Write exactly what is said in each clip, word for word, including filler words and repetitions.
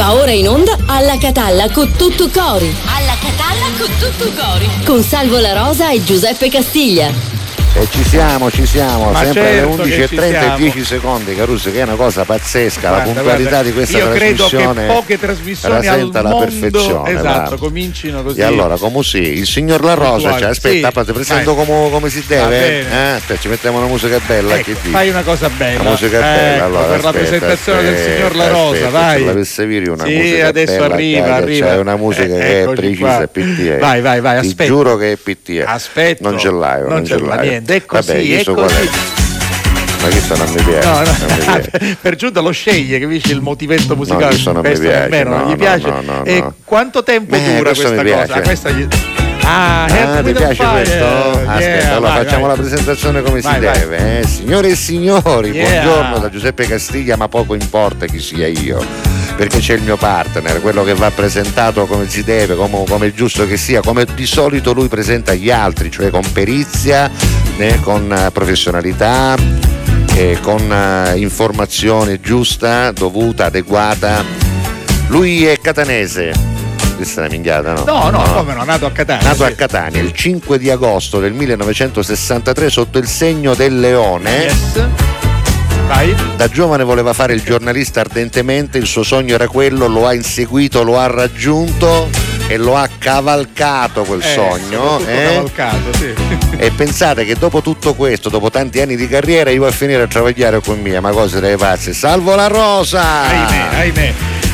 Va ora in onda Alla Catalla con tutto cori. Alla Catalla con tutto cori. Con Salvo La Rosa e Giuseppe Castiglia. E ci siamo, ci siamo, Ma sempre certo alle undici e trenta e dieci secondi, Caruso, che è una cosa pazzesca, guarda, la puntualità guarda, di questa io trasmissione. Io credo che poche trasmissioni rasenta al la mondo, perfezione. esatto, va. comincino così. E allora, come sì, il signor La Rosa, cioè, aspetta, sì, ti presento come, come si deve? Eh? Cioè, ci mettiamo una musica bella, ecco, che dici? fai una cosa bella. La musica è bella, ecco, allora, per aspetta, la presentazione aspetta, del signor La Rosa, aspetta, vai. La Vesseviri una sì, musica adesso bella, arriva, carica, arriva. C'è una musica eh, che è precisa e P T E. Vai, vai, vai, Ti aspetta. giuro che è P T E. Aspetta. Non ce l'hai, non, non ce l'hai. l'hai. Niente, è così, Vabbè, io è so così. qual è. Ma questo non mi piace, no, no. non mi piace. Per giunta lo sceglie, capisci il motivetto musicale. No, questo non mi questo piace, nemmeno no, non gli no, piace. no, no, E no. quanto tempo Beh, dura questo questa mi cosa? piace. Ah, questa gli... ah, Ah, ti piace questo? Aspetta, yeah, allora vai, facciamo vai. la presentazione come Vai, si vai. deve. Eh? Signore e signori, Yeah. buongiorno da Giuseppe Castiglia, ma poco importa chi sia io, perché c'è il mio partner, quello che va presentato come si deve, come, come è giusto che sia, come di solito lui presenta gli altri, cioè con perizia, eh, con eh, professionalità, eh, con eh, informazione giusta, dovuta, adeguata. Lui è catanese. Questa è una minchiata, no? No, no, come no, nato a Catania. Nato sì. a Catania il cinque di agosto del millenovecentosessantatré sotto il segno del leone. Yes. Vai. Da giovane voleva fare il giornalista ardentemente, il suo sogno era quello, lo ha inseguito, lo ha raggiunto e lo ha cavalcato quel Eh, sogno. Eh? Cavalcato, sì. E pensate che dopo tutto questo, dopo tanti anni di carriera, io vado a finire a travagliare con mia, ma cose delle pazze. Salvo La Rosa! Ahimè, ahimè.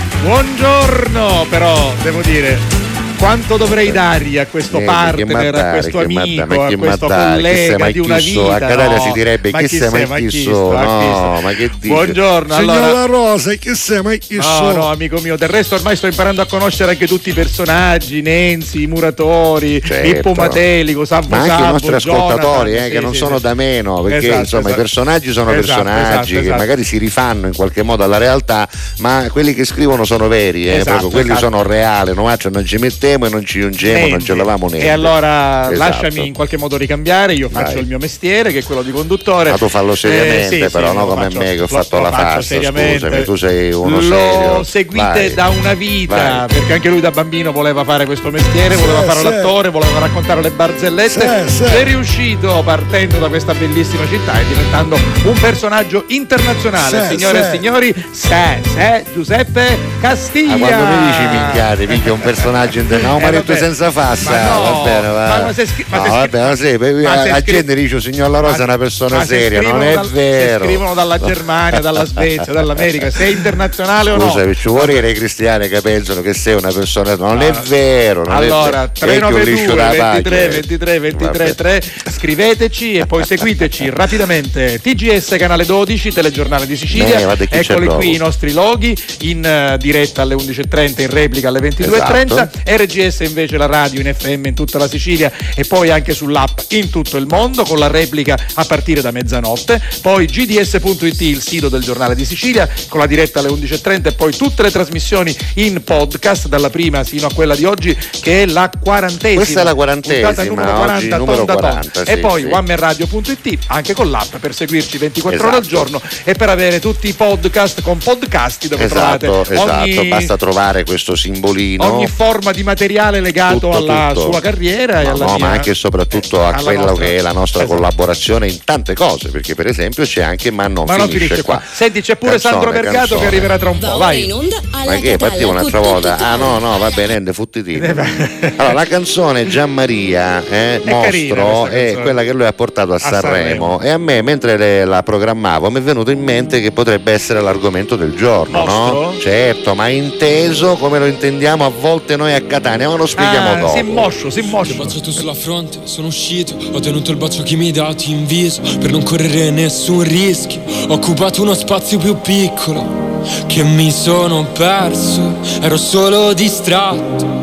Buongiorno, però devo dire quanto dovrei dargli a questo Eh, partner, che a mandare, questo che amico, mandare, a che questo mandare, chi sei collega mai di una chi so? vita. A Catania no. si direbbe Ma chi chi sei mai mai chi chi so? sto, a chi No, sto? ma che dici? Buongiorno, Signor allora. La Rosa, chi sei mai chi No, so? no, amico mio, del resto ormai sto imparando a conoscere anche tutti i personaggi, Nenzi, i muratori, Certo. Ippo Matelico, Sabbo Ma anche Sabbo, i nostri ascoltatori, Jonathan, eh, sì, che non sì, sono sì. da meno, perché Esatto, insomma esatto. i personaggi sono Esatto, personaggi esatto, che esatto. magari si rifanno in qualche modo alla realtà, ma quelli che scrivono sono veri, eh, Esatto, proprio, quelli esatto. sono reali, non, non ci mettiamo e non ci giungiamo, non ce lavamo niente. E allora Esatto. lasciami in qualche modo ricambiare, io faccio Vai. il mio mestiere, che è quello di conduttore. Ma tu fallo seriamente, Eh, sì, però, sì, no lo come faccio- me che ho lo- fatto lo la faccio farsa, seriamente. scusami, tu sei uno Lo serio. seguite Vai. da una vita, Vai. perché anche lui da bambino voleva fare questo mestiere, Sì, voleva fare sì. l'attore, voleva raccontare le barzellette. Sì, sì. È riuscito partendo da questa bellissima città e diventando un personaggio internazionale. Sì, Signore sì. e signori, se, se Giuseppe Castiglia. Ah, quando mi dici minchiate, minchia un personaggio in no, Eh, ma detto vabbè. senza fassa, Ma no, va bene, va. ma- ma se scri- ma no, se scri- va bene, ma sì, per- ma se la scri- gente dice signor La Rosa è una persona ma se seria, non scrivono è dal- vero. Se scrivono dalla Germania, dalla Svezia, dall'America, sei internazionale o no? Scusa, ci vuole dire ai cristiani che pensano che sei una persona, non è vero, non Allora, è vero. tre nove due liscio da ventitré paglia. ventitré ventitré Vabbè. tre, scriveteci e poi seguiteci rapidamente. T G S canale dodici, telegiornale di Sicilia. Eh, guarda chi c'è Eccoli dopo. qui i nostri loghi in eh, diretta alle undici e trenta, in replica alle ventidue e trenta. Esatto. R G S invece la radio in F M in tutta la Sicilia e poi anche sull'app in tutto il mondo con la replica a partire da mezzanotte. Poi G D S punto it, il sito del giornale di Sicilia, con la diretta alle undici e trenta e poi tutte le trasmissioni in podcast, dalla prima sino a quella di oggi che è la quarantesima. Questa è la quarantesima, puntata numero quaranta, oggi numero tonda tonda. quaranta, E sì, poi sì. one man radio punto it anche con l'app per seguirci ventiquattro ore al Esatto. giorno e per avere tutti i podcast con podcasti dove Esatto, trovate esatto, ogni, basta trovare questo simbolino. ogni forma di materiale legato Tutto, alla tutto. sua carriera e No, alla no, mia, ma anche e soprattutto a alla quello nostra. che è la nostra Esatto. collaborazione in tante cose, perché per esempio c'è anche Ma non, Ma non finisce, finisce qua. qua. Senti, c'è pure Canzone, Sandro Vergato canzone. che arriverà tra un Va po'. ora Vai. in onda alla Ma che Catalla partiva un'altra con volta? tutto Ah no, cori. no, va bene, ende futtitino. Eh, beh. Allora, la canzone Gianmaria, eh, È carina Mostro, questa è canzone. quella che lui ha portato a, Sanremo. Sanremo. E a me, mentre le- la programmavo, mi è venuto in mente che potrebbe essere l'argomento del giorno, Mostro? no? Certo, ma inteso come lo intendiamo a volte noi a Catania, ma lo spieghiamo Ah, dopo. si moscio, si Ti ho moscio. baciato sulla fronte, sono uscito, ho tenuto il bacio che mi hai dato in viso per non correre nessun rischio. Ho occupato uno spazio più piccolo che mi sono perso, ero solo distratto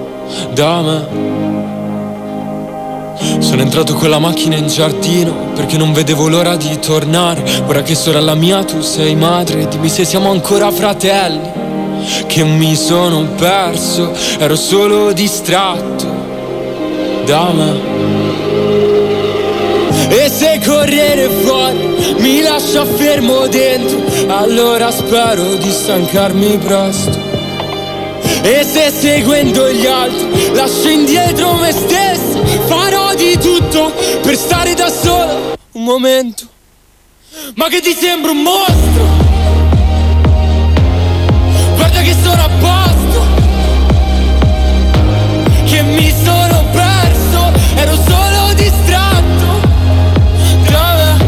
da me. Sono entrato con la macchina in giardino perché non vedevo l'ora di tornare. Ora che sorella mia tu sei madre, dimmi se siamo ancora fratelli. Che mi sono perso, ero solo distratto da me. E se correre fuori mi lascia fermo dentro, allora spero di stancarmi presto E se seguendo gli altri lascio indietro me stesso, farò di tutto per stare da solo un momento. Ma che ti sembra un mostro? Guarda che sono a posto, che mi sono perso, ero solo distratto. Dove?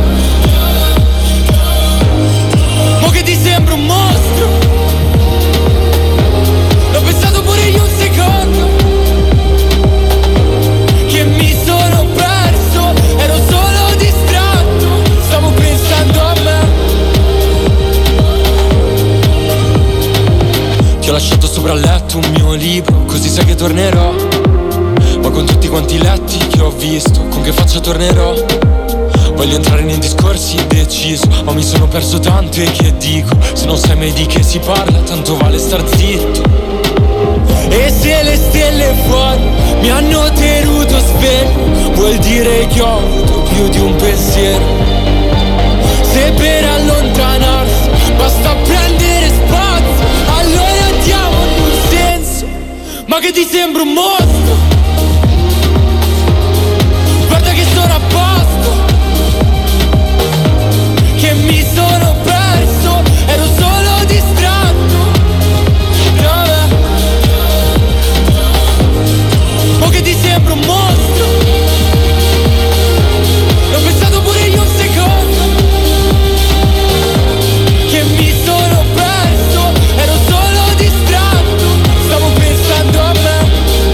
Ma che ti sembra un mostro? L'ho pensato pure io un secondo, che mi sono perso, ero solo distratto, stavo pensando a me. Ti ho lasciato sopra il letto un mio libro, così sai che tornerò. Ma con tutti quanti letti che ho visto, con che faccia tornerò? Voglio entrare nei discorsi deciso, ma mi sono perso tanto e che dico? Se non sai mai di che si parla, tanto vale star zitto. E se le stelle fuori mi hanno tenuto sveglio, vuol dire che ho avuto più di un pensiero. Se per allontanarsi basta prendere spazio, allora diamo un senso. Ma che ti sembra un mostro? Guarda che sono a posto, che mi sono perso, ero solo distratto. Dove? O che ti sembra un mostro? L'ho pensato pure io un secondo, che mi sono perso, ero solo distratto, stavo pensando a me.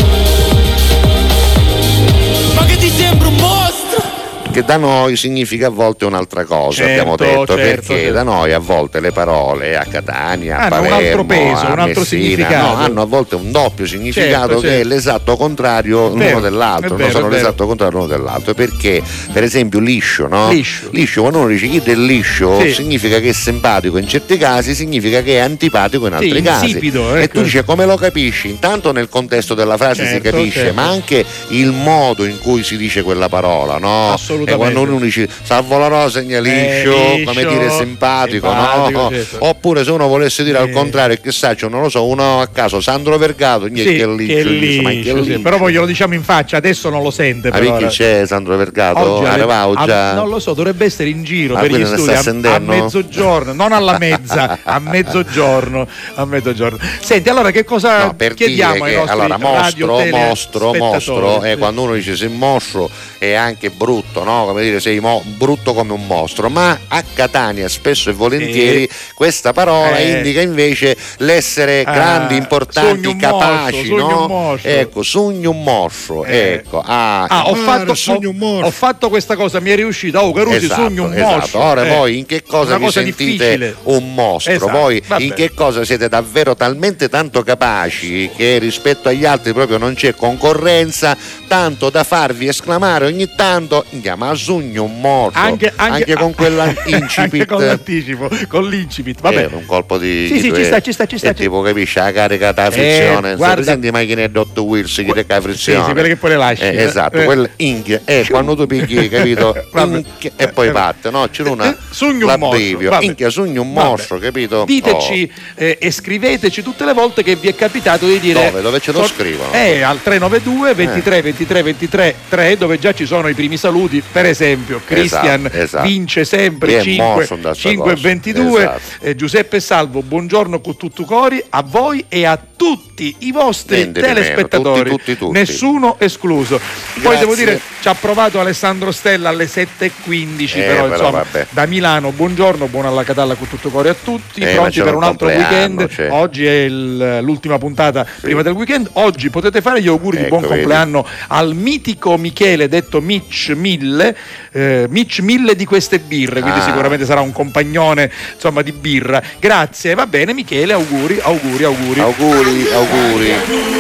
Ma che ti sembra un mostro? Che da noi significa a volte un'altra cosa, Certo, abbiamo detto, certo, perché certo. da noi a volte le parole a Catania, a Hanno un Palermo, altro peso, a un altro Messina, significato. no, hanno a volte un doppio significato Certo, che certo. è l'esatto contrario Vero, l'uno dell'altro, è no? vero, Sono è vero. l'esatto contrario l'uno dell'altro, perché per esempio liscio, no? Liscio. Liscio, quando uno dice chi del liscio Sì. significa che è simpatico in certi casi, significa che è antipatico in altri Sì, casi. insipido, E ecco. tu dici come lo capisci? Intanto nel contesto della frase si Certo, capisce, certo. ma anche il modo in cui si dice quella parola, no? Assolutamente. E quando uno dice salvo la rosa segnaliscio, Eh, liscio, come dire simpatico, simpatico, no? certo. Oppure se uno volesse dire al Eh. contrario, che sa, non lo so, uno a caso Sandro Vergato, niente Sì, che che liscio, dice, ma che liscio, sì. liscio? Però poi glielo diciamo in faccia, adesso non lo sente. Ma però perché ora. c'è Sandro Vergato? Oggi alle- Arrivavo a- già. non lo so, dovrebbe essere in giro Ah, per gli quindi ne studi sta a, a sentendo? mezzogiorno, non alla mezza, a mezzogiorno, a mezzogiorno. Senti, allora che cosa No, per chiediamo dire ai che nostri allora radio, mostro, tele, mostro, spettatori? mostro è Sì. quando uno dice sei mostro è anche brutto, no? Come dire sei mo- brutto come un mostro, ma a Catania spesso e volentieri questa parola Eh. indica invece l'essere Ah, grandi, importanti, sogno un capaci, mostro, sogno no? un mostro. Ecco, sogno un mostro, Eh. ecco. Ah, Ah, ho guarda, fatto, sogno ho, un mostro. ho fatto questa cosa, mi è riuscita. Oh, Carusi, Esatto, sogno un esatto. mostro. Ora Eh, voi in che cosa una vi cosa sentite difficile. un mostro? Esatto, Voi vabbè. in che cosa siete davvero talmente tanto capaci che rispetto agli altri proprio non c'è concorrenza, tanto da farvi esclamare ogni tanto ma sogno un mostro, Anche, anche, con quell'incipit, anche con l'anticipo, con l'incipit. Vabbè. Eh, un colpo di Sì, sì, di- ci sta, ci sta, ci sta, è ci- tipo capisci la carica da frizione, Eh, guarda- senti macchine di Hot Wheels che ti ca frizione, Sì, sì, quelle che poi le lasci. Eh, esatto, Eh. quel ink è quando tu pigli, capito? Vabbè. Ink, e poi parte, no? C'è una Eh, sogno un mostro, l'abbrivio, vabbè. inchia sogno un Vabbè. mostro, capito? Diteci eh, e scriveteci tutte le volte che vi è capitato di dire Dove? Dove ce lo so- scrivono? Eh, al tre nove due ventitré ventitré ventitré tre, dove già ci sono i primi saluti. Per esempio, Christian Esatto, esatto. vince sempre Chi è cinque mosso da sta cinque e cosa? ventidue. Esatto. Eh, Giuseppe Salvo, buongiorno con tutto cori a voi e a tutti i vostri Niente di meno, telespettatori, tutti, tutti, tutti. nessuno escluso. Poi Grazie. devo dire ci ha provato Alessandro Stella alle sette e quindici, Eh, però, però insomma vabbè. da Milano, buongiorno, buona alla Catalla con tutto cuore a tutti, Eh, ma pronti c'era per un un altro compleanno, weekend. cioè. Oggi è il- l'ultima puntata prima del weekend. Oggi potete fare gli auguri di Ecco, buon vedi. compleanno al mitico Michele, detto Mitch Mille, eh, Mitch Mille di queste birre, quindi Ah. sicuramente sarà un compagnone, insomma, di birra. Grazie, va bene Michele, auguri, auguri, auguri. Auguri, auguri.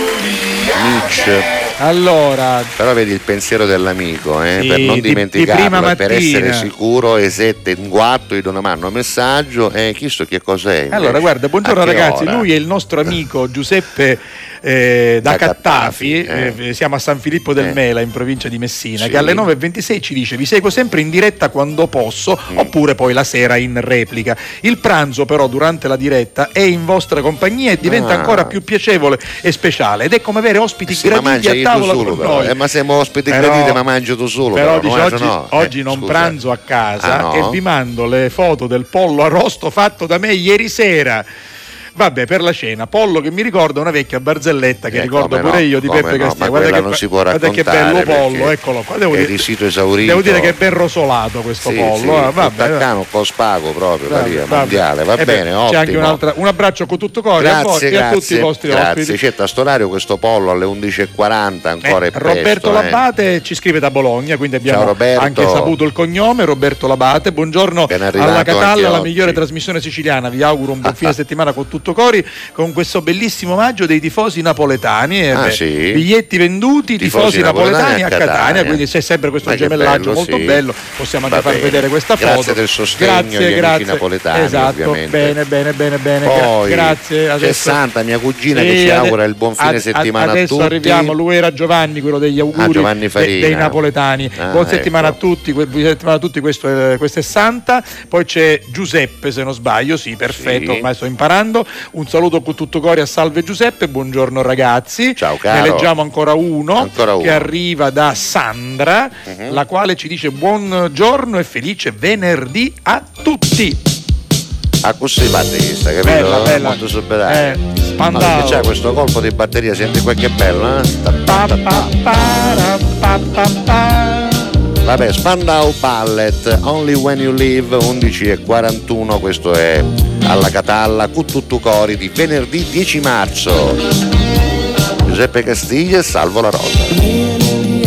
Mitch. Allora, Però vedi il pensiero dell'amico, eh? Sì, per non di- di dimenticarlo, prima e per mattina. essere sicuro, e sette in quattro gli non mando messaggio e eh, chissà che cos'è. allora invece. guarda, buongiorno A che ragazzi, ora? lui è il nostro amico Giuseppe eh, da, Da Cattafi, Cattafi, eh. eh, siamo a San Filippo del Eh. Mela in provincia di Messina, Sì. che alle nove e ventisei ci dice: vi seguo sempre in diretta quando posso, Mm. oppure poi la sera in replica. Il pranzo però durante la diretta è in vostra compagnia e diventa Ah. ancora più piacevole e speciale, ed è come avere ospiti Sì, ma graditi mangia a io tavola tu solo, con però. noi. Eh, ma siamo ospiti Però- graditi, ma mangio tu solo. Però Però, dice, no, oggi, no. oggi Eh, non scusa. pranzo a casa Ah, no? e vi mando le foto del pollo arrosto fatto da me ieri sera. Vabbè, per la cena, pollo che mi ricorda una vecchia barzelletta che Eh, ricordo come pure no, io di come Peppe no, Castiglia. ma Guarda quella che, non si può guarda che bello raccontare, pollo, perché eccolo qua. Devo è dire, di sito esaurito. devo dire che è ben rosolato questo Sì, pollo. sì, ah, vabbè, Taccano, un po' spago proprio, vabbè, Maria, vabbè. mondiale, va Eh beh, bene, c'è ottimo. anche un'altra, un abbraccio con tutto cuore a voi Grazie, e a tutti i grazie, vostri grazie. ospiti. Certo, a sto orario questo pollo alle undici e quaranta ancora Eh, è presto. Roberto eh. Labate ci scrive da Bologna, quindi abbiamo Ciao, Roberto. anche saputo il cognome. Roberto Labate, buongiorno Ben arrivato alla anche Catalla, la oggi. migliore trasmissione siciliana. Vi auguro un buon fine settimana con tutto cori, con questo bellissimo omaggio dei tifosi napoletani. E Ah, beh, sì? biglietti venduti, tifosi, Tifosi napoletani, napoletani a a Catania, Catania. quindi c'è sempre questo Ma che gemellaggio bello, molto sì. bello. Possiamo anche Va far bene. vedere questa foto. Grazie del sostegno Grazie, agli amici grazie. napoletani, Esatto, ovviamente. bene, bene, bene, bene. Gra- Poi grazie. c'è Adesso- Santa, mia cugina, che Sì, ci ade- augura il buon fine ad- settimana adesso a tutti. arriviamo, lui era Giovanni, quello degli auguri Ah, Giovanni de- Farina. dei napoletani. Ah, buon settimana ecco. a tutti, que- buona settimana a tutti, questo è, questo è Santa. Poi c'è Giuseppe, se non sbaglio, sì, perfetto, Sì. ormai sto imparando. Un saluto con tutto cuore a Salve Giuseppe, buongiorno ragazzi. Ciao, caro. Ne leggiamo ancora uno, Ancora uno. che arriva da Sandra, Mhm. la quale ci dice buongiorno e felice venerdì a tutti. Ah, così batterista, capito? Bella, bella. Molto subitario. Eh, No, Spandau. perché c'è questo colpo di batteria, senti quel che è bello, eh? Ta- Pa, ta- pa, ta- para, pa, pa, pa. Vabbè, Spandau Ballet, Only When You Leave, undici e quarantuno, questo è alla Catalla, Cuttutu Cori di venerdì dieci marzo. Giuseppe Castiglia e Salvo La Rosa.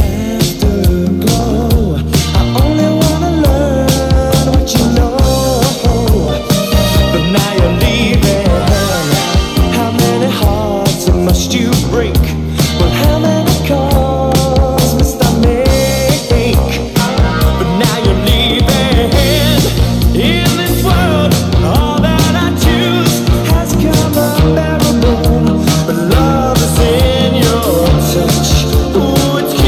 Must you break? Well, how many calls must I make? But now you're leaving. In this world, all that I choose has come unbearable. But love is in your touch. Ooh, it's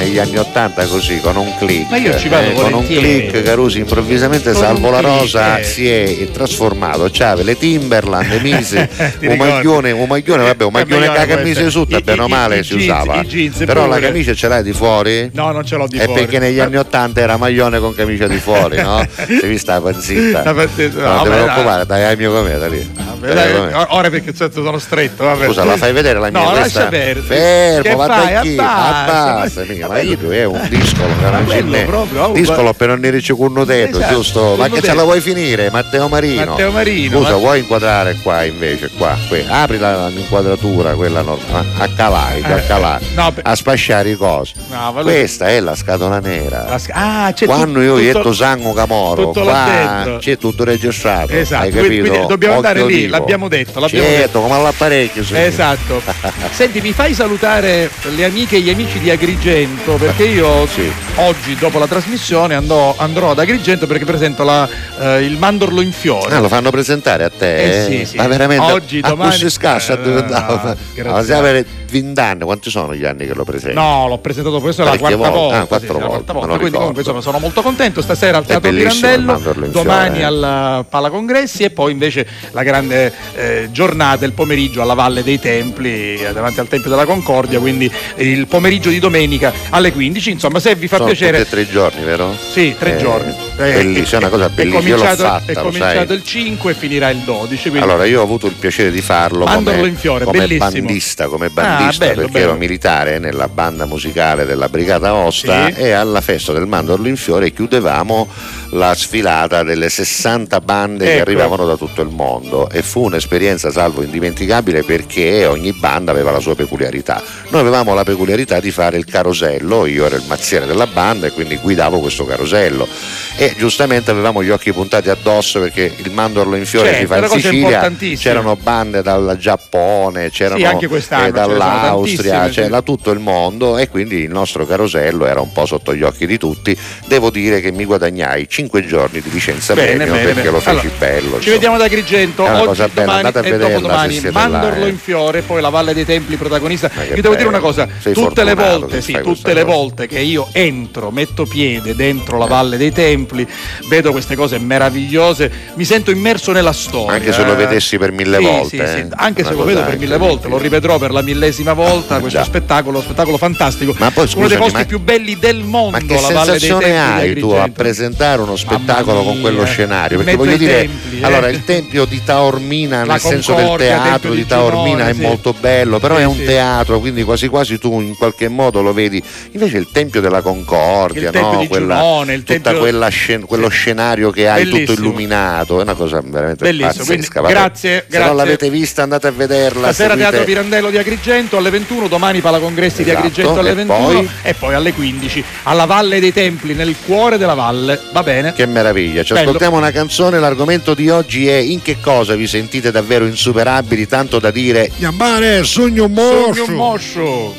negli anni ottanta così, con un click. Ma io ci vado eh, con un click Carusi improvvisamente con Salvo La click, Rosa eh. si è trasformato, c'ave le Timberland, mise un maglione, un maglione, vabbè, un maglione che la camicia sotto, bene o male si usava. Però la camicia ce l'hai di fuori? No, non ce l'ho di è fuori. È perché negli anni ottanta era maglione con camicia di fuori, no? Se vi sta panzita. No, non ti preoccupare, dai al mio cometa lì. Vabbè, dai, ora perché sono stretto. Vabbè. Scusa, la fai vedere la mia? No, questa? lascia perdere. Fermo, va da chi? Abbassa, Abbassa, mica, ma io è un discolo, proprio, discolo per non dire cunnutetto, esatto, giusto? Ma che ce la vuoi finire? Matteo Marino. Matteo Marino. Scusa, ma... vuoi inquadrare qua invece? Qua, qui. Apri la, l'inquadratura, quella normale, a calare, eh, a calare, no, per... a spasciare i cosi. No, vale... Questa è la scatola nera. La sc... ah, c'è Quando tu, io tutto, detto sangue Camoro, qua c'è tutto registrato. Esatto, hai capito? Quindi dobbiamo Occhio andare lì, vivo. l'abbiamo detto. L'abbiamo certo, detto. come all'apparecchio. Sì. Esatto. Senti, mi fai salutare le amiche e gli amici di Agrigento, perché io sì. oggi dopo la trasmissione andrò, andrò ad Agrigento perché presento la, eh, il mandorlo in fiore. Ah, lo fanno presentare a te? Eh sì, sì. Ma veramente oggi, domani. A scassa, eh, no, no, avere venti anni, quanti sono gli anni che lo presenti? No, l'ho presentato questo è la quarta volte. volta. Ah, quattro sì, volte. quarta volta. Me lo Quindi comunque insomma sono molto contento. Stasera al Teatro Pirandello, domani al Pala Congressi e poi invece la grande eh, giornata il pomeriggio alla Valle dei Templi, davanti al Tempio della Concordia, quindi il pomeriggio di domenica alle quindici. Insomma, se vi fa sono piacere. Tutti e tre giorni, vero? Sì, tre eh, giorni. Bellissima, è una cosa bellissima. È cominciato, io l'ho fatta, è cominciato il cinque e finirà il dodici. Quindi... Allora, io ho avuto il piacere di farlo Mandorlo come, in fiore, come bellissimo. bandista, come bandista ah, bello, perché bello. ero militare nella banda musicale della Brigata Aosta, sì. e alla festa del Mandorlo in fiore chiudevamo la sfilata delle sessanta bande ecco. che arrivavano da tutto il mondo e fu un'esperienza, Salvo, indimenticabile perché ogni banda aveva la sua peculiarità. Noi avevamo la peculiarità di fare il carosello, io ero il mazziere della banda e quindi guidavo questo carosello e giustamente avevamo gli occhi puntati addosso perché il Mandorlo in fiore certo, si fa in Sicilia, c'erano bande dal Giappone, c'erano sì, anche quest'anno, eh, dall'Austria, c'è da tutto il mondo e quindi il nostro carosello era un po' sotto gli occhi di tutti. Devo dire che mi guadagnai cinque giorni di licenza bene, premio bene, perché bene. lo feci allora, bello. Ci insomma. vediamo ad Agrigento è una oggi, cosa bella, domani andate a e vederla dopodomani. se siete Mandorlo là, eh. in fiore, poi la Valle dei Templi protagonista. Ma che Io devo bello. dire una cosa, Sei tutte le fortunato volte, che sì, fai tutte questa le cosa. volte che io entro, metto piede dentro la Valle dei Templi, vedo queste cose meravigliose, mi sento immerso nella storia. Anche se lo eh. vedessi per mille sì, volte. sì, eh. sì. Anche Una se lo cosa vedo per mille volte, lo rivedrò per la millesima volta, Ah, questo già. spettacolo, spettacolo fantastico. Ma poi, uno dei scusami, posti ma- più belli del mondo, Ma che la Valle dei sensazione Templi di hai tu a Agrigento. presentare uno spettacolo Mamma con quello mia. scenario? In Perché mezzo voglio ai dire, templi, eh. allora il tempio di Taormina, La nel senso del Concordia, teatro Tempio di di Taormina Giunone, è sì. molto bello, però Sì, è un sì. teatro, quindi quasi quasi tu in qualche modo lo vedi. Invece il tempio della Concordia, Il tempio no? di Quella, Giunone, il tutta tempio- quella scen- quello scenario che hai tutto Bellissimo. illuminato, è una cosa veramente Bellissimo, quindi pazzesca. Vabbè. grazie, Se grazie. non l'avete vista andate a vederla. Stasera seguite- Teatro Pirandello di Agrigento alle ventuno, domani Pala Congressi di Esatto, Agrigento alle e ventuno poi? e poi alle quindici alla Valle dei Templi, nel cuore della valle. Va bene? Che meraviglia, ci Bello. ascoltiamo una canzone, l'argomento di oggi è: in che cosa vi sentite davvero insuperabili, tanto da dire Gambare, sogno Sogno moscio.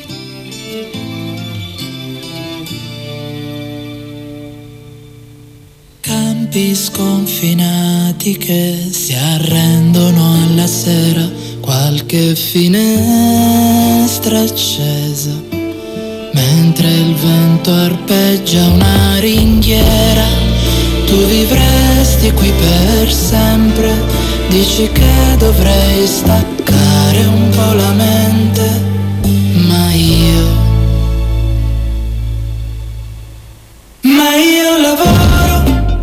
Campi sconfinati che si arrendono alla sera, qualche finestra accesa, mentre il vento arpeggia una ringhiera. Tu vivresti qui per sempre, dici che dovrei staccare un po' la mente, ma io, ma io lavoro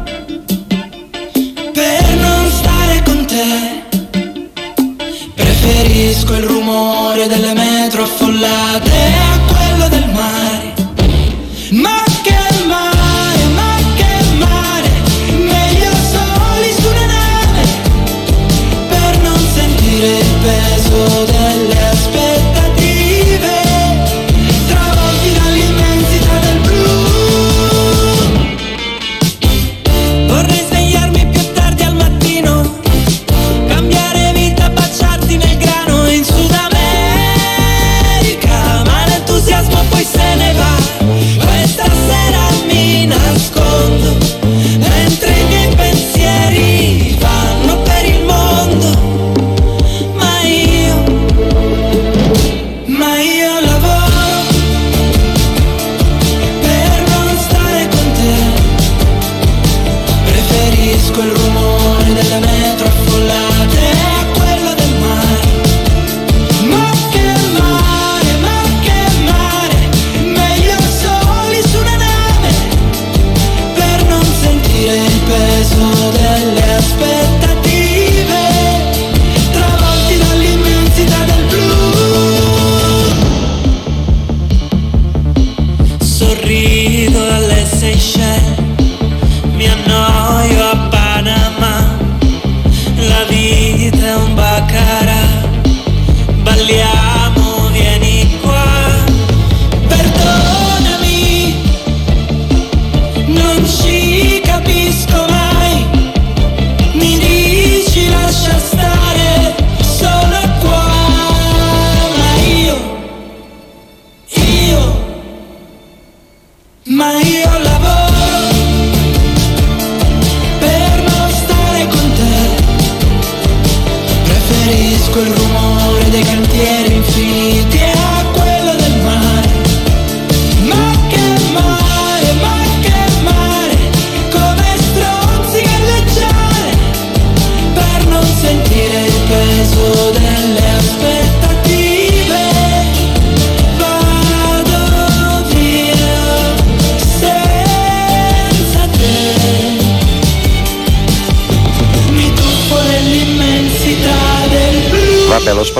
per non stare con te. Preferisco il rumore delle metro affollate a quello del mare. Ma che mare, ma che mare, meglio soli su una nave, per non sentire il peso delle aspettative, travolti dall'immensità del blu. Vorrei svegliarmi più tardi al mattino, cambiare vita, baciarti nel grano in Sud America, ma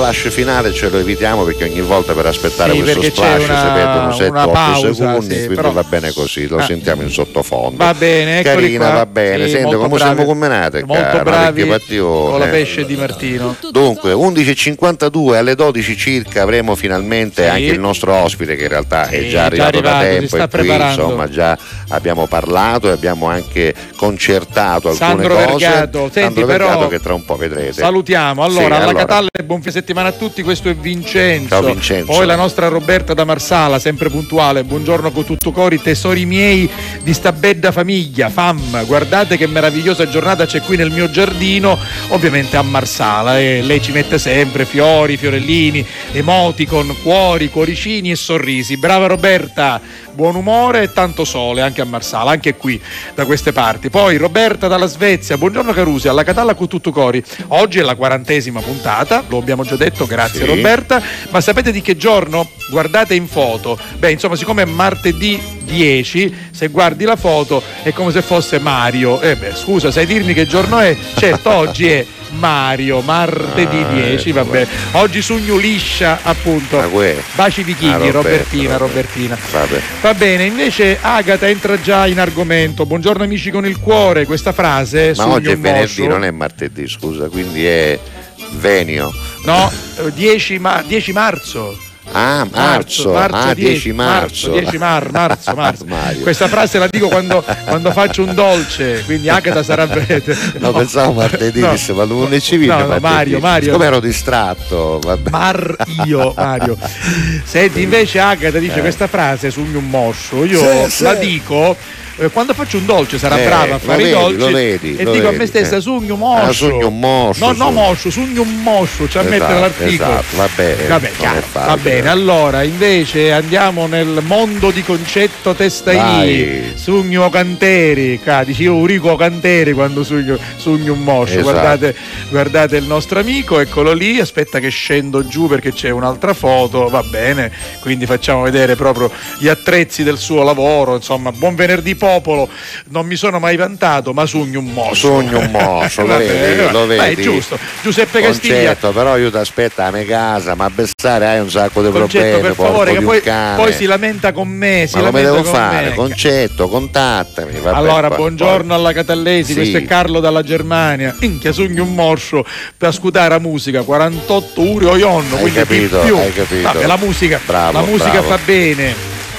flash finale ce lo evitiamo perché ogni volta per aspettare Sì, questo perché splash c'è una- si perdono sette una otto pausa, secondi, sì, quindi però- va bene così, lo Ah. sentiamo in sottofondo. Va bene, eccoli Carina, qua. va bene, Sì, senti molto come bravi. siamo combinate, Molto cara, bravi ma perché pattione. con la pesce di Martino. Dunque, undici e cinquantadue alle dodici circa avremo finalmente Sì. anche il nostro ospite che in realtà Sì, è già già arrivato, arrivato, da si tempo sta e qui preparando. insomma già abbiamo parlato e abbiamo anche concertato alcune Sandro cose. Vergato. Senti, Sandro però, Vergato che tra un po' vedrete. Salutiamo. Allora, Sì, alla allora. Catalla e buon fine settimana a tutti. Questo è Vincenzo. Ciao, Vincenzo. Poi la nostra Roberta da Marsala, sempre puntuale. Buongiorno con tutto cori, tesori miei di sta bedda famiglia. Fam, guardate che meravigliosa giornata c'è qui nel mio giardino, ovviamente a Marsala. E lei ci mette sempre fiori, fiorellini, emoticon, cuori, cuoricini e sorrisi. Brava Roberta, buon umore e tanto sole anche a Marsala, anche qui da queste parti. Poi Roberta dalla Svezia, buongiorno Carusi, alla Catalla con tutto cori. Oggi è la quarantesima puntata, lo abbiamo già detto, grazie Sì. Roberta. Ma sapete di che giorno? Guardate in foto. Beh, insomma, siccome è martedì dieci, se guardi la foto è come se fosse Mario. Eh beh, scusa, sai dirmi che giorno è? Certo, oggi è Mario, martedì Ah, dieci, ecco. vabbè. Oggi sugno liscia, appunto. Ma uè. Baci vichinghi, Ah, Roberto, Robertina, vabbè. Robertina. Vabbè. Va bene, invece Agata entra già in argomento. Buongiorno amici con il cuore, questa frase Ma sugno oggi è venerdì, moscio. non è martedì, scusa, quindi è venio. No, eh, dieci, ma- dieci marzo. Ah, marzo, ah, dieci marzo. dieci mar- marzo, marzo. Mario. Questa frase la dico quando, quando faccio un dolce, quindi Agata sarà No, pensavo martedì, no. disse, ma non ne ci viene No, no, martedì. Mario, Mario. Come ero distratto, vabbè. Mar io, Mario. Senti, invece Agata dice Eh. questa frase su un moscio. Io Sì, sì. la dico eh, quando faccio un dolce, sarà Eh, brava a lo fare vedi, i dolci. lo vedi, e lo dico a vedi, me stessa, eh. sugno moscio. Ah, sugno moscio, No, no, su. moscio, sugno moscio, cioè a Esatto, mettere l'articolo. esatto, va bene, Vabbè, non chiaro, è facile. va bene. Allora, invece andiamo nel mondo di Concetto Testaini. Vai. Sugno Canteri. Ca, dici io Urico Canteri quando sugno, sugno un moscio. Esatto. Guardate, guardate il nostro amico, eccolo lì. Aspetta che scendo giù perché c'è un'altra foto. Va bene, quindi facciamo vedere proprio gli attrezzi del suo lavoro. Insomma, buon venerdì popolo. Non mi sono mai vantato, ma sogno un moscio. Sogno un moscio, lo Vabbè, vedi, lo ma è vedi. giusto. Giuseppe Castiglia. Concetto, però io ti aspetto a me casa, ma a Bessare hai un sacco di Concetto, problemi, per porco favore, di che un poi, cane. poi si lamenta con me. Si Ma come lamenta devo con fare? me. Concetto, contattami. Vabbè, Allora, poi- buongiorno poi- alla Catallesi, Sì. questo è Carlo dalla Germania. Minchia, sogno un moscio per ascoltare la musica, quarantotto ore o ionno, Hai quindi capito, più. hai capito. Vabbè, la musica, Bravo, la musica bravo. fa bene.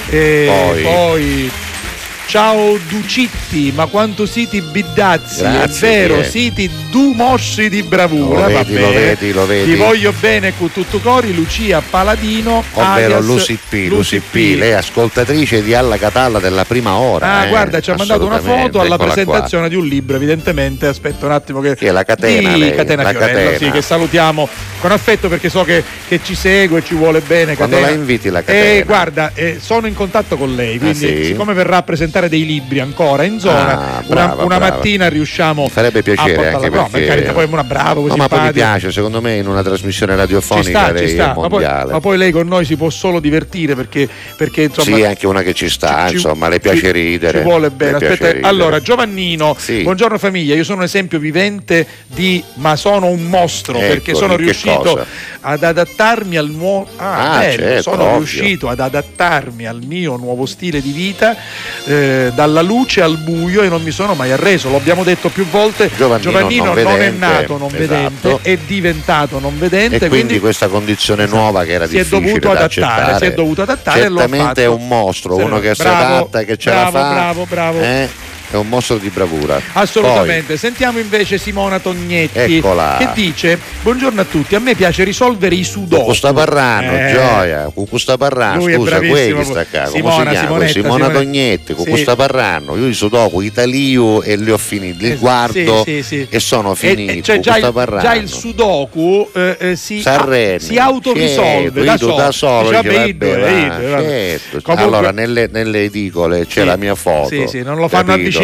E Poi? poi ciao Ducitti, ma quanto siete biddazzi, Grazie, è vero, Pier. siete due mossi di bravura, Lo va vedi, bene. lo vedi, lo vedi. Ti voglio bene con tutto cori, Lucia Paladino, Ovvero alias Lucy P, Lucy P, Lucy P. lei è ascoltatrice di Alla Catalla della prima ora. Ah, eh, guarda, ci ha mandato una assolutamente, foto alla eccola presentazione di un libro, evidentemente. Aspetta un attimo che. Che è la catena, Di lei, Catena la Fiorello, catena. sì, che salutiamo con affetto perché so che, che ci segue, ci vuole bene. Quando Catena. la inviti la Catena? Eh, guarda, eh, sono in contatto con lei, quindi Ah, sì? siccome verrà a presentare dei libri ancora in zona, Ah, brava, una, una brava. mattina riusciamo. Mi farebbe piacere a portarla- anche no, perché per carità, poi è una brava, così No, ma poi mi simpatica. piace, secondo me in una trasmissione Ci radiofonica sta, ci lei sta, è ma poi, mondiale. ma poi lei con noi si può solo divertire perché, perché insomma. Sì, anche una che ci sta, ci- insomma, le piace ci- ridere. Ci vuole bene. le piace Aspetta, ridere. allora, Giovannino, Sì. buongiorno famiglia. Io sono un esempio vivente di ma sono un mostro Ecco, perché sono di che riuscito cosa? ad adattarmi al nuovo. Ah, Ah, bello, certo, sono ovvio. riuscito ad adattarmi al mio nuovo stile di vita, eh, dalla luce al buio, e non mi sono mai arreso. Lo abbiamo detto più volte. Giovannino non non, è vedente, nato non esatto. vedente, è diventato non vedente. E quindi, questa condizione nuova che era si è difficile dovuto da adattare, accettare, si è dovuto adattare e l'ho certamente è fatto. un mostro, Sì, uno che si bravo, adatta, che ce bravo, la fa, bravo, bravo. eh? È un mostro di bravura. Assolutamente. Sentiamo invece Simona Tognetti Eccola. che dice: buongiorno a tutti, a me piace risolvere i Poi, sudoku. con sta parrano, Eh, Gioia, con questa parrano, lui è scusa, bravissimo. quelli sta qua, come Simona, si chiama? Simonetta, Simona Simonetta. Tognetti, con Sì. questa parrano, io i sudoku italio e li ho finiti, li Eh, guardo sì, sì, sì. e sono E- finiti, e cioè con già, questa il, parrano. già il sudoku eh, eh, si, S'arrende. si autorisolve Certo, da io solo. da solo Dice, dice, vabbè, idole, vabbè, va, idole, vabbè. certo. Comunque- Allora nelle, nelle edicole c'è Sì, la mia foto, sì, sì, non lo fanno capito?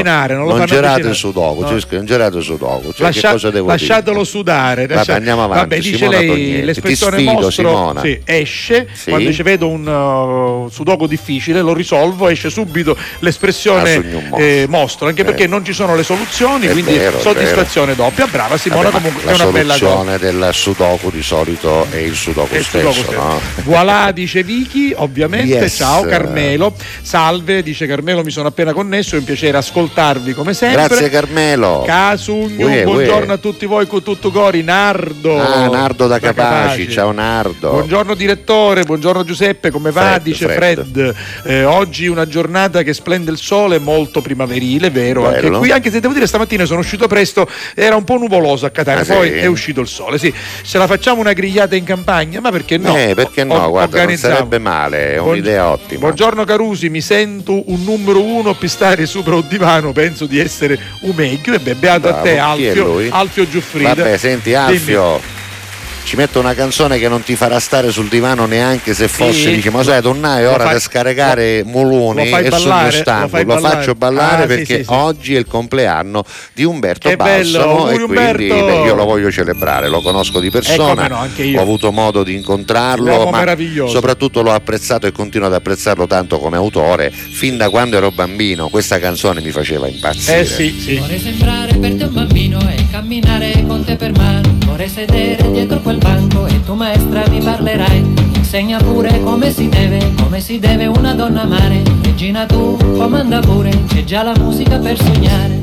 avvicinare, non lo non fanno girate avvicinare. Sudoku, No. c'è scritto, non girate Sudoku, cioè, Lascia- che cosa devo lasciatelo dire? sudare. Vabbè, lascia- andiamo avanti. Vabbè, dice Simona lei Tognetti, l'espressione ti sfido, mostro Simona. sì, esce Sì. quando dice vedo un uh, sudoku difficile, lo risolvo, esce subito Ah, l'espressione sogno un mostro. eh, mostro, anche Eh. perché non ci sono le soluzioni, È quindi vero, è soddisfazione doppia. Brava Simona, Vabbè, ma comunque la è una bella cosa. soluzione del Sudoku di solito è il Sudoku È il stesso, Sudoku stesso. no? Voilà, dice Vicky, ovviamente. Yes. Ciao Carmelo. Salve, dice Carmelo, mi sono appena connesso, è un piacere ascoltarvi come sempre. Grazie Carmelo. Casugno, Uè, buongiorno uè. a tutti voi con tutto cori. Nardo. Ah, Nardo da Capaci, ciao Nardo. Buongiorno direttore, buongiorno Giuseppe, come va? Fred, Dice Fred. Fred. Eh, oggi una giornata che splende il sole, molto primaverile, vero? Anche Bello. qui, anche se devo dire stamattina sono uscito presto, era un po' nuvoloso a Catania, Ah, poi sì? è uscito il sole. Sì, se la facciamo una grigliata in campagna, ma perché no? Eh, perché no? O- Guarda, non organizziamo. sarebbe male, è Buong- un'idea ottima. Buongiorno Carusi, mi sento un numero uno per stare sopra un divano, penso di essere un meglio. E beh, beato a Bravo. te, Chi è Alfio, lui? Alfio Giuffrida. Vabbè, senti Alfio, ci metto una canzone che non ti farà stare sul divano neanche se fossi, Sì. dice, ma sai, tornai Lo ora fai- da scaricare lo- Muluni lo fai e ballare? sogno Lo stanco, fai lo, ballare? faccio ballare Ah, sì, perché sì, sì. oggi è il compleanno di Umberto Che bello, Balsamo e auguri, quindi Umberto! beh, io lo voglio celebrare, lo conosco di persona, come no, anche io. ho avuto modo di incontrarlo, Uomo ma meraviglioso. soprattutto l'ho apprezzato e continuo ad apprezzarlo tanto come autore fin da quando ero bambino. Questa canzone mi faceva impazzire. Eh sì, sì. Vorrei sembrare per te un bambino e camminare con te per mano. Vorrei sedere dietro quel banco e tu maestra mi parlerai. Insegna pure come si deve, come si deve una donna amare. Regina tu comanda pure, c'è già la musica per sognare.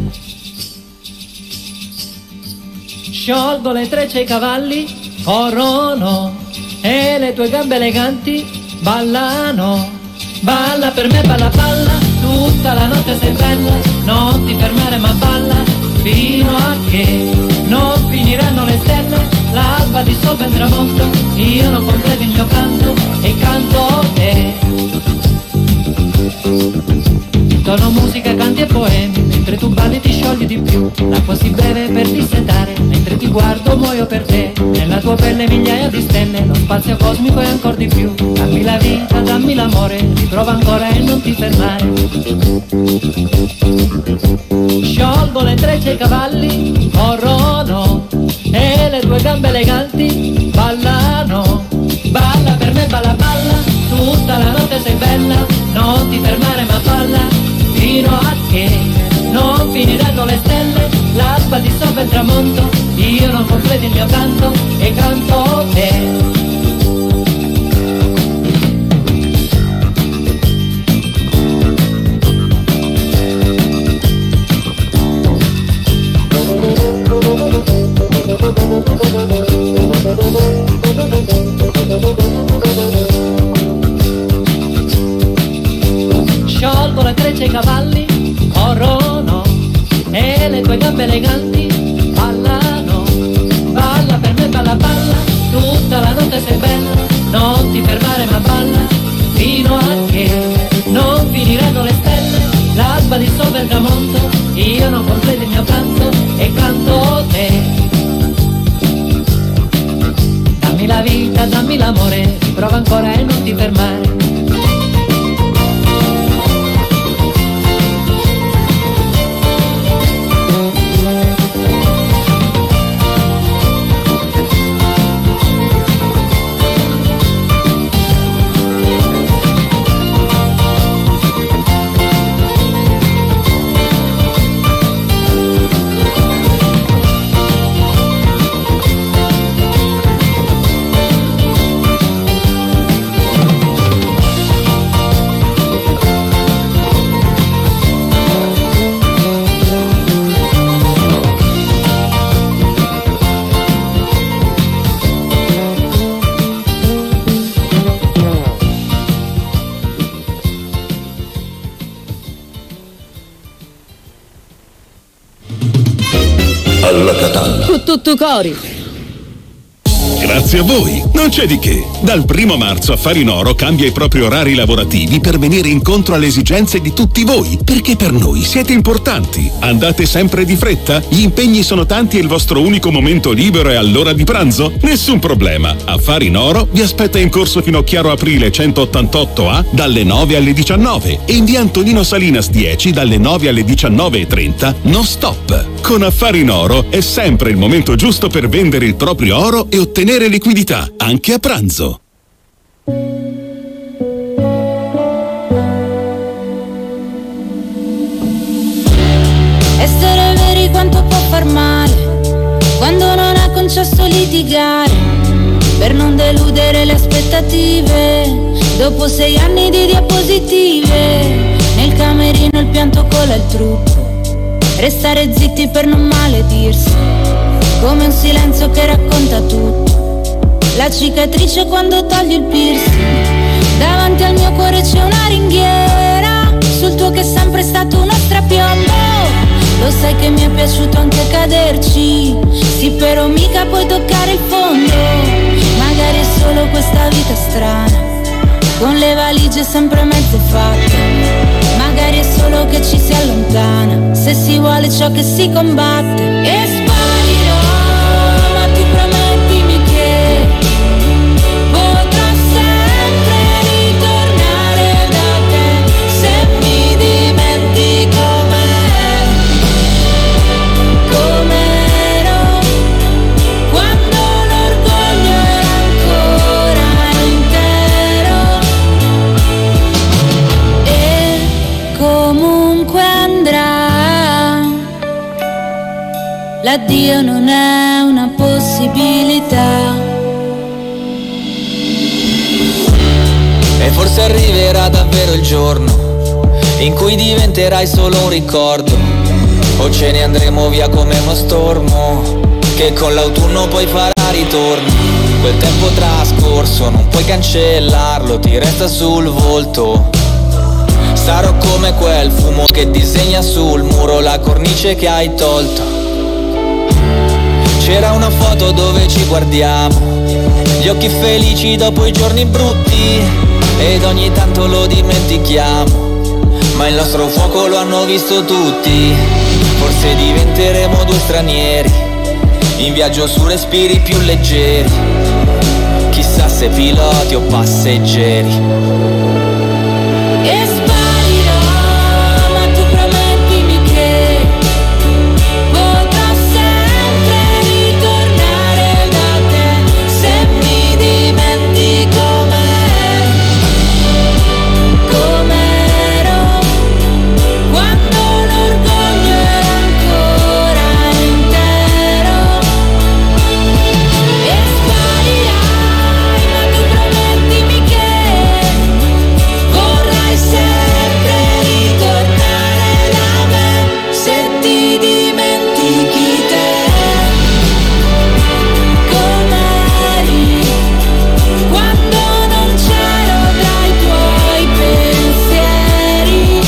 Sciolgo le trecce ai cavalli, corrono e le tue gambe eleganti ballano. Balla per me, balla, balla, tutta la notte sei bella, non ti fermare ma balla, fino a che non finiranno le stelle, l'alba dissolve il tramonto, io non completo il mio canto e canto te. Intono musica, canti e poemi, mentre tu balli ti sciogli di più, l'acqua si beve per dissetare, mentre ti guardo muoio per te, nella tua pelle migliaia di stelle, lo spazio cosmico è ancora di più, dammi la vita, dammi l'amore, riprova ancora e non ti fermare. Sciolgo le trecce ai cavalli, corrono e le tue gambe eleganti ballano. Balla per me, balla, balla, tutta la notte sei bella, non ti fermare ma balla, fino a che non finiranno le stelle, l'alba dissolve il tramonto, io non completo il mio canto e canto te. Sciolgo le trecce ai cavalli, corrono e le tue gambe eleganti ballano. Balla per me, balla, balla, tutta la notte sei bella, non ti fermare ma balla, fino a che non finiranno le stelle, l'alba dissolve il tramonto, io non completo il mio canto e canto te. Dammi la vita, dammi l'amore, prova ancora e non ti fermare. Con tutto cori. Grazie a voi, Non c'è di che. Dal primo marzo Affari in Oro cambia i propri orari lavorativi per venire incontro alle esigenze di tutti voi, perché per noi siete importanti. Andate sempre di fretta? Gli impegni sono tanti e il vostro unico momento libero è all'ora di pranzo? Nessun problema. Affari in Oro vi aspetta in corso Finocchiaro Aprile centottantotto A dalle nove alle diciannove e in via Antonino Salinas dieci dalle nove alle diciannove e trenta non stop. Con Affari in Oro è sempre il momento giusto per vendere il proprio oro e ottenere liquidità, anche a pranzo. Essere veri quanto può far male, quando non ha concesso litigare, per non deludere le aspettative, dopo sei anni di diapositive, nel camerino il pianto cola il trucco, restare zitti per non maledirsi, come un silenzio che racconta tutto, la cicatrice quando togli il piercing, davanti al mio cuore c'è una ringhiera, sul tuo che è sempre stato uno strapiombo, lo sai che mi è piaciuto anche caderci, sì però mica puoi toccare il fondo, magari è solo questa vita strana, con le valigie sempre mezze fatte, magari è solo che ci si allontana, se si vuole ciò che si combatte, e sparirò, ma tu promettimi che potrò sempre ritornare da te, se mi dimentico me, com'ero, quando l'orgoglio era ancora intero, e comunque andrà, l'addio non è una possibilità. E forse arriverà davvero il giorno in cui diventerai solo un ricordo, o ce ne andremo via come uno stormo che con l'autunno poi farà ritorno. Quel tempo trascorso non puoi cancellarlo, ti resta sul volto. Sarò come quel fumo che disegna sul muro la cornice che hai tolto. C'era una foto dove ci guardiamo, gli occhi felici dopo i giorni brutti, ed ogni tanto lo dimentichiamo, ma il nostro fuoco lo hanno visto tutti. Forse diventeremo due stranieri, in viaggio su respiri più leggeri, chissà se piloti o passeggeri. E sparirò, ma tu promettimi che potrò sempre ritornare da te, se mi dimentico me, com'ero, quando l'orgoglio era ancora intero. E sparirai, ma tu promettimi che vorrai sempre ritornare da me, se ti dimentichi te, com'eri, quando non c'ero tra i tuoi pensieri.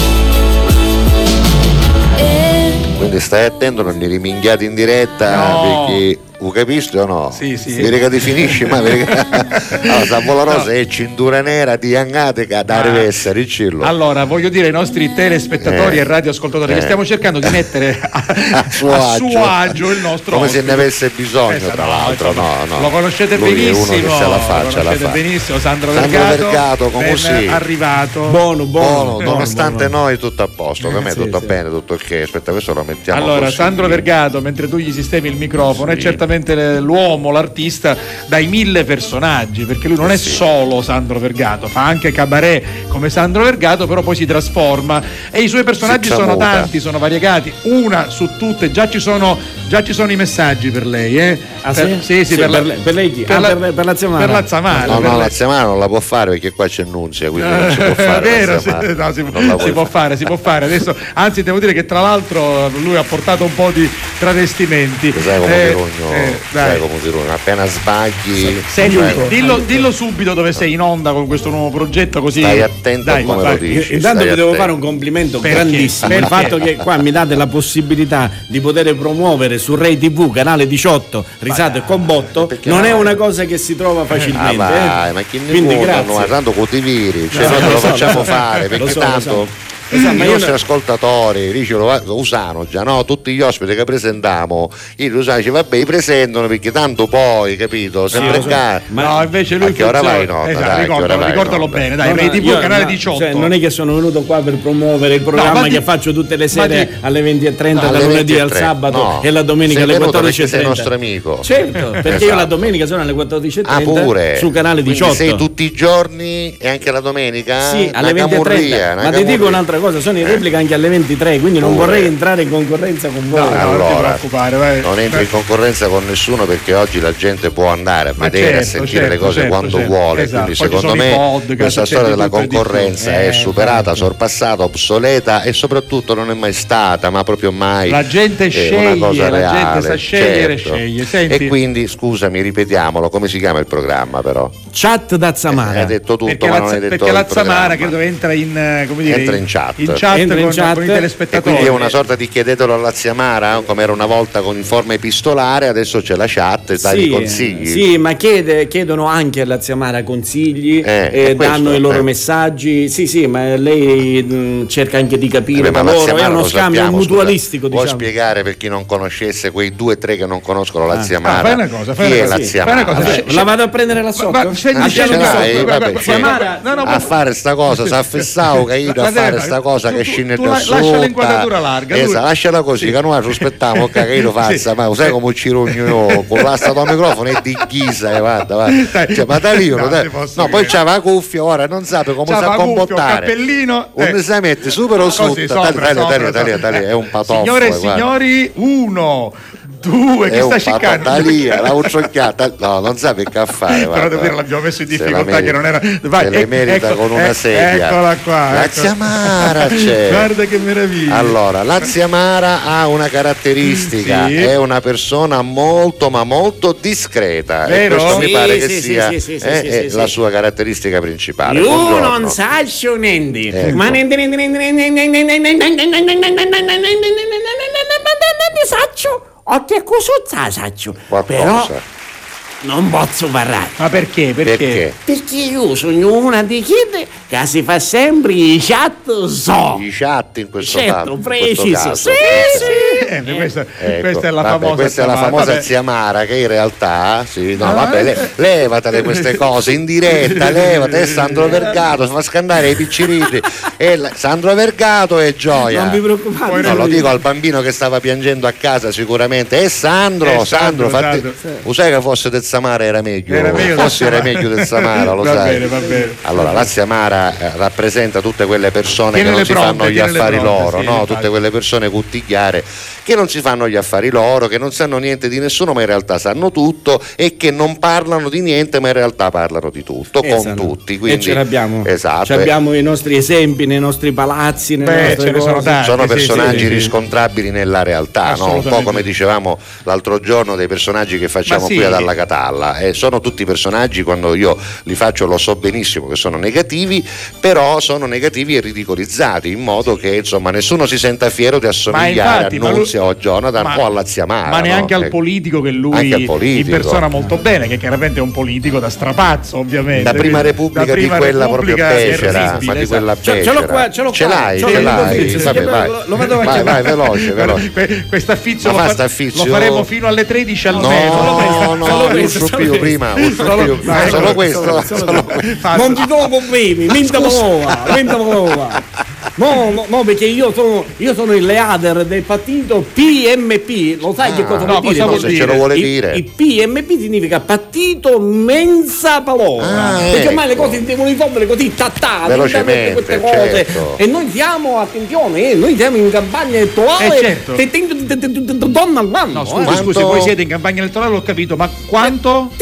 E Quindi stai attento, non li riminghiate in diretta, No. perché lo capisci o no? Sì, sì. Vedi che ti finisci, ma vedi che... allora, Savola Rosa è cintura nera di Angate che da deve essere il cillo. Allora, voglio dire ai nostri telespettatori Eh. e radioascoltatori Eh. che stiamo cercando di mettere a, A suo a agio. suo agio il nostro Come se ospite. ne avesse bisogno, Esatto, tra no, l'altro, insomma, no, no. Lo conoscete Lui è benissimo. uno che ce la fa, lo ce la conoscete fa. benissimo, Sandro Sandro Vergato. Vergato, come ben sì. arrivato. Buono, buono. Buono, nonostante noi tutto a posto, per me Sì, tutto sì. bene, tutto ok. Aspetta, questo lo mettiamo Allora, così. Sandro Vergato, mentre tu gli sistemi il microfono, Sì. è certamente l'uomo, l'artista dai mille personaggi, perché lui non è Sì. solo Sandro Vergato, fa anche cabaret come Sandro Vergato, però poi si trasforma e i suoi personaggi Si sono tramuta. tanti, sono variegati, una su tutte, già ci sono, già ci sono i messaggi per lei, eh? Ah, per, sì? sì, Sì, per, la- per le- per lei chi? per Ah, la, per le- per la Zamara. per la Zamara, No, per no, lei. la Zamara non la può fare perché qua c'è Nunzia, quindi non si può fare. È vero, la sì, Zamara. no, si, Non la si puoi può fare, si può fare. Adesso, anzi, devo dire che tra l'altro lui ha portato passato un po' di travestimenti. Sai come Eh, ti rogno, eh, sai dai. come ti rogno, appena sbagli. Senti, cioè, dillo, dillo subito dove sei in onda con questo nuovo progetto, così Stai attento dai, a come vai. lo dici. Intanto stai vi devo attento. fare un complimento Perché? grandissimo. Perché? Il fatto che qua mi date la possibilità di poter promuovere su Rai tivù, canale diciotto, Risate e Combotto, perché non no? è una cosa che si trova Ah facilmente. vai, eh. ma chi ne Quindi vuole? grazie. No, tanto con i viri, cioè No, noi te lo lo so, facciamo lo so. fare Lo perché so, lo tanto so. Lo so, ma i io nostri no- ascoltatori dice, lo, lo usano già, no? Tutti gli ospiti che presentiamo, io lo usano, dice vabbè, li presentano perché tanto poi, capito? Sempre lo so. ca- Ma- No, invece lui a che ora funziona- vai in onda? Esatto, Dai, a che ricordalo, ora vai in ricordalo onda? bene, dai, No, no, Rai tivù, io- canale no, diciotto. cioè, non è che sono venuto qua per promuovere il programma ma ti- che faccio tutte le ma sere ti- alle venti e trenta, No, dal alle lunedì al ventitré. sabato No, e la domenica sei alle venuto quattordici e perché sei trenta. nostro amico. Certo, perché io Esatto. la domenica sono alle quattordici e Ah trenta pure su canale Quindi diciotto. sei tutti i giorni e anche la domenica? Sì, Una alle venti e camurria, trenta. una Ma ti dico camurria. un'altra cosa, sono in replica anche alle ventitré, quindi non Pure. vorrei entrare in concorrenza con voi. No, no, non ti Allora, preoccupare, vai. non entri in concorrenza con nessuno perché oggi la gente può andare a Ma vedere, a certo, sentire certo, le cose certo, quando certo. vuole. Esatto. Quindi Poi ci secondo sono i me podcast, questa c'è storia di della tutto e di più. concorrenza Eh, è superata, infatti. sorpassata, obsoleta e soprattutto non è mai stata, ma proprio mai. La gente è sceglie, una cosa la gente reale, sa scegliere e certo. sceglie. Senti. E quindi scusami, ripetiamolo, come si chiama il programma però? Chat da Zamara. Hai detto tutto, Perché ma la, non hai detto perché la il Zamara programma. credo entra in, eh, come dire, Entra in chat. in chat Entra in con, chat con i e E telespettatori. quindi è una sorta di chiedetelo alla zia Mara, come era una volta con in forma epistolare, adesso c'è la chat e dai i consigli. sì, ma chiede- chiedono anche alla zia Mara consigli, Eh, eh, è questo, danno i loro eh. messaggi. Sì, sì, ma lei mh, cerca anche di capire Eh, da ma la zia loro, è Mara uno lo scambio sappiamo, mutualistico, scusa. Puoi diciamo. spiegare per chi non conoscesse quei due o tre che non conoscono la zia Mara? Ah, fai una cosa, fai chi una è cosa, la sì, zia fai una Mara? cosa, Dai. sc- La vado a prendere là sotto? Ma- ma scendi- Ah, scendi piano di sotto, Dai, sotto. guarda, vabbè, guarda, sì. Mara, no, no, a guarda- fare sta cosa, si affessavo che io La a fare deve- sta cosa tu- che tu- scende tu da la- sopra. lascia l'inquadratura larga, lui- Esatto, lasciala così, Sì. che noi aspettiamo che io lo faccia, Sì. ma sai come ci rogno io con l'astato al microfono e di ghisa, eh, guarda, guarda. Dai. Cioè, ma da lì, No, dai. ti posso No, poi credere. c'ha la cuffia, ora non sa come C'ha sa la cuffia, un comportare. cappellino, Un eh. si mette super o Così, sotto, sopra, Talia, sopra, Talia, Talia, sopra. Talia, è un patoffo. Signore e eh, guarda. signori, uno, due, chi È sta un sciccando? Talia, la ucciocchiata, no, non sa perché a fare. Però guarda. devo dire, l'abbiamo messo in Se la difficoltà merita- che non era. Vai, se le ec- merita ecco, con una ec- sedia. Eccola qua. La ecco. zia Mara c'è. Guarda che meraviglia. Allora, la zia Mara ha una caratteristica, Sì. è una persona molto ma molto discreta. Vero? E questo mi Sì, pare che sì, sia sì, sì, sì, eh, sì, è sì, la sì. sua caratteristica principale. Io Buongiorno. non saccio niente, Ecco. ma niente niente niente niente niente niente niente niente niente niente saccio, o che cosa saccio, però Qualcosa. non posso parlare. Ma perché? Perché? Perché? Perché io sono una di quelle che si fa sempre i chat so. I chat in questo Certo, caso. in questo preciso. caso. Sì, sì. Eh, questa, Ecco, questa è la vabbè, famosa questa è la Tamara. famosa Vabbè. zia Mara che in realtà sì, no, Ah, vabbè, le- eh. levatele queste cose in diretta, levatele Sandro Vergato, si fa scandare i picciriti e la- Sandro Vergato e Gioia. Non vi preoccupate. No, lo dico al bambino che stava piangendo a casa sicuramente. E Sandro, Eh, Sandro, Sandro, fatti... Sandro. Lo sai che fosse del Samara era meglio. Era meglio del Fosse era Samara. meglio del Samara, lo Va sai. bene, va bene. Allora, la zia Mara eh, rappresenta tutte quelle persone Tiene che non le si pronte, fanno gli tiene le affari pronte, loro, sì, no? infatti. Tutte quelle persone cuttigliare che non si fanno gli affari loro, che non sanno niente di nessuno, ma in realtà sanno tutto e che non parlano di niente, ma in realtà parlano di tutto, con Esatto. tutti. E Quindi, ce l'abbiamo. Esatto. Ci abbiamo i nostri esempi nei nostri palazzi, nelle Beh, nostre ce ne sono cose. tanti. sono sì, personaggi sì, sì. riscontrabili nella realtà, no? Un po' Assolutamente. come dicevamo l'altro giorno dei personaggi che facciamo Ma sì. qui ad Alla Catalla. Eh, sono tutti personaggi, quando io li faccio lo so benissimo che sono negativi, però sono negativi e ridicolizzati in modo che insomma nessuno si senta fiero di assomigliare infatti, a ma lui- Nunzia o a Jonathan ma- o alla zia Mara. Ma neanche no? al Ecco. politico che lui Anche al politico. impersona molto bene, che chiaramente è un politico da strapazzo, ovviamente. Da prima Quindi, Repubblica da prima di quella proprio Repubblica becera, terribile, ma di esatto. quella Ce- ce l'ho becera. qua, ce l'ho ce qua, l'hai, ce l'ho ce in l'hai. ufficio, Vabbè, sì, vai. lo- lo vado a vai, chiamare. vai, veloce, veloce. Que- Questo affizio Ma lo, fa fa- sta affizio? lo faremo fino alle tredici No, almeno. no, solo no, questo, un solo soppio questo. prima, un Solo- soppio- vai, solo solo- questo, solo- solo solo- questo. Non ti do problemi, vinta prova, vinta prova. No, no, no, perché io sono, io sono il leader del partito P M P, lo sai che Ah, cosa no, vuol dire? cosa vuol Se ce lo vuole Il- dire. Il P M P significa partito mensa palora, Ah, perché ormai le ecco. cose devono risolvere così tattate, Velocemente, queste cose. certo. E noi siamo, attenzione, eh, noi siamo in campagna elettorale Eh, certo. tentando di- di- di- di- di- tonna all'anno. No, scusi, eh. scusi, voi siete in campagna elettorale, l'ho capito, ma quanto?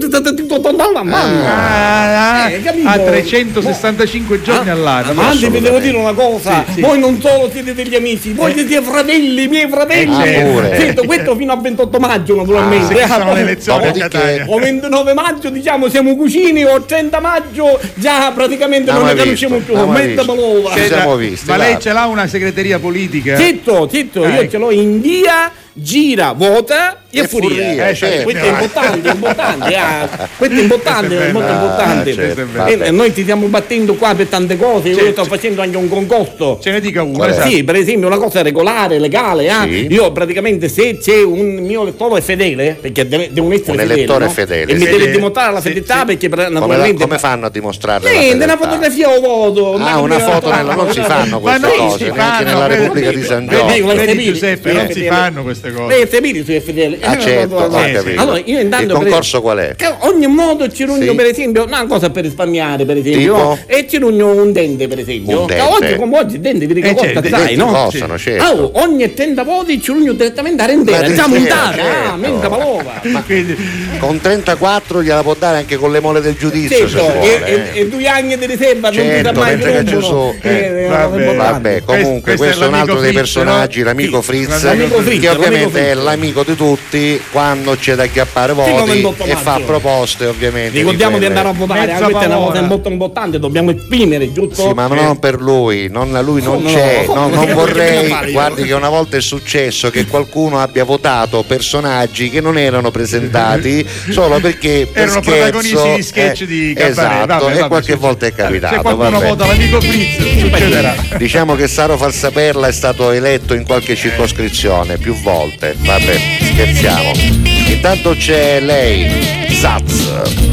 Tonna all'anno. Ah, Eh, capito? a trecentosessantacinque giorni all'anno. Ma anzi, vi devo dire una cosa, Sì, sì. voi non solo siete degli amici, voi siete fratelli, miei fratelli. Eh, pure. Sento, questo fino a ventotto maggio naturalmente. Ah, sì, sono le elezioni a Dopodiché- Catania. O ventinove maggio diciamo siamo cugini, o trenta maggio già praticamente Non non ne mai conosciamo visto, più. non mai Mezza visto. palova. Ci siamo visti, Ma lei guarda. ce l'ha una segreteria politica? Zitto, zitto, io Eh. ce l'ho in via, gira, vota e, E furia. furia, Eh, certo. questo è importante, è importante, ah, questo è importante, Questo è è molto bello. importante. Ah, certo, E- vabbè. e noi ti stiamo battendo qua per tante cose, io Certo. sto facendo anche un concorso. Ce ne dica una, Qual è? esatto. Sì, per esempio una cosa regolare, legale, ah. Sì. Io praticamente se c'è un mio elettore fedele, perché deve- devono essere Un fedeli, elettore no? fedele, e mi sì. deve dimostrare la Sì, fedeltà sì. perché per- Come, la- naturalmente come fanno a dimostrarlo? niente, una fotografia o voto. Ah, una foto nella, non si fanno Ma queste non cose, si neanche fanno, nella vedi, Repubblica di San vedi, Giorgio. vedi, Vedi Fedeli, Giuseppe, sì, non si Fedeli. fanno queste Lei cose. è fedele, sì, è fedele. Ah, certo, ho Eh, capito. allora, io intanto Il per- concorso qual è? Che ogni modo ci rugno Sì. per esempio una cosa per risparmiare per esempio Tipo? no? E ci rugno un dente per esempio Un che dente. oggi come oggi il dente vi dico Eh, costa certo, sai Sì, no? possono, certo. Oh, ogni trenta voti ci rugno direttamente a rendere La già dentiera, montare certo. ah, menta palova Quindi, Con trentaquattro gliela può dare anche con le mole del giudizio, se certo, vuole. e, eh. e, e due anni di riserva non si Certo, sa mai mentre che rompono. ci sono, eh, Eh, vabbè, è importante. Vabbè, comunque Questo è questo è un altro l'amico dei Fritz, personaggi, no? l'amico Sì, Fritz, l'amico Fritz, che l'amico ovviamente è Fritz. l'amico di tutti quando c'è da chiappare Fino al voti ventotto e fa maggio. proposte ovviamente. Ricordiamo di quelle- andare a votare, Mezza ah, questa è una cosa palora. molto importante, dobbiamo esprimere, giusto? Sì, ma non per lui, non, lui non Come c'è, no? non, Come non no? Che vorrei, devo fare io? guardi che una volta è successo che qualcuno abbia votato personaggi che non erano presentati solo perché per erano scherzo, protagonisti di sketch eh, di Cabaret. esatto, Vabbè, e vabbè, qualche sì. volta è capitato. Se qualcuno vabbè. vota l'amico Fritz, succederà. Diciamo che Saro Falsaperla è stato eletto in qualche circoscrizione più volte, vabbè, scherziamo. Intanto c'è lei, Zaz.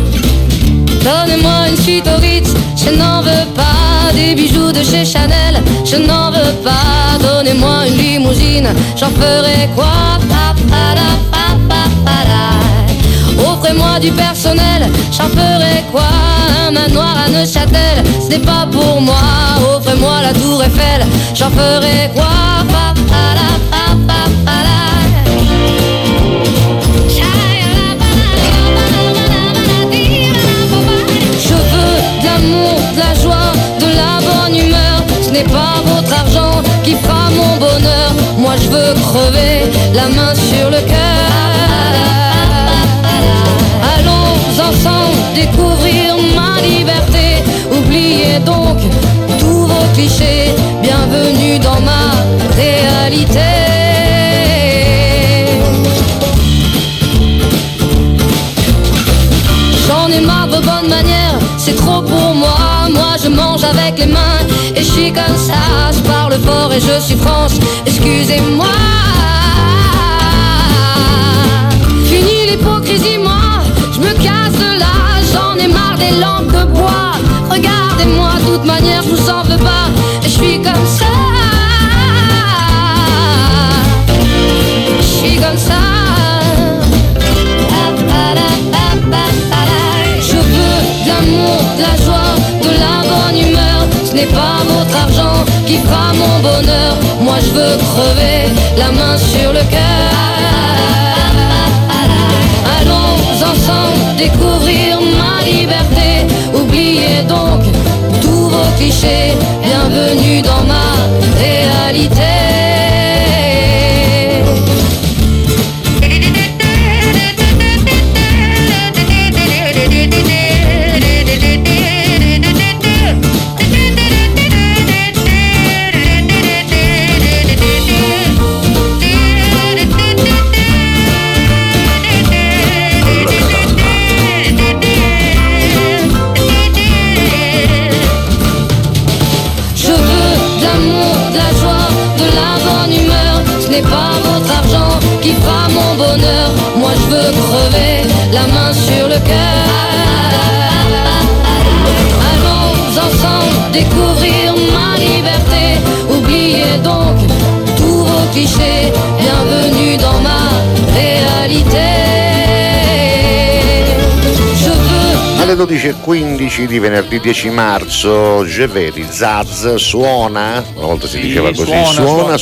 Donnez-moi une suite au Ritz, je n'en veux pas. Des bijoux de chez Chanel, je n'en veux pas. Donnez-moi une limousine, j'en ferai quoi? Pa, pa, da, pa, pa, pa, da. Offrez-moi du personnel, j'en ferai quoi? Un manoir à Neuchâtel, ce n'est pas pour moi. Offrez-moi la tour Eiffel, j'en ferai quoi? Pa, pa, da, pa, pa, pa, da. Je veux de l'amour, de la joie, de la bonne humeur. Ce n'est pas votre argent qui fera mon bonheur. Moi je veux crever la main sur le cœur. Allons ensemble découvrir ma liberté. Oubliez donc tous vos clichés. Bienvenue dans ma réalité. J'en ai marre de vos bonnes manières, c'est trop pour moi. Moi je mange avec les mains et je suis comme ça. Je parle fort et je suis France, excusez-moi. Fini l'hypocrisie, moi, je me casse de là. J'en ai marre des lampes de bois. Regardez-moi, de toute manière, je vous en veux pas. Et je suis comme ça. Je suis comme ça. Je veux de l'amour, de la joie, de la bonne humeur. Ce n'est pas votre argent qui fera mon bonheur. Moi je veux crever la main sur le cœur. Allons ensemble découvrir ma liberté. Oubliez donc tous vos clichés. Bienvenue dans ma réalité. Je veux de l'amour, de la joie, de la bonne humeur. Ce n'est pas votre argent qui fera mon bonheur. Moi je veux crever la main sur le cœur. Allons ensemble découvrir ma liberté. Oubliez donc tous vos clichés. Bienvenue dans ma réalité. Je veux Alle dodici e quindici di venerdì dieci marzo, Je vedi, Zaz suona, una volta si Sì, diceva così, suona, suona, suona. sul piatto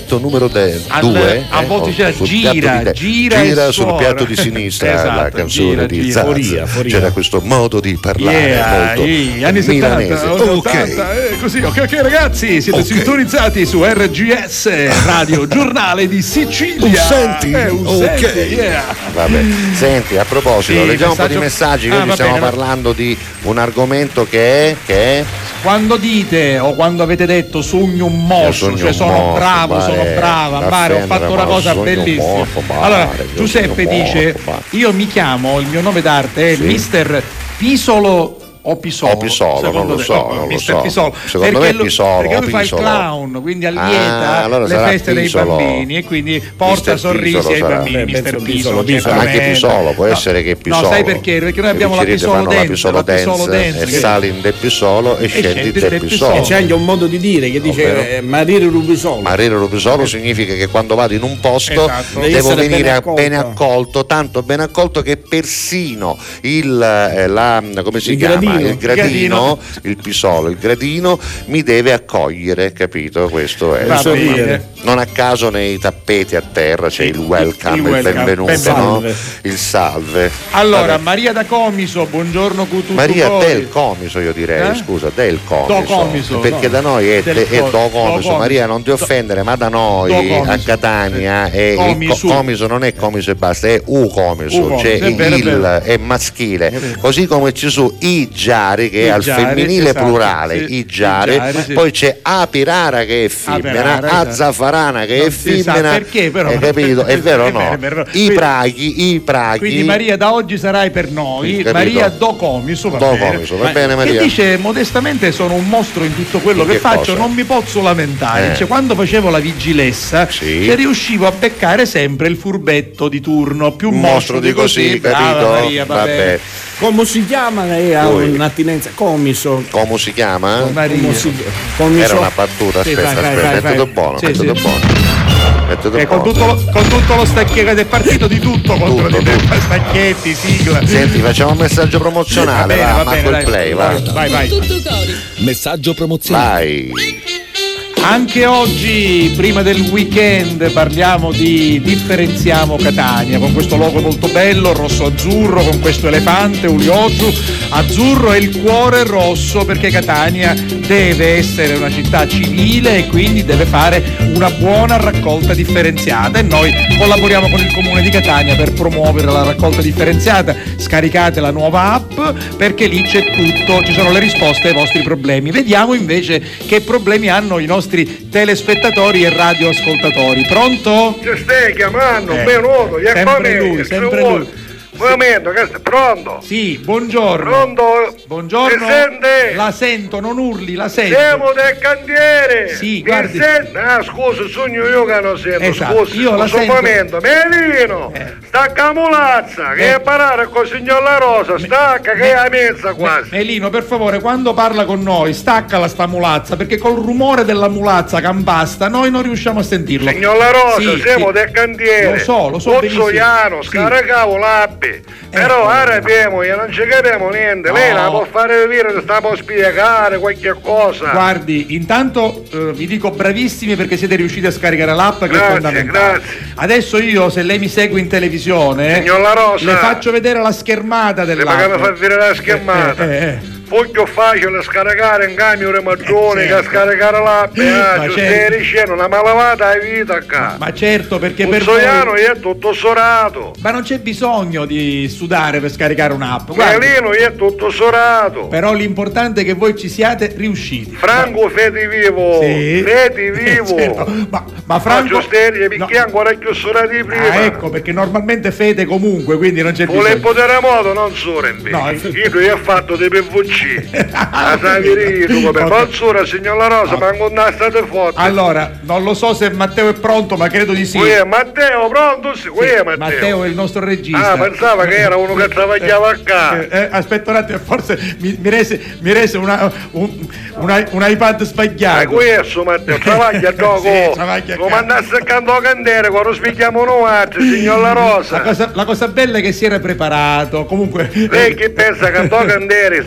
dito numero due, a volte c'era sul gira, piatto di gira, gira e sul suona. piatto di sinistra, Esatto, la canzone gira, di gira. Zazza. Foria, foria. C'era questo modo di parlare Yeah, molto yeah, anni milanese. settanta, Ok. ottanta, eh, così, ok, ok ragazzi, siete Ok. sintonizzati su R G S, Radio Giornale di Sicilia. Un senti, Eh, un ok. senti, yeah. Vabbè. Senti, a proposito, Sì, leggiamo un po' di messaggio- messaggi, che Ah, oggi va stiamo bene, va- parlando di un argomento che è, che è Quando dite o quando avete detto sogno un Io morso, sogno cioè un sono morso, bravo, ma sono è- brava, da Mare, ho offendere, fatto una ma cosa sogno un bellissima. morso, Mare, Allora, io Giuseppe sogno un dice, morso, Mare. io mi chiamo, il mio nome d'arte è Sì. mister Pisolo o Pisolo? O Pisolo, Secondo non lo te? so, No, non lo mister so. Pisolo. Secondo perché me lui, Pisolo, perché lui o fa il Pisolo. clown, quindi Ah, allieta allora le sarà feste dei Pisolo. bambini e quindi porta mister sorrisi Pisolo ai sarà. bambini. Beh, mister penso Pisolo, Pisolo, Pisolo. certamente. Anche Pisolo, può No, essere che Pisolo. No, sai perché? Perché noi abbiamo la Vicini Pisolo fanno la Dance, Pisolo la Pisolo Dance, Dance, e che- sali in De Pisolo e scendi scendi De De Pisolo. E c'è anche un modo di dire che dice Ovvero? eh, Marire Rubisolo. Marire Rupisolo significa che quando vado in un posto Esatto. Devi devo essere venire ben a- accolto. ben accolto, tanto ben accolto che persino il, eh, la, come si Il chiama? gradino. il gradino, il pisolo, il gradino mi deve accogliere, capito? Questo è. Va insomma, bene. non a caso nei tappeti a terra c'è il welcome, il il, welcome, benvenuto, benvenuto. no? Salve. Il salve. Allora, Vabbè. Maria da Comiso, buongiorno Cututu Maria Cori. del Comiso, io direi, Eh? scusa, del Comiso, Do Comiso, perché no. da noi è, Del è Co- do Do Comiso. Comiso. Maria, non ti offendere, ma da noi Do Comiso. a Catania è il co- Comiso. Comiso non è Comiso e basta, è U Comiso, U Comiso, cioè è vero, è il vero. è maschile, così come ci sono i giari che è I al giari, femminile esatto, plurale, sì, i giari, i giari, sì. poi c'è Apirara che è femmina, Apirara, esatto. Azzafarana che è Non si sa femmina, perché, però. hai capito? È vero o È no? vero, è vero. I Quindi- praghi, i praghi. Quindi Maria da oggi sarai per noi, Capito? Maria Do Comiso, va Do bene. Comiso, va Ma- bene, Maria. Che dice modestamente sono un mostro in tutto quello In che, che faccio, cosa? non mi posso lamentare. Eh. Cioè, quando facevo la vigilessa Sì. cioè, riuscivo a beccare sempre il furbetto di turno, più Un mostro di così, brava capito? Maria, va Vabbè. bene. Come si chiama? Lei ha Poi. un'attinenza. Comiso. Come si chiama? Maria. Come si- Comiso. Era una battuta, Sì, aspetta, vai, vai, aspetta, vai, metteto vai. buono, Sì, metteto sì. buono. Metteto Eh, con, buono. tutto lo, con tutto lo stacchino è partito di tutto contro Tutto, di te, tutto. stacchetti, sigla. Senti, facciamo un messaggio promozionale, Va bene, va, va ma bene, quel dai. play, va. Vai, vai. Tutto cori. Messaggio promozionale. Vai. Anche oggi, prima del weekend, parliamo di Differenziamo Catania, con questo logo molto bello, rosso-azzurro, con questo elefante, Uliosu. Azzurro è il cuore rosso perché Catania deve essere una città civile e quindi deve fare una buona raccolta differenziata e noi collaboriamo con il Comune di Catania per promuovere la raccolta differenziata. Scaricate la nuova app perché lì c'è tutto, ci sono le risposte ai vostri problemi. Vediamo invece che problemi hanno i nostri telespettatori e radioascoltatori. Pronto? Ci stai chiamando, Eh, benvenuto, e sempre come lui, che sempre ci vuole? lui. Un momento, che stai pronto? Sì, buongiorno. Pronto? Buongiorno. Mi sente? La sento, non urli, la sento. Siamo del cantiere! Sì, Mi guardi. sente? Ah, scusa, sogno io che non sento, Esatto, scusa. io la Questo sento. momento, Melino, Eh. stacca mulazza, che Eh. è parare con il signor La Rosa, stacca, che è a mezza quasi. Melino, per favore, quando parla con noi, staccala sta mulazza, perché col rumore della mulazza campasta noi non riusciamo a sentirlo. Signor La Rosa, Sì, siamo sì. del cantiere. Lo so, lo so benissimo. Pozzoiano, Sì. scaricavo l'appe. Però ora abbiamo, io non ci capiamo niente. Lei No. la può fare vedere, sta può spiegare qualche cosa. Guardi, intanto eh, vi dico bravissimi perché siete riusciti a scaricare l'app che Grazie, è fondamentale. grazie. Adesso io, se lei mi segue in televisione, Signor La Rosa. le faccio vedere la schermata Se dell'app. magari fa vedere la schermata. Eh, eh, eh. Foglio facile scaricare in camion maggiore Eh, che certo. scaricare l'app. Ah, Ma ci certo. stai dicendo una malavata a vita qua. Ma certo, perché per Pozzoiano voi... è tutto sorato. Ma non c'è bisogno di sudare per scaricare un'app. Guardi, Melino è tutto sorato. però l'importante è che voi ci siate riusciti. Franco Fedi vivo. Sì. Fedi vivo. Certo. Ma, ma Franco... Faccio steria perché No. è ancora più sorati di prima. Ah, ecco, perché normalmente fede comunque, quindi non c'è Volevo bisogno. terremoto non solo invece. No, Io io ho fatto dei P V C. La sai tu come Ok. non solo signor La Rosa, ma non è stato forte. Allora, non lo so se Matteo è pronto, ma credo di sì. Qui è Matteo, pronto? Sì, qui è Matteo. Matteo è il nostro regista. Ah, pensava che era uno che travagliava a casa. Eh, eh, aspetta un attimo, forse mi, mi rese, mi rese una, un, un, un iPad Ma sbagliato. questo Matteo, travaglia dopo. Sì, travaglia a Come casa. andasse accanto a candere quando spieghiamo noi altri, signor La Rosa. La cosa, la cosa bella è che si era preparato. Comunque. Lei che pensa che a candere sa, sa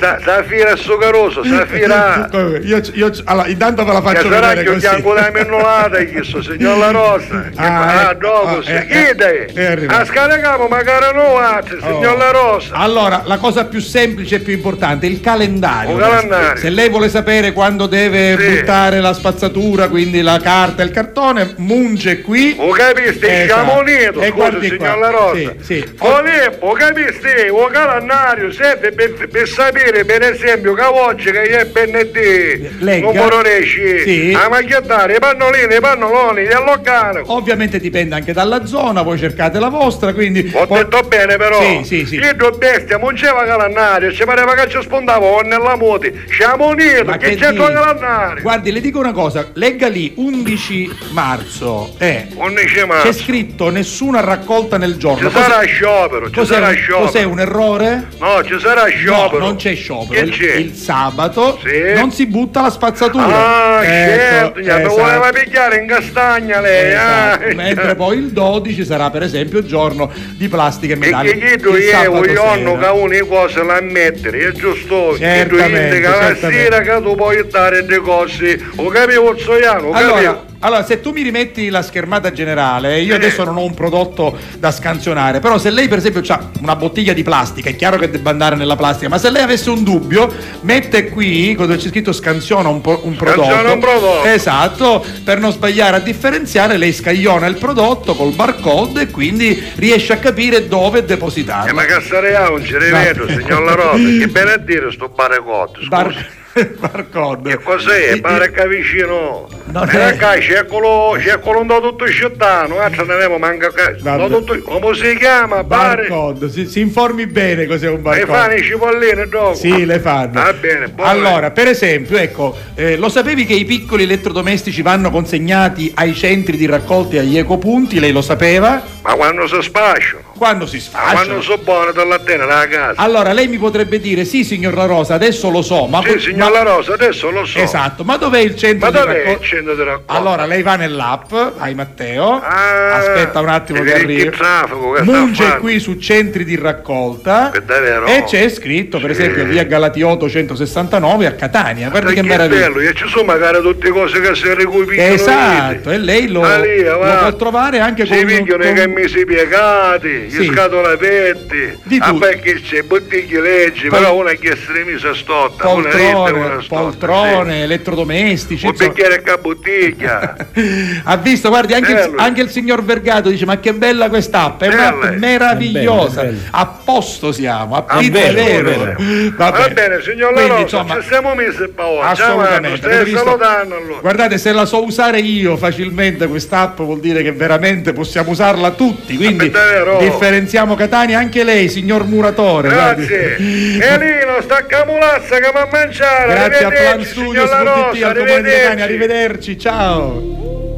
Safira Sugaroso, Safira. io, io, allora, intanto ve la faccio che vedere così. bianco da mennolata, questo signor La Rosa. Ah, ah, dopo, ah, si eh, chiede. eh, a scarichiamo magari no, altri, signor Oh. La Rosa. Allora, la cosa più semplice e più importante, il calendario. Un calendario. Se lei vuole sapere quando deve Sì. buttare la spazzatura, quindi la carta e il cartone, munge qui. O capiste, il Esatto. sciamonito, E scusa guardi signor qua. La Rosa. Sì, sì. Filippo, capiste, o calendario serve per, per sapere per esempio che oggi che è venerdì, Legga. numero dieci, Sì. a macchiattare, i pannolini, i pannoloni, gli allocano. Ovviamente dipende anche dalla zona, voi cercate la vostra, quindi. Ho poi- detto bene però, Sì, sì, sì. io due bestia, non c'era calendario, ci pareva che ci spondavo nella moti, siamo uniti, Ma che che c'è il dici? calendario? Guardi, le dico una cosa, legga lì undici marzo, eh, undici marzo. c'è scritto nessuna raccolta nel giorno. Ci sarà sciopero, ci cos'è, sarà un- sciopero. cos'è un errore? No, ci sarà sciopero. No, non c'è sciopero. Che Il, c'è? il sabato Sì. non si butta la spazzatura. Ah, certo, Ecco, mi esatto. voleva picchiare in castagna lei, Esatto. ah. Mentre poi il dodici sarà per esempio il giorno di plastica e E metalli. che chiedo Il io, sabato io hanno sera. che uno cose la mettere, è giusto? Che tu Certamente, indica la certamente. sera che tu puoi dare delle cose, o capivo Zoiano, o Allora, capivo? allora, se tu mi rimetti la schermata generale, io Sì. adesso non ho un prodotto da scansionare, però se lei per esempio ha una bottiglia di plastica, è chiaro che debba andare nella plastica, ma se lei avesse un dubbio, mette qui, dove c'è scritto scansiona un, po- un prodotto. Scansiona un prodotto. Esatto, per non sbagliare a differenziare, lei scagliona il prodotto col barcode e quindi riesce a capire dove depositarlo. Eh, ma che sarebbe non ci rivedo, signor La Rosa, che bene a dire sto barecotto, scusa. Bar- barcode. Che cos'è? Pare che vicino. Non Eh, è- ca- c'è quello, c'è quello un do tutto sciattano, altro ne avevo manca ca- Vabbè. do tutto- come si chiama? Pare. Barcode, si, si informi bene cos'è un E barcode. fanno i cipolline dopo. Sì, le fanno. Va bene, buono. Allora, per esempio, ecco, eh, lo sapevi che i piccoli elettrodomestici vanno consegnati ai centri di raccolta e agli ecopunti? Lei lo sapeva? Ma quando si spacciano? Quando si Ma sfasciano? quando sono buone dalla tenere alla casa? Allora, lei mi potrebbe dire, sì signor La Rosa, adesso lo so, ma... Sì, signor La Rosa, adesso lo so. Esatto, ma dov'è il centro Ma di dov'è il raccolta? centro di raccolta? Allora, lei va nell'app, ai Matteo, Ah, aspetta un attimo e che vedi che arrivi, traffico che sta munge a qui su centri di raccolta È davvero? e c'è scritto, per Sì. esempio, via Galatiotto centosessantanove a Catania, guarda che Che meraviglia. bello, e ci sono magari tutte cose che si recuperano. Esatto, e lei lo, Ah, lì, lo va. può trovare anche Si con, picchiano i con- cammisi piegati, gli Sì. scatolapetti, Di a tutto. poi che c'è bottiglie leggi, Pol- però una che essere messa stotta, una retta e poltrone, una stotta. poltrone, elettrodomestici. Sì. Un insomma. bicchiere a bottiglia. Ha visto, guardi, anche il, Bello. anche il signor Vergato dice: ma che bella quest'app, è Bella. un'app meravigliosa. È bella, è bella. A posto siamo, a Ah, Pizza vero, vero. vero. Va Va bene, signor La Quindi, Rosa, insomma, ci siamo messi paura. assolutamente. Stai avete visto? salutando allora. Guardate, se la so usare io facilmente quest'app vuol dire che veramente possiamo usarla tutti. Quindi è vero. differenziamo Catania, anche lei, signor muratore. Grazie. guardi. Elino, sta camulazza che mi ha mangiato. Grazie a Plan Arrivederci, Studio signor La su Rosa, T T al Comune di Catania, arrivederci. arrivederci, ciao.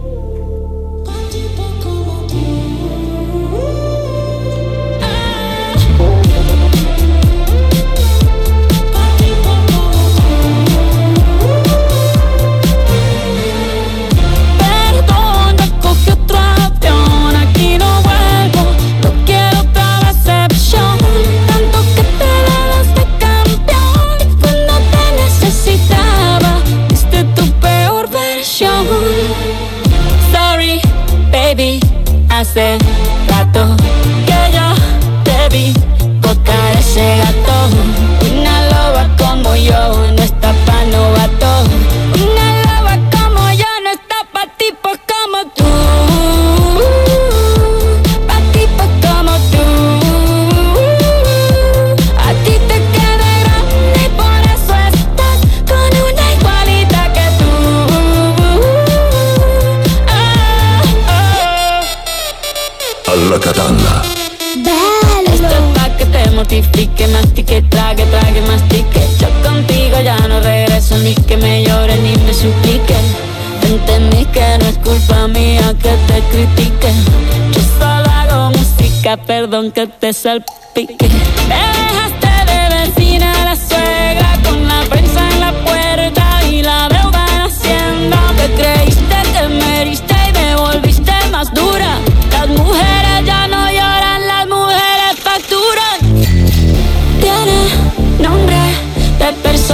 Perdón, ya cogí otro avión, aquí no vuelvo, no quiero otra decepción. Tanto que te dabas de campeón y cuando te necesitaba, viste tu peor versión. Sorry, baby, hace rato que yo te vi tocar ese gato. Una loba como yo no está pa' novato. Una loba como yo no está pa' tipos como tú. Pa' tipos como tú. A ti te queda grande y por eso estás con una igualita que tú. Ah, ah. Alla Catalla. Esto es pa' que te mortifique, mastique, trague, trague, mastique. Yo contigo ya no regreso, ni que me llore ni me suplique. Entendí que no es culpa mía que te critique. Yo solo hago música, perdón que te salpique. Me dejaste de vecina la suegra con la prensa en la puerta y la deuda en Hacienda. Te creíste que me heriste y me volviste más dura. Las mujeres ya no lloran, las mujeres facturan. Tiene nombre de persona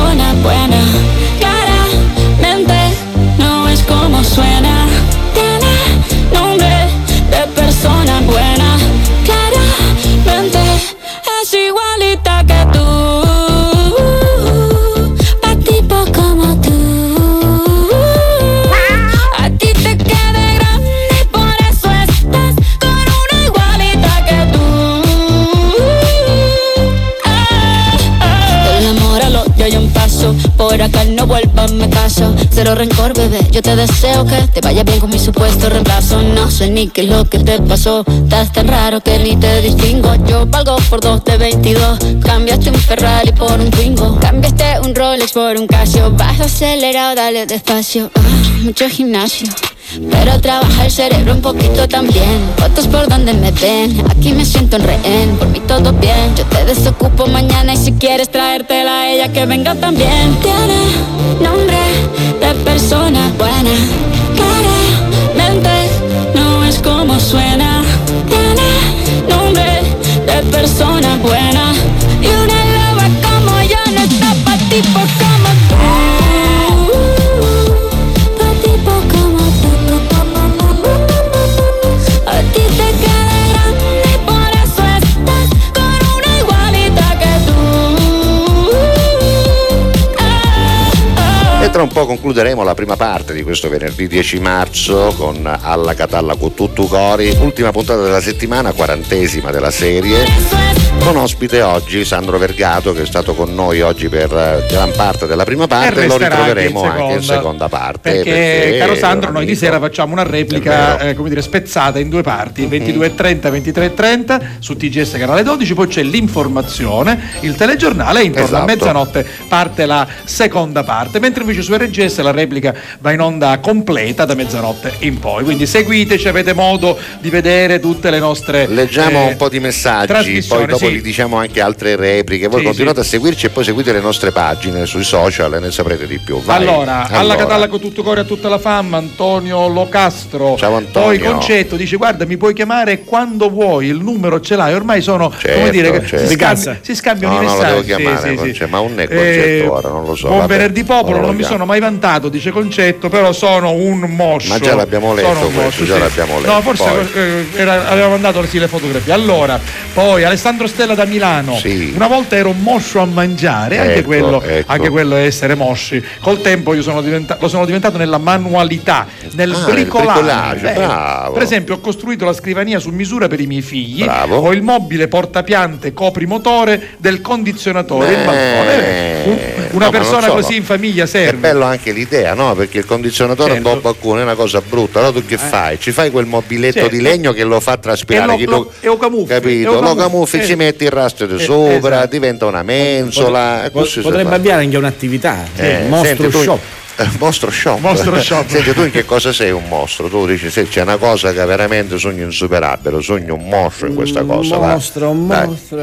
nunca no vuelvas, me caso. Cero rencor, bebé, yo te deseo que te vaya bien con mi supuesto reemplazo. No sé ni qué es lo que te pasó, estás tan raro que ni te distingo. Yo valgo por dos de veintidós, cambiaste un Ferrari por un Twingo, cambiaste un Rolex por un Casio. Vas acelerado, dale despacio, ah, mucho gimnasio, pero trabaja el cerebro un poquito también. Fotos por donde me ven, aquí me siento en rehén. Por mí todo bien, yo te desocupo mañana. Y si quieres traértela a ella, que venga también. Tiene nombre de persona buena, claramente no es como suena. Tiene nombre de persona buena, y una loba como yo no está pa' tipos como tú. E tra un po' concluderemo la prima parte di questo venerdì dieci marzo con Alla Catalla con tutto cori, ultima puntata della settimana, quarantesima della serie, con ospite oggi Sandro Vergato, che è stato con noi oggi per gran parte della prima parte, e lo ritroveremo anche in, anche in seconda parte. Perché, perché caro Sandro, noi di sera facciamo una replica eh, come dire spezzata in due parti, ventidue e trenta ventitré e trenta su T G S canale dodici, poi c'è l'informazione, il telegiornale, e intorno esatto. a mezzanotte parte la seconda parte, mentre invece su R G S la replica va in onda completa da mezzanotte in poi. Quindi seguiteci, avete modo di vedere tutte le nostre leggiamo eh, un po' di messaggi, poi dopo sì. vi diciamo anche altre repliche. Voi sì, continuate sì. a seguirci e poi seguite le nostre pagine sui social e ne saprete di più. Vai. Allora, allora, alla Catalla con tutto cuore a tutta la fama, Antonio Locastro. Ciao Antonio. Poi Concetto dice: guarda, mi puoi chiamare quando vuoi, il numero ce l'hai. Ormai sono certo, come dire che certo. si, scambi, si scambiano no, i messaggi. No, lo devo chiamare, sì, sì, sì. ma un è Concetto eh, ora, non lo so. Buon vabbè, venerdì popolo, non, non mi chiamo. sono mai vantato, dice Concetto, però sono un moscio. Ma già l'abbiamo letto questo, moscio, già sì. l'abbiamo letto. No, forse eh, era, aveva mandato sì, le fotografie. Allora, poi Alessandro Stella da Milano. Sì. Una volta ero moscio a mangiare, ecco, anche, quello, ecco. anche quello è essere mosci. Col tempo io sono diventa- lo sono diventato nella manualità, nel ah, bricolage. Nel bravo. Per esempio, ho costruito la scrivania su misura per i miei figli. Bravo. Ho il mobile portapiante coprimotore del condizionatore, il balcone. Un, una no, persona so, così in famiglia serve. È bello anche l'idea, no? Perché il condizionatore certo. un po' qualcuno è una cosa brutta. Allora tu che eh. fai? Ci fai quel mobiletto certo. di legno che lo fa traspirare, e lo, lo, e lo camuffi, capito? e lo camuffi, eh. ci metti il rastro di sopra, esatto. diventa una mensola. Pot- potrebbe avviare anche un'attività, eh, mostro senti, tu, shop. Mostro shop. Mostro shop. Senti, tu in che cosa sei un mostro? Tu dici se c'è una cosa che veramente sogno insuperabile, sogno un mostro in questa cosa. Un mostro, un Dai. mostro.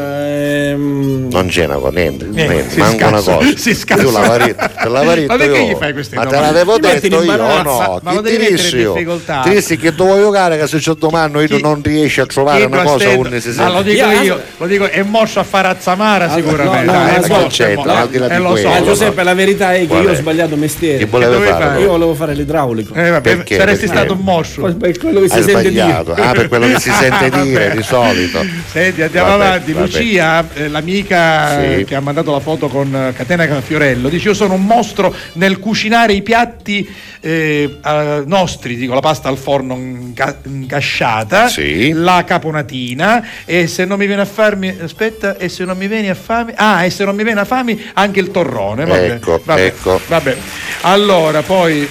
Ehm... Non c'è una cosa, niente, niente, niente manca una cosa. Si scazza. Tu la varita, la varita ma perché io. gli fai queste ma domande? te l'avevo detto io o no? Ma, ma lo devi mettere in difficoltà. Ti dissi che dovevo giocare, che se c'è domani io non riesci a trovare una cosa uno si ma lo dico io, io lo dico, è moscio a fare Azzamara sicuramente. No, no, dai, no, è no, moscio, certo, è al di là di eh, lo quello, so, Eh, Giuseppe, la verità è che Qual io è? ho sbagliato mestiere. Che volevi fare? fare? Io volevo fare l'idraulico. Eh, vabbè, Perché? saresti Perché? stato un moscio. Per quello che si Hai sente sbagliato. dire. Ah, per quello che si sente dire di solito. Senti, andiamo Vabbè, avanti. vabbè. Lucia, eh, l'amica Sì. eh, che ha mandato la foto con eh, Catena Fiorello, dice: io sono un mostro nel cucinare i piatti eh, eh, nostri, dico la pasta al forno inca- incasciata, Sì. la caponatina, e se non mi viene a farmi aspetta, e se non mi viene a fame, ah, e se non mi viene a fame anche il torrone. Vabbè, Ecco, vabbè, ecco. vabbè. Allora, poi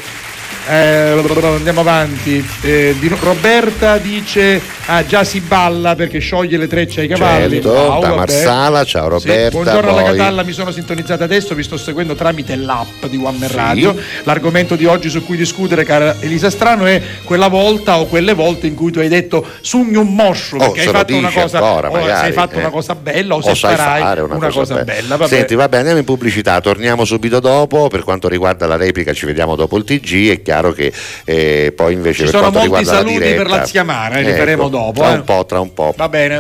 Eh, andiamo avanti. Eh, di, Roberta dice: ah, già si balla perché scioglie le trecce ai cavalli. Certo, Wow, da vabbè. Marsala, ciao Roberta. Sì, buongiorno alla poi... Catalla, mi sono sintonizzata adesso, vi sto seguendo tramite l'app di One Man Sì. Radio. L'argomento di oggi su cui discutere, cara Elisa Strano, è quella volta o quelle volte in cui tu hai detto sugno un moscio perché Oh, hai se lo fatto una dici cosa ancora, o magari, se hai fatto eh. una cosa bella o, o se sai farai fare una, una cosa, cosa, bella. bella. Vabbè. Senti, va bene, andiamo in pubblicità, torniamo subito dopo. Per quanto riguarda la replica ci vediamo dopo il T G. È chiaro che eh, poi invece ci per sono quanto molti riguarda saluti la diretta, per la zia Mara, eh, li ecco, faremo dopo. Tra eh. un po', tra un po'. Va bene.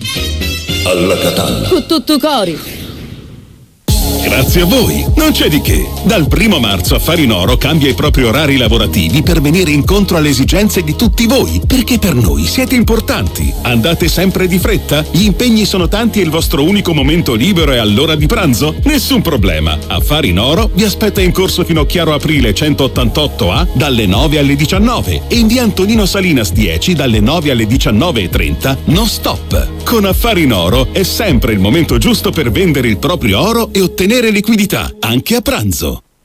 Alla Catalla. Con tutto cori. Grazie a voi, non c'è di che. Dal primo marzo Affari in Oro cambia i propri orari lavorativi per venire incontro alle esigenze di tutti voi, perché per noi siete importanti. Andate sempre di fretta? Gli impegni sono tanti e il vostro unico momento libero è all'ora di pranzo? Nessun problema. Affari in Oro vi aspetta in corso Finocchiaro Aprile centottantotto A dalle nove alle diciannove e in via Antonino Salinas dieci dalle nove alle diciannove e trenta non stop. Con Affari in Oro è sempre il momento giusto per vendere il proprio oro e ottenere liquidità, anche a pranzo.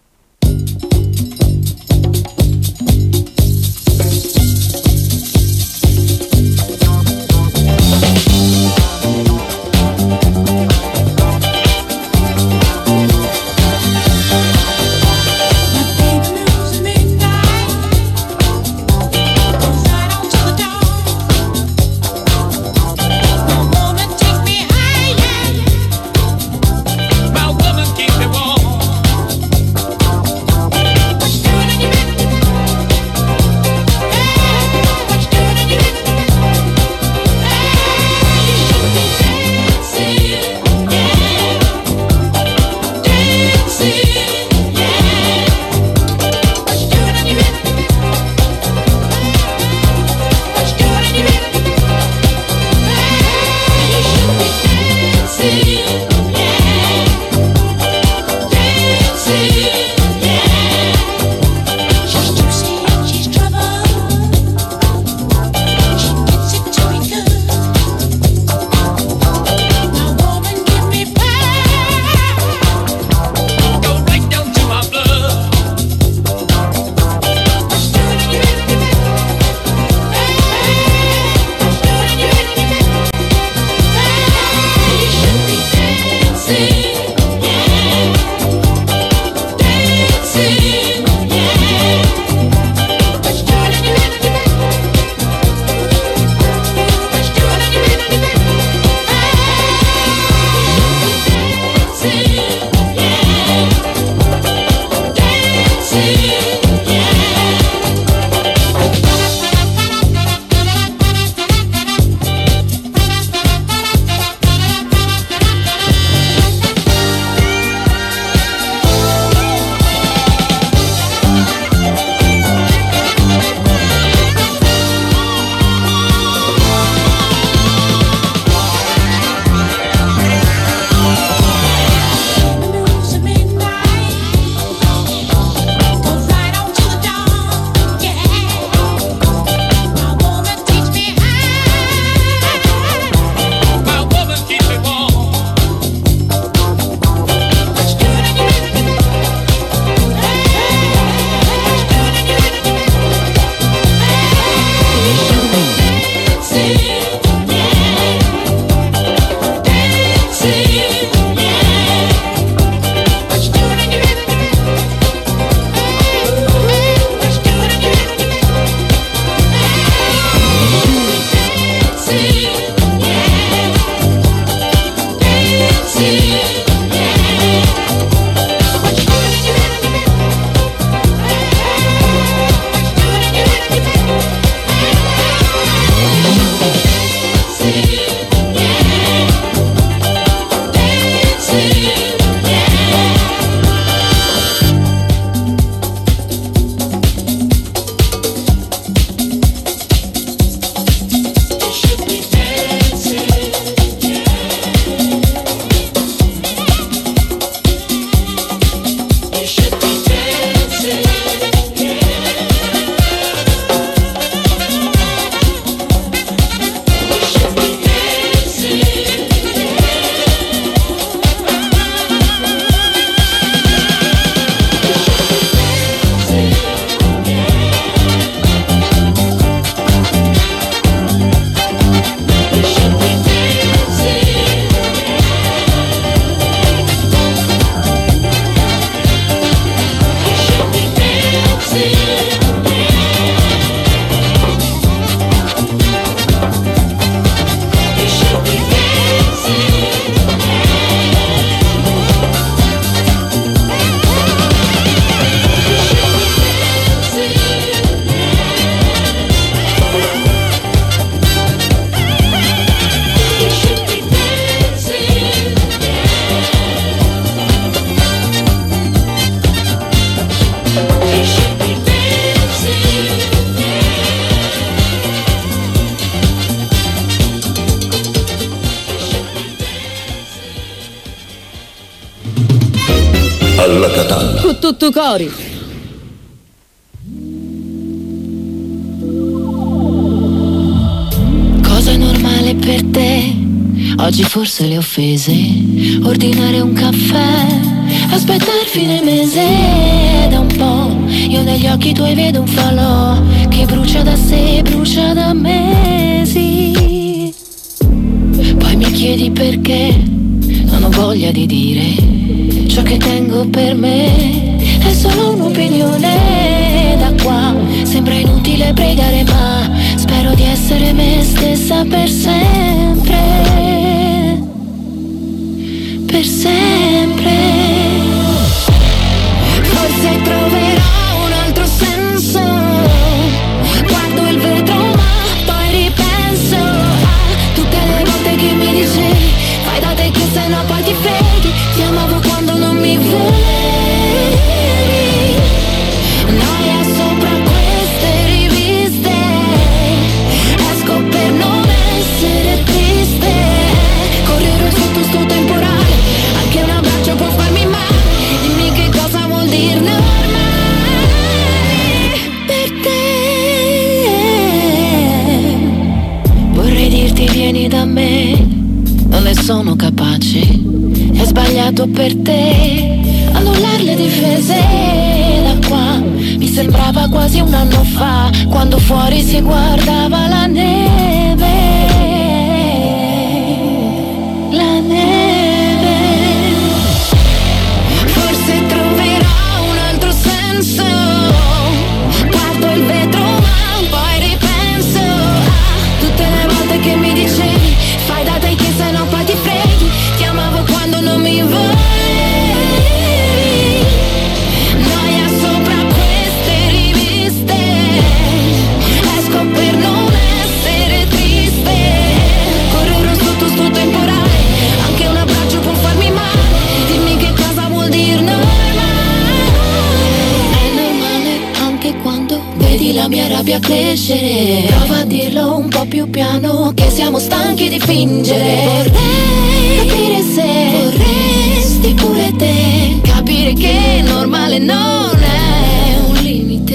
alla Catalla. Con tutto cori. Cosa è normale per te? Oggi forse le offese. Ordinare un caffè, aspettare fine mese. Da un io negli occhi tuoi vedo un falò che brucia da sé, brucia da mesi. Poi mi chiedi perché non ho voglia di dire ciò che tengo per me. È solo un'opinione, da qua sembra inutile pregare, ma spero di essere me stessa per sempre, per sempre. Forse troverò un altro senso, guardo il vetro ma poi ripenso a tutte le volte che mi dicevi fai da te che se no poi ti freghi, ti amavo quando non mi vedi. Noia sopra queste riviste, esco per non essere triste, correre sotto sto temporale, anche un abbraccio può farmi male, dimmi che cosa vuol dire normale per te. Vorrei dirti vieni da me, non ne sono capace, è sbagliato per te annullare le difese. Da qua mi sembrava quasi un anno fa, quando fuori si guardava la neve, la neve. Forse troverò un altro senso, guardo il vetro ma poi ripenso a tutte le volte che mi dicevi fai da te che se no poi ti freghi, ti amavo quando non mi volevi. Noia sopra queste riviste, esco per non essere triste, correrò sotto sto temporale, anche un abbraccio può farmi male, dimmi che cosa vuol dire normale. È normale anche quando vedi la mia rabbia crescere, prova a dirlo un po' più piano che siamo stanchi di fingere. Vorrei capire se vorresti pure te, capire che normale non è un limite.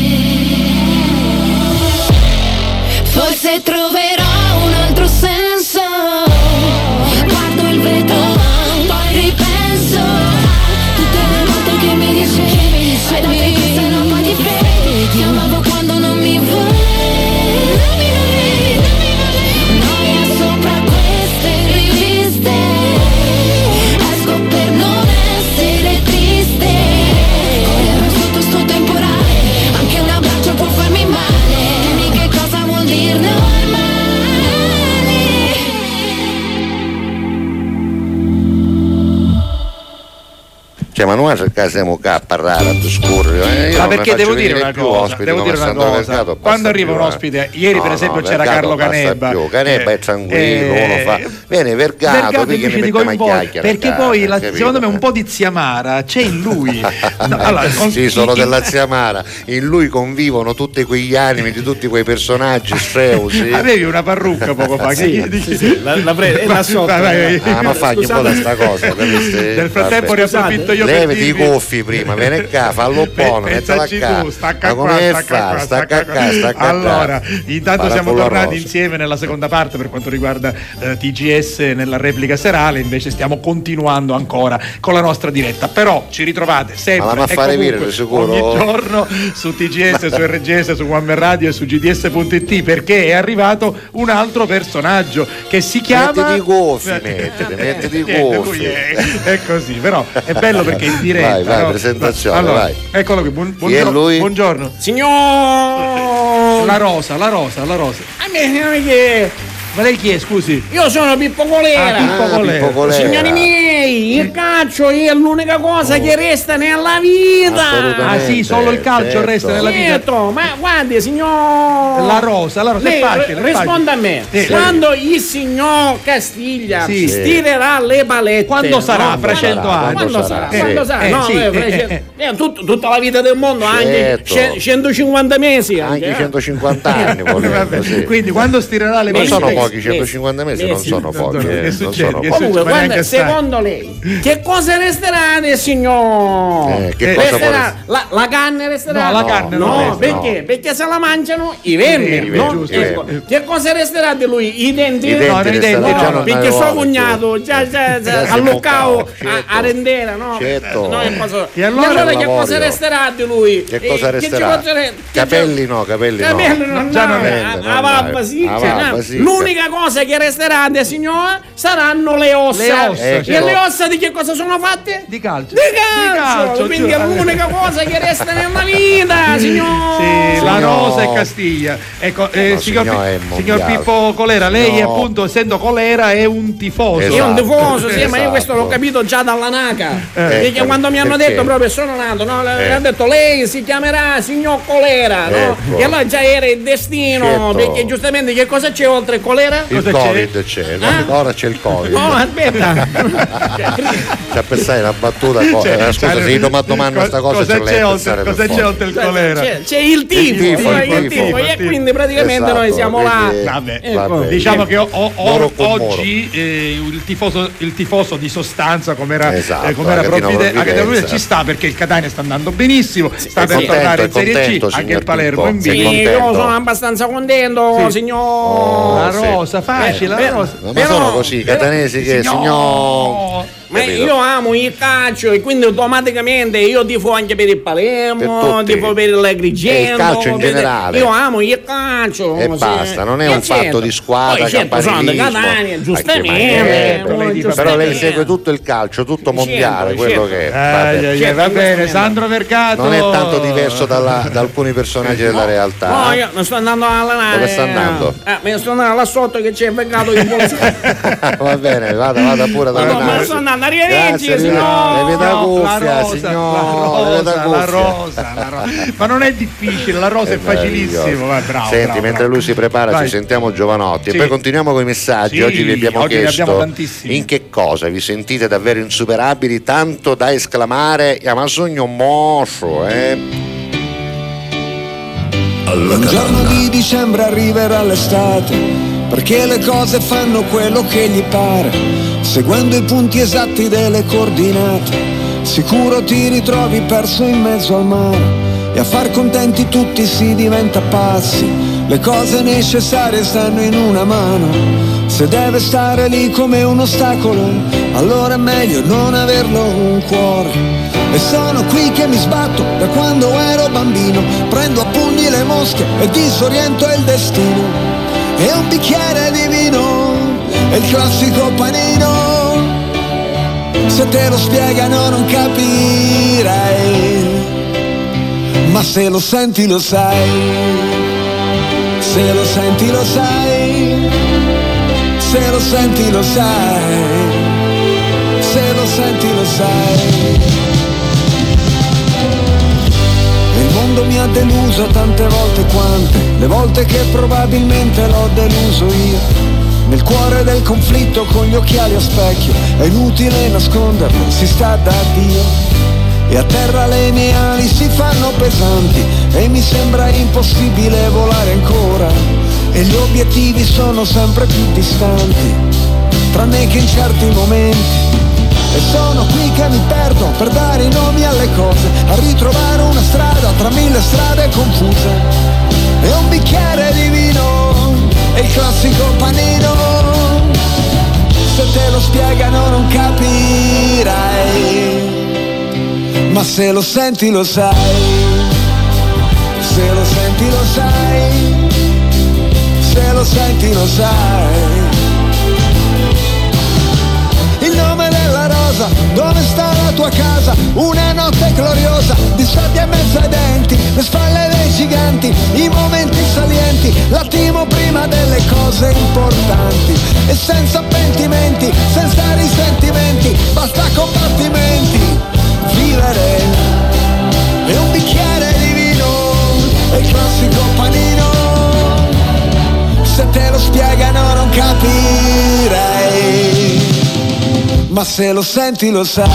Forse troverò un altro senso, guardo il vetro poi ripenso a tutte le volte che mi dicevi fai da te che se no poi ti freghi, ti amavo quando non mi volevi. Noia sopra queste riviste, esco per non essere triste, correrò sotto sto temporale, anche un abbraccio può farmi male, dimmi che cosa vuol dire normale. Cioè, ma noi cercare siamo qua a parlare, a discorrere. Eh, ma perché devo dire una cosa, devo dire una cosa. Mercato, quando arriva più, un ospite, ieri no, per esempio no, c'era Carlo Canebba. Più. Canebba eh, è tranquillo, eh, uno fa. Viene vergato, perché ne mette una chiacchiera. Perché poi la, secondo me un po' di zia Mara c'è in lui. No, allora, sì, solo della zia Mara. In lui convivono tutti quegli animi di tutti quei personaggi streusi. Avevi una parrucca poco fa. Sì, che sì, sì, la, la pre- la sotto. Ah, ma fagli un po' da sta cosa. Nel frattempo ne approfitto io. Levati i coffi prima, viene qua, fallo buono, mettila qua. Tu, stacca qua, stacca qua, stacca qua, stacca allora, intanto Para siamo tornati rosa. Insieme nella seconda parte per quanto riguarda eh, T G S nella replica serale, invece stiamo continuando ancora con la nostra diretta, però ci ritrovate sempre e comunque sicuro. ogni giorno su T G S, su R G S, su One Man Radio e su G D S punto it, perché è arrivato un altro personaggio che si chiama mettiti i goffi, mettiti, mettiti i goffi. È, è così, però è bello perché in diretta. Vai, vai, no? presentazione, allora, vai. Eccolo qui, buon, Chi è lui? buongiorno. Signor! La rosa, la rosa, la rosa. A me che Ma lei chi è, scusi? Io sono Pippo Colera. Ah, Pippo Colera. Pippo Colera. Signori miei, il calcio è l'unica cosa oh. che resta nella vita. Ah sì, solo il calcio certo. resta nella vita. Certo, ma guardi signor. La rosa, la rosa. Lei, è facile, risponda a me. Eh, Quando lei... il signor Castiglia sì. stirerà le palette. Quando sarà? No? Fra cento anni. Quando sarà? Sì. Quando sarà? Eh, no, sì. eh, eh, eh, tut, tutta la vita del mondo, certo. anche centocinquanta mesi. Anche, anche eh. centocinquanta anni. Volendo, sì. Quindi quando stirerà le non palette. sono pochi, centocinquanta mesi non sono pochi. Che eh, succede? non sono Che Comunque, succede? quando, secondo lei lei, che cosa resterà del signor? Eh, che cosa resterà? La, la carne resterà? No, la carne no, non no, resta, perché? no. Perché se la mangiano i vermi, I no? vermi, Ecco, eh. che cosa resterà di lui? I denti? I denti no, i resteranno, denti, già no, non perché ne suo vuole cognato già, già, già Già si alloccavo bucava, a, certo. a rendera, no? Certo. No, che cosa- E allora- E allora che Lavorio. cosa resterà di lui? Che cosa Eh, resterà? ci cosa re- che Capelli no, capelli no. Capelli non già non no, rende, a- non a barba dai. sì, A cioè, barba no. sì. L'unica cosa che resterà del signore saranno le ossa. Le ossa, E certo. le ossa di che cosa sono fatte? Di calcio. Di calcio, calcio, quindi cioè- è l'unica cosa che resta nella vita, signore. Sì, la Signor- Rosa e Castiglia. Ecco, eh, No, signor, signor, è Pi- mondiale. signor Pippo Colera, lei No. appunto essendo Colera è un tifoso. Esatto. Io un tifoso, sì, ma io Esatto. questo l'ho capito già dalla NACA. Perché Ecco, quando mi hanno perché? detto proprio sono nato, no? Le- Eh. hanno detto lei si chiamerà signor Colera, no? Ecco. E allora già era il destino, Certo. perché giustamente che cosa c'è oltre il colera? Il Cosa Covid c'è, no? Ah? Ora c'è il Covid. Oh, aspetta. Cioè, pensare una battuta. co- Cioè, eh, scusa, cioè, se io domando domanda co- questa cosa, cosa ce l'hai c'è a oltre, pensare per cosa c'è forza. oltre il colera? C'è, c'è il tifo, Il tifo, poi il il tifo, tifo, il e tifo. quindi praticamente Esatto, noi siamo là. quindi- Vabbè, Ecco. vabbè. Diciamo che o- o- Moro con moro. oggi eh, il, tifoso, il tifoso di sostanza come era, Esatto, eh, come era Agatino Provvide- Provvidenza. Agatino Provvidenza ci sta perché il Catania sta andando benissimo, sta è per contento, tornare è in Serie contento, C, anche signor il Palermo Pippo. in Sei Sì, via. io contento? sono abbastanza contento, Sì. signor. La sì. rosa, facile, Eh, la rosa. Ma Però- sono così, catanesi che signor. Ma Capito? io amo il calcio e quindi automaticamente io tifo anche per il Palermo, Per tutti. tifo per l'Agrigento. E il calcio in per- generale. Io amo il calcio. E sì. basta, non è E un certo. fatto di squadra, Poi certo sono da campanilismo. Catania, Anche giustamente. magari, poi lei dice- Però giustamente. lei segue tutto il calcio, tutto mondiale, Certo, quello certo. che è. Eh, Vabbè. eh, eh, Certo, va in bene, questo Sandro Vergato. Non è tanto diverso dalla- da alcuni personaggi della realtà. No, io non sto andando a allenare. Dove sta andando? Eh, me ne sto andando là sotto che c'è Vergato che vuole. Va bene, vada, vada pure ad No, ma allenare. sto andando, arrivederci, Grazie, signor. le veda No, cuffia, la rosa, signor. la le veda rosa, la cuffia. rosa, la rosa. Ma non è difficile, la rosa è, meraviglioso. facilissimo. Vai, bravo, Senti, bravo, mentre bravo. lui si prepara, Vai. ci sentiamo Giovanotti Sì. e poi continuiamo con i messaggi. Sì, oggi vi abbiamo oggi ne chiesto abbiamo tantissimi. in che cosa vi sentite davvero insuperabili, tanto da esclamare: "Ah, ma sogno mosso, eh?" Un giorno di dicembre arriverà l'estate, perché le cose fanno quello che gli pare, seguendo i punti esatti delle coordinate. Sicuro ti ritrovi perso in mezzo al mare, e a far contenti tutti si diventa pazzi. Le cose necessarie stanno in una mano, se deve stare lì come un ostacolo, allora è meglio non averlo un cuore. E sono qui che mi sbatto da quando ero bambino, prendo a pugni le mosche e disoriento il destino. E un bicchiere di vino, è il classico panino, se te lo spiegano non capirai, ma se lo senti lo sai, se lo senti lo sai, se lo senti lo sai, se lo senti lo sai. Il mondo mi ha deluso tante volte quante, le volte che probabilmente l'ho deluso io. Nel cuore del conflitto con gli occhiali a specchio, è inutile nasconderlo, si sta da Dio. E a terra le mie ali si fanno pesanti e mi sembra impossibile volare ancora. E gli obiettivi sono sempre più distanti, tranne che in certi momenti. E sono qui che mi perdo per dare i nomi alle cose, a ritrovare una strada tra mille strade confuse. E un bicchiere di vino, è il classico panino, se te lo spiegano non capirai, ma se lo senti lo sai, se lo senti lo sai, se lo senti lo sai. Il nome della rosa, dove sta la tua casa? Una notte gloriosa, di sabbia in mezzo ai denti, le spalle dei giganti, i momenti salienti, l'attimo prima delle cose importanti. E senza pentimenti, senza risentimenti, basta combattimenti, vivere. E un bicchiere di vino, è il classico panino, se te lo spiegano non capirai, ma se lo senti lo sai,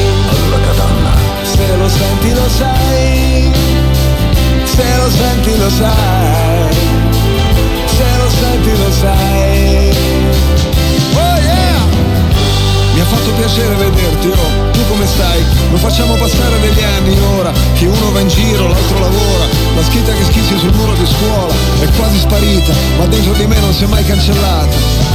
se lo senti lo sai, se lo senti lo sai, se lo senti lo sai. Oh yeah! Mi ha fatto piacere benvenuti, oh, tu come stai? Lo facciamo passare degli anni ora, che uno va in giro, l'altro lavora, la scritta che schizzi sul muro di scuola è quasi sparita, ma dentro di me non si è mai cancellata.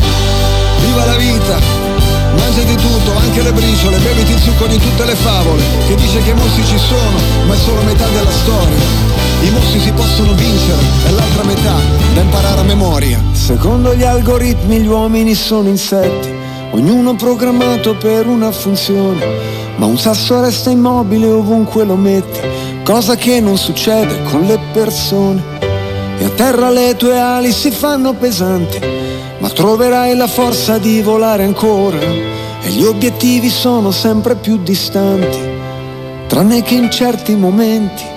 Viva la vita, mangia di tutto, anche le briciole, beviti il succo di tutte le favole, che dice che i mostri ci sono, ma è solo metà della storia. I mostri si possono vincere, è l'altra metà da imparare a memoria. Secondo gli algoritmi gli uomini sono insetti, ognuno programmato per una funzione, ma un sasso resta immobile ovunque lo metti, cosa che non succede con le persone. E a terra le tue ali si fanno pesanti, ma troverai la forza di volare ancora, e gli obiettivi sono sempre più distanti, tranne che in certi momenti.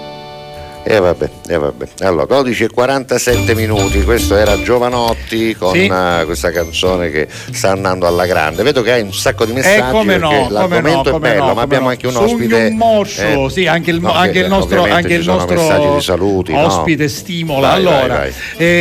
E eh vabbè, e eh vabbè. Allora, dodici e quarantasette minuti, questo era Giovanotti con sì. uh, questa canzone che sta andando alla grande. Vedo che hai un sacco di messaggi, eh, come no, l'argomento come no, come è bello, no, ma abbiamo no. anche un ospite. Un moscio, eh, sì, anche il, no, anche il nostro, anche il nostro di saluti, ospite no? stimola. Vai, allora, vai, vai.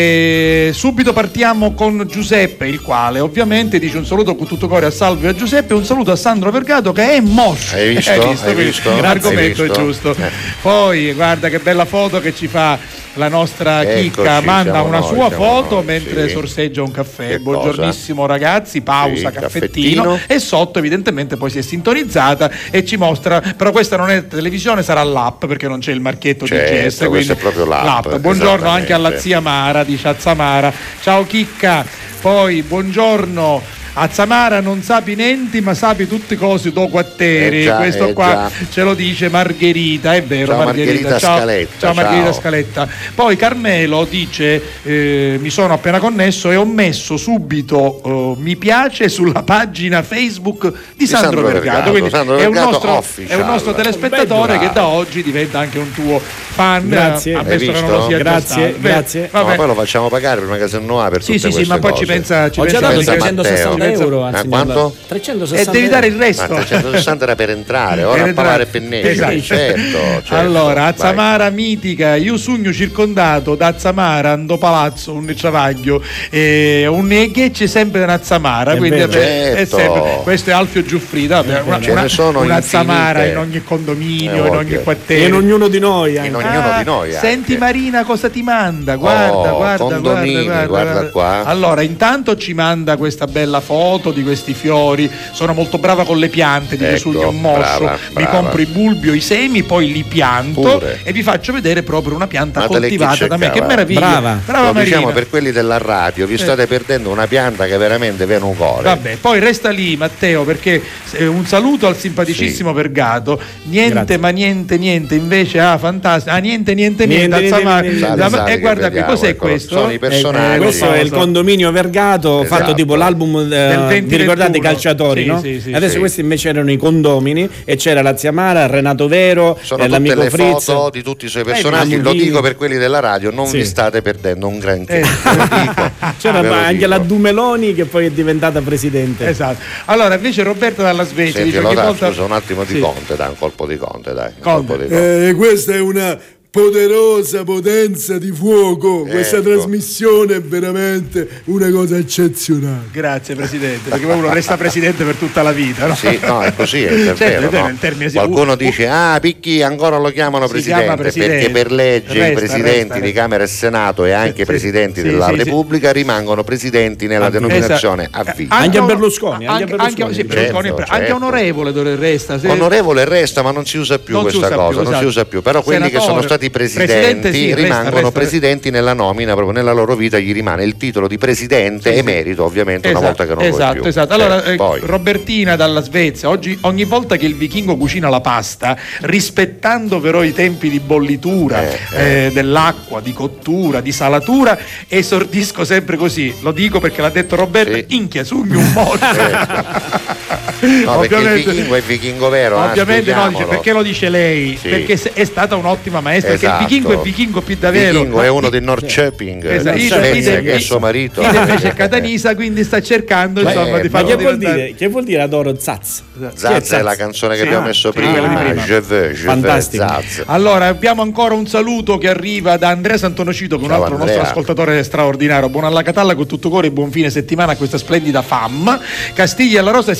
Eh, subito partiamo con Giuseppe, il quale ovviamente dice un saluto con tutto cuore a Salvo e a Giuseppe, un saluto a Sandro Vergato che è moscio. Hai visto? Hai visto? Hai visto? L'argomento Hai visto? è giusto. Eh. Poi guarda che bella foto che ci fa la nostra Eccoci, chicca, manda una noi, sua foto noi, mentre sì. sorseggia un caffè. Che Buongiornissimo cosa? Ragazzi, pausa, sì, caffettino, caffettino e sotto evidentemente poi si è sintonizzata e ci mostra, però questa non è televisione, sarà l'app perché non c'è il marchetto certo, D G S, quindi è proprio l'app, l'app. Buongiorno anche alla zia Mara di Ciazzamara. Ciao chicca. Poi buongiorno a Zamara, non sapi niente ma sapi tutte cose do quatteri, eh già, questo eh qua già. ce lo dice Margherita, è vero. Ciao Margherita, Margherita ciao, Scaletta, ciao Margherita ciao. Scaletta. Poi Carmelo dice eh, mi sono appena connesso e ho messo subito oh, mi piace sulla pagina Facebook di Sandro, Sandro Vergato, Vergato, quindi Sandro è, un Vergato nostro, official. è un nostro telespettatore Beh, che da oggi diventa anche un tuo fan. Grazie. Ammesso che non lo sia grazie, già stato. grazie. Beh, vabbè. No, poi lo facciamo pagare prima che se no ha per sì, tutte sì, sì, queste ma poi cose. ci pensa, ci Ho già pensa dato pensa trecentosessanta Matteo. euro al Ma signor quanto? trecentosessanta E devi dare il resto. Ma trecentosessanta era per entrare, ora Per a entrare. pagare pennelli. Esatto. Certo, certo. Allora, a Vai. Zamara mitica, io sogno circondato da Zamara, ando palazzo, un travaglio, e un che c'è sempre una Zamara, È quindi vero. è, è Certo. sempre, questo è Alfio Giuffrida, una, Ce ne una, sono una infinite. Zamara in ogni condominio, Eh, in ogni ovvio. quartiere. E in ognuno di noi anche. In ognuno di noi anche. Senti Marina cosa ti manda, guarda, Oh, guarda, condomini, guarda, guarda, guarda qua. Allora, intanto ci manda questa bella foto di questi fiori, sono molto brava con le piante, dice Ecco, Sugno un moscio, brava, mi brava. compro i bulbi o i semi, poi li pianto Pure. e vi faccio vedere proprio una pianta Ma te le coltivata chi da me, che cercava? meraviglia. Brava. Brava Lo Marina. diciamo per quelli della radio, vi state perdendo una pianta che veramente viene un cuore. Vabbè, poi resta lì Matteo perché eh, un saluto al simpaticissimo Sì. Vergato. Niente Grazie. ma niente niente invece ah fantastico. Ah niente niente niente, Niente, a niente, Zamara. niente, niente. La- Sali, sali, E che guarda qui, vediamo, cos'è ecco, questo? sono i personaggi. Eh, Questo è il condominio Vergato, Esatto. fatto tipo l'album eh, Del venti vi ricordate i ventuno? calciatori, Sì, no? sì, sì, Adesso sì. questi invece erano i condomini e c'era la zia Mara, Renato Vero, Sono eh, tutte l'amico le Fritz. foto di tutti i suoi Eh, personaggi, lo Lamborghini. dico per quelli della radio, non Sì. vi state perdendo un granché. Eh. Ve lo dico, C'era ve lo anche dico. la Dumeloni che poi è diventata presidente. Esatto. Allora invece Roberto dalla Svezia Senti, dice lo ogni dai, volta scusa, un attimo di Sì. Conte, dai, un colpo di Conte, dai. Un Conte. colpo di Conte. Eh, questa è una poderosa potenza di fuoco. Questa Ecco. trasmissione è veramente una cosa eccezionale. Grazie Presidente, perché poi uno resta Presidente per tutta la vita, no? Sì, no, è così, è per Certo, vero, è vero, no? il termine si- Qualcuno uh, dice, ah, Picchi ancora lo chiamano Si presidente, chiama presidente. perché per legge i Resta, presidenti resta, di resta. Camera e Senato e anche Sì, i presidenti sì, della sì, sì. Repubblica rimangono presidenti nella A vita. denominazione a Esatto. vita. Anche a on- Berlusconi, anche a Berlusconi. sì, Berlusconi è pre- Certo, anche certo. onorevole dove resta. se- Onorevole resta, ma non si usa più Non si questa usa cosa, più, non si esatto. usa più. Però quelli che sono Senatore, stati presidenti presidente sì, resta, rimangono resta, presidenti nella nomina, proprio nella loro vita gli rimane il titolo di presidente Sì, sì. emerito, ovviamente, Esatto, una volta che non lo è esatto, più. esatto. Allora, Certo, eh, poi. Robertina dalla Svezia, oggi ogni volta che il vichingo cucina la pasta, rispettando però i tempi di bollitura, Eh, eh, dell'acqua, di cottura, di salatura, esordisco sempre così. Lo dico perché l'ha detto Roberta, Sì. inchia sugni un morto. No, perché il vichingo è vichingo vero, ah, ovviamente no, dice, spieghiamolo. perché lo dice lei? Sì. Perché se- è stata un'ottima maestra, Esatto. perché il vichingo è vichingo più davvero. Vichingo è uno di Norrköping, Esatto. in Ide- Svezia, ide- che è suo marito. Ide invece è catanisa, quindi sta cercando Ma- insomma, eh, di Ma farlo che vuol, diventare- dire, che vuol dire adoro Zaz? Zaz è la canzone che Sì, abbiamo ah, messo sì, prima, quella di prima. Je veux, je veux, Fantastico. Zaz. Allora abbiamo ancora un saluto che arriva da Andrea Santonocito, che è un Ciao, altro Andrea. nostro ascoltatore straordinario. Buon alla Catalla con tutto cuore e buon fine settimana a questa splendida fam. Castiglia e la Rosa siete una coppia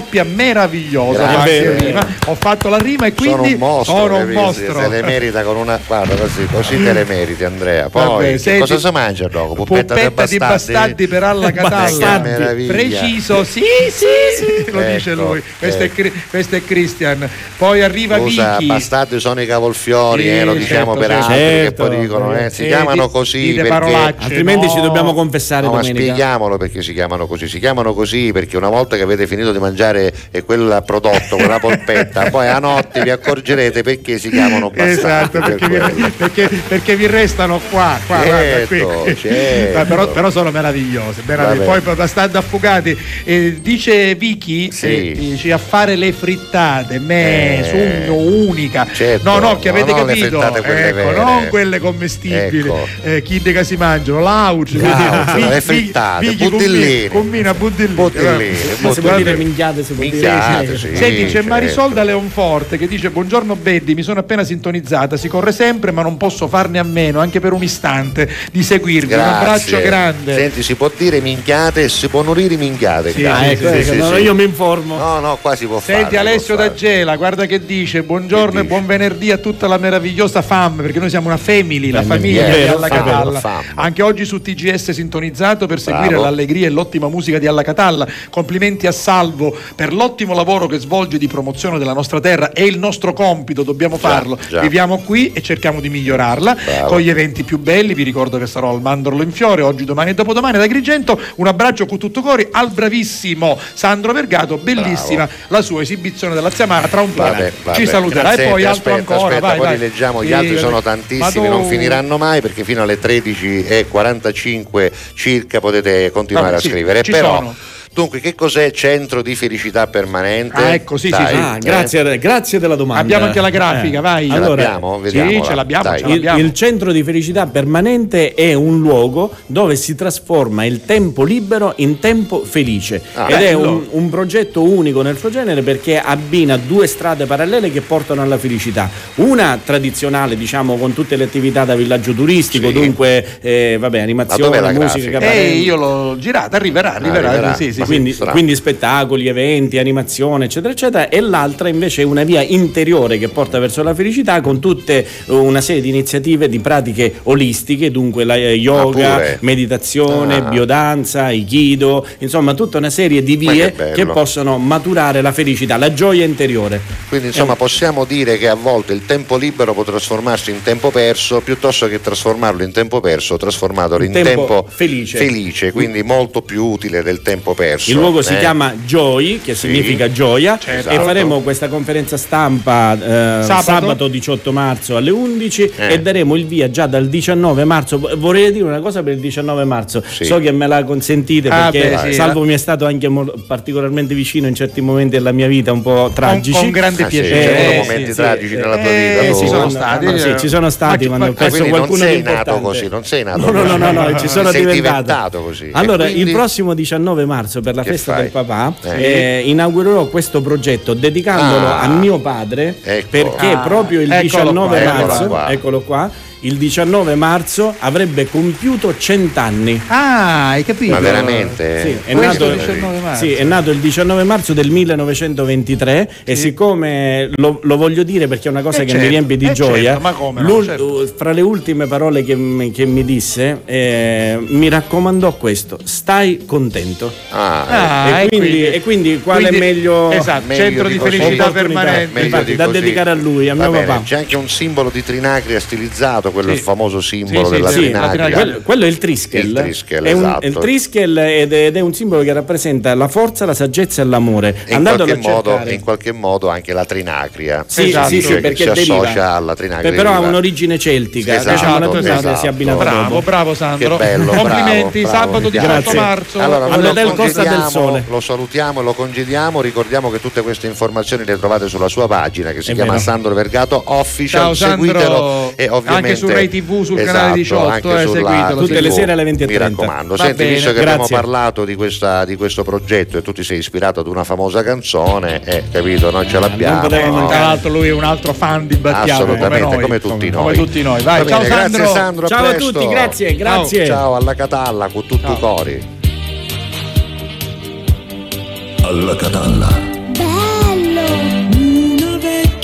coppia meravigliosa. Grazie. Rima. Ho fatto la rima e quindi sono un mostro, sono un capisci? mostro. Se le merita con una guarda così, così te le meriti, Andrea. Poi Vabbè, che senti, cosa si mangia dopo? Puppetta, Puppetta di di bastardi per alla Catalla. meraviglia. Preciso, sì, sì, sì, lo Ecco, dice lui. Questo, ecco. è, Cri- questo è Christian. Poi arriva Scusa, Vicky. bastardi sono i cavolfiori, Sì, eh, lo diciamo certo, per certo. altri Certo. che poi dicono, eh, si Sì, chiamano di- così dite perché parolacce, Altrimenti no. ci dobbiamo confessare No, ma domenica. spieghiamolo perché si chiamano così. Si chiamano così perché una volta che avete finito di mangiare eh, quel prodotto, quella polpetta, poi a notte vi accorgerete perché si chiamano bastardi. Esatto, per perché vi, quello. perché, perché vi restano qua, qua Certo, guarda, qui. certo. Ma però, però sono meravigliose, meravigliose. Vabbè. Poi bastardi affogati. Eh, dice Vicky, Sì. eh, dice a fare le frittate, me, Eh, sogno unica. certo. No, no, che avete No, no, le capito, frittate quelle ecco, vere. non quelle commestibili, Ecco. eh, chi che si mangiano, l'auge, L'auge, vedi? le Vicky- frittate, Vicky budillini. combina budillini. Budillini, Ma si può budillini. dire minchiate, si può Minchiate, dire. sì. Senti, c'è certo. Marisol da Leonforte che dice: buongiorno Beddi, mi sono appena sintonizzata, si corre sempre ma non posso farne a meno anche per un istante di seguirvi. Un Grazie. abbraccio grande. Senti, si può dire minchiate e si può dire minchiate. Sì, Grazie. Ah, ecco, Sì, ecco, sì, no, sì. io mi informo. No, no, qua si può fare. Senti Alessio da Gela, guarda che dice: buongiorno Che e dice? buon venerdì a tutta la meravigliosa fam, perché noi siamo una family, la Family, famiglia è di vero, Alla fam, Catalla. fam. Anche oggi su T G S sintonizzato per seguire Bravo. l'allegria e l'ottima musica di Alla Catalla. Complimenti a Salvo per l'ottimo lavoro che svolge di promozione della nostra terra, è il nostro compito, dobbiamo farlo. già. Viviamo qui e cerchiamo di migliorarla Bravo. con gli eventi più belli. Vi ricordo che sarò al Mandorlo in Fiore oggi, domani e dopodomani ad Agrigento. Un abbraccio con tutto cuore al bravissimo Sandro Vergato, bellissima Bravo. la sua esibizione della Ziamara, tra un po' Vabbè, vabbè. ci saluterà. Senti, E poi altro aspetta, ancora, aspetta, vai, poi vai. li leggiamo, gli Sì, altri vai. sono tantissimi, Ma tu- non finiranno mai perché fino alle tredici e quarantacinque circa potete continuare Vabbè, a sì, scrivere. ci Però sono. dunque, che cos'è Centro di Felicità Permanente? Ah, ecco, sì, sì, Dai, sì. Ah, eh. grazie, grazie della domanda. Abbiamo anche la grafica, vai. Ce Allora, l'abbiamo? Sì, Vediamola. ce l'abbiamo, Dai. ce Il, l'abbiamo. il centro di felicità permanente è un luogo dove si trasforma il tempo libero in tempo felice Ah, ed è bello. un, un progetto unico nel suo genere perché abbina due strade parallele che portano alla felicità. Una tradizionale, diciamo, con tutte le attività da villaggio turistico, Sì. dunque eh, vabbè, Ma dov'è animazione, la musica, grafica? cabaret. Eh, io l'ho girata, arriverà, arriverà. arriverà. Sì, sì, Ma sì. quindi, strano. quindi spettacoli, eventi, animazione, eccetera, eccetera, e l'altra invece è una via interiore che porta verso la felicità con tutte eh, una serie di iniziative, di pratiche olistiche, dunque la eh, yoga, Ah, pure? meditazione, Ah. biodanza, aikido, insomma tutta una serie di Ma vie che bello. che possono maturare la felicità, la gioia interiore. Quindi insomma Eh. possiamo dire che a volte il tempo libero può trasformarsi in tempo perso, piuttosto che trasformarlo in tempo perso, trasformatelo in In tempo tempo, felice. felice, quindi molto più utile del tempo perso. Il luogo si eh. chiama Joy, che significa gioia, Certo. e faremo questa conferenza stampa eh, Sabato? sabato diciotto marzo alle undici Eh. e daremo il via già dal diciannove marzo. Vorrei dire una cosa per il diciannove marzo, Sì. so che me la consentite Ah, perché beh, sì, Salvo eh. mi è stato anche mo- particolarmente vicino in certi momenti della mia vita un po' tragici. con grande Ah, sì, piacere. ci sono Eh, momenti sì, tragici sì. nella tua Eh, vita. sì, tu? sono stati, no, sì, eh. ci sono stati Ma- quando ma- ho Ah, perso quindi non qualcuno sei di nato importante. così, non sei nato No, no, così. no, no, no, ci sono sei diventato. diventato così. Allora, E quindi- il prossimo diciannove marzo per la Che festa fai? del papà Eh. eh, inaugurerò questo progetto dedicandolo Ah. a mio padre Ecco. perché Ah, proprio il eccolo diciannove qua, marzo, eccolo qua. eccolo qua, il diciannove marzo avrebbe compiuto cent'anni. Ah, hai capito? Ma veramente? Sì, è Questo nato, il diciannove marzo. sì, è nato il diciannove marzo del millenovecentoventitré e siccome lo, lo voglio dire perché è una cosa Eh che certo, mi riempie di eh gioia, certo, ma come no, l'ul- certo. fra le ultime parole che, mi- che mi disse eh, mi raccomandò questo: stai contento. Ah, Ah, e, quindi, e quindi quale quindi- meglio, esatto, meglio centro di di così. felicità opportunità, permanente. meglio infatti, di da così. dedicare a lui, a Va mio bene, papà. c'è anche un simbolo di trinacria stilizzato, quello è il famoso simbolo Sì, sì, della sì, trinacria. la trinacria. Quello, quello è il triskel, Il triskel, è un, esatto. il triskel ed è, ed è un simbolo che rappresenta la forza, la saggezza e l'amore. E in Andatelo qualche, a modo, cercare. in qualche modo anche la trinacria. Sì, Esatto. sì, sì, Cioè che perché si deriva. associa alla trinacria. Beh, però ha deriva. un'origine celtica, Esatto, diciamo naturalmente esatto. si è abbinato Bravo, dopo. bravo Sandro. Che bello, Complimenti, bravo, bravo, sabato mi piace. diciotto marzo. Allora, noi All'Hotel lo Costa del congediamo, Sole. lo salutiamo e lo congediamo. Ricordiamo che tutte queste informazioni le trovate sulla sua pagina che si È chiama vero. Sandro Vergato Official. Ciao, Sandro. Seguitelo e ovviamente Anche su Rai T V, sul esatto, canale diciotto, anche eh, sulla seguitelo, Tutte le sere alle venti e Mi trenta. raccomando. Va Senti, bene, visto che abbiamo grazie. parlato di, questa, di questo progetto e tu ti sei ispirato ad una famosa canzone, eh, capito? Noi ce l'abbiamo. non poteva no? mancare. Tra l'altro lui è un altro fan di Battiato, Assolutamente, come, noi, come tutti noi. come tutti noi. Vai, Va ciao bene, Sandro. grazie Sandro, a Ciao a presto. tutti, grazie, grazie. Ciao alla Catalla con tutti i cori. Alla Catalla.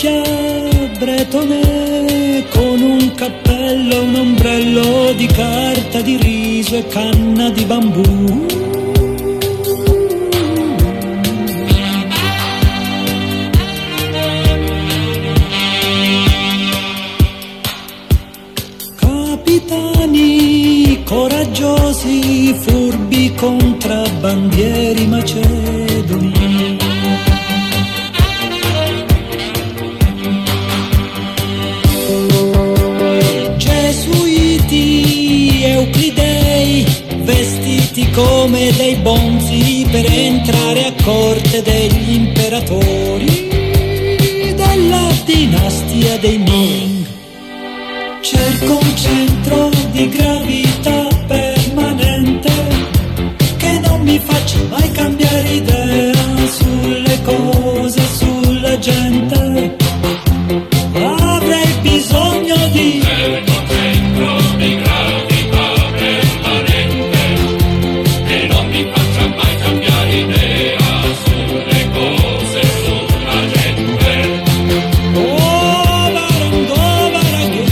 vecchia bretone con un cappello, un ombrello di carta di riso e canna di bambù. Capitani coraggiosi, furbi contrabbandieri macedoni. Gesuiti, euclidei, vestiti come dei bonzi per entrare a corte degli imperatori della dinastia dei Ming. Cerco un centro di gravità permanente che non mi faccia mai cambiare idea sulle cose, sulla gente. Avrei bisogno di cerco un centro di gravità permanente che non mi faccia mai cambiare idea sulle cose, sulla gente. Oh, barango, baranghe.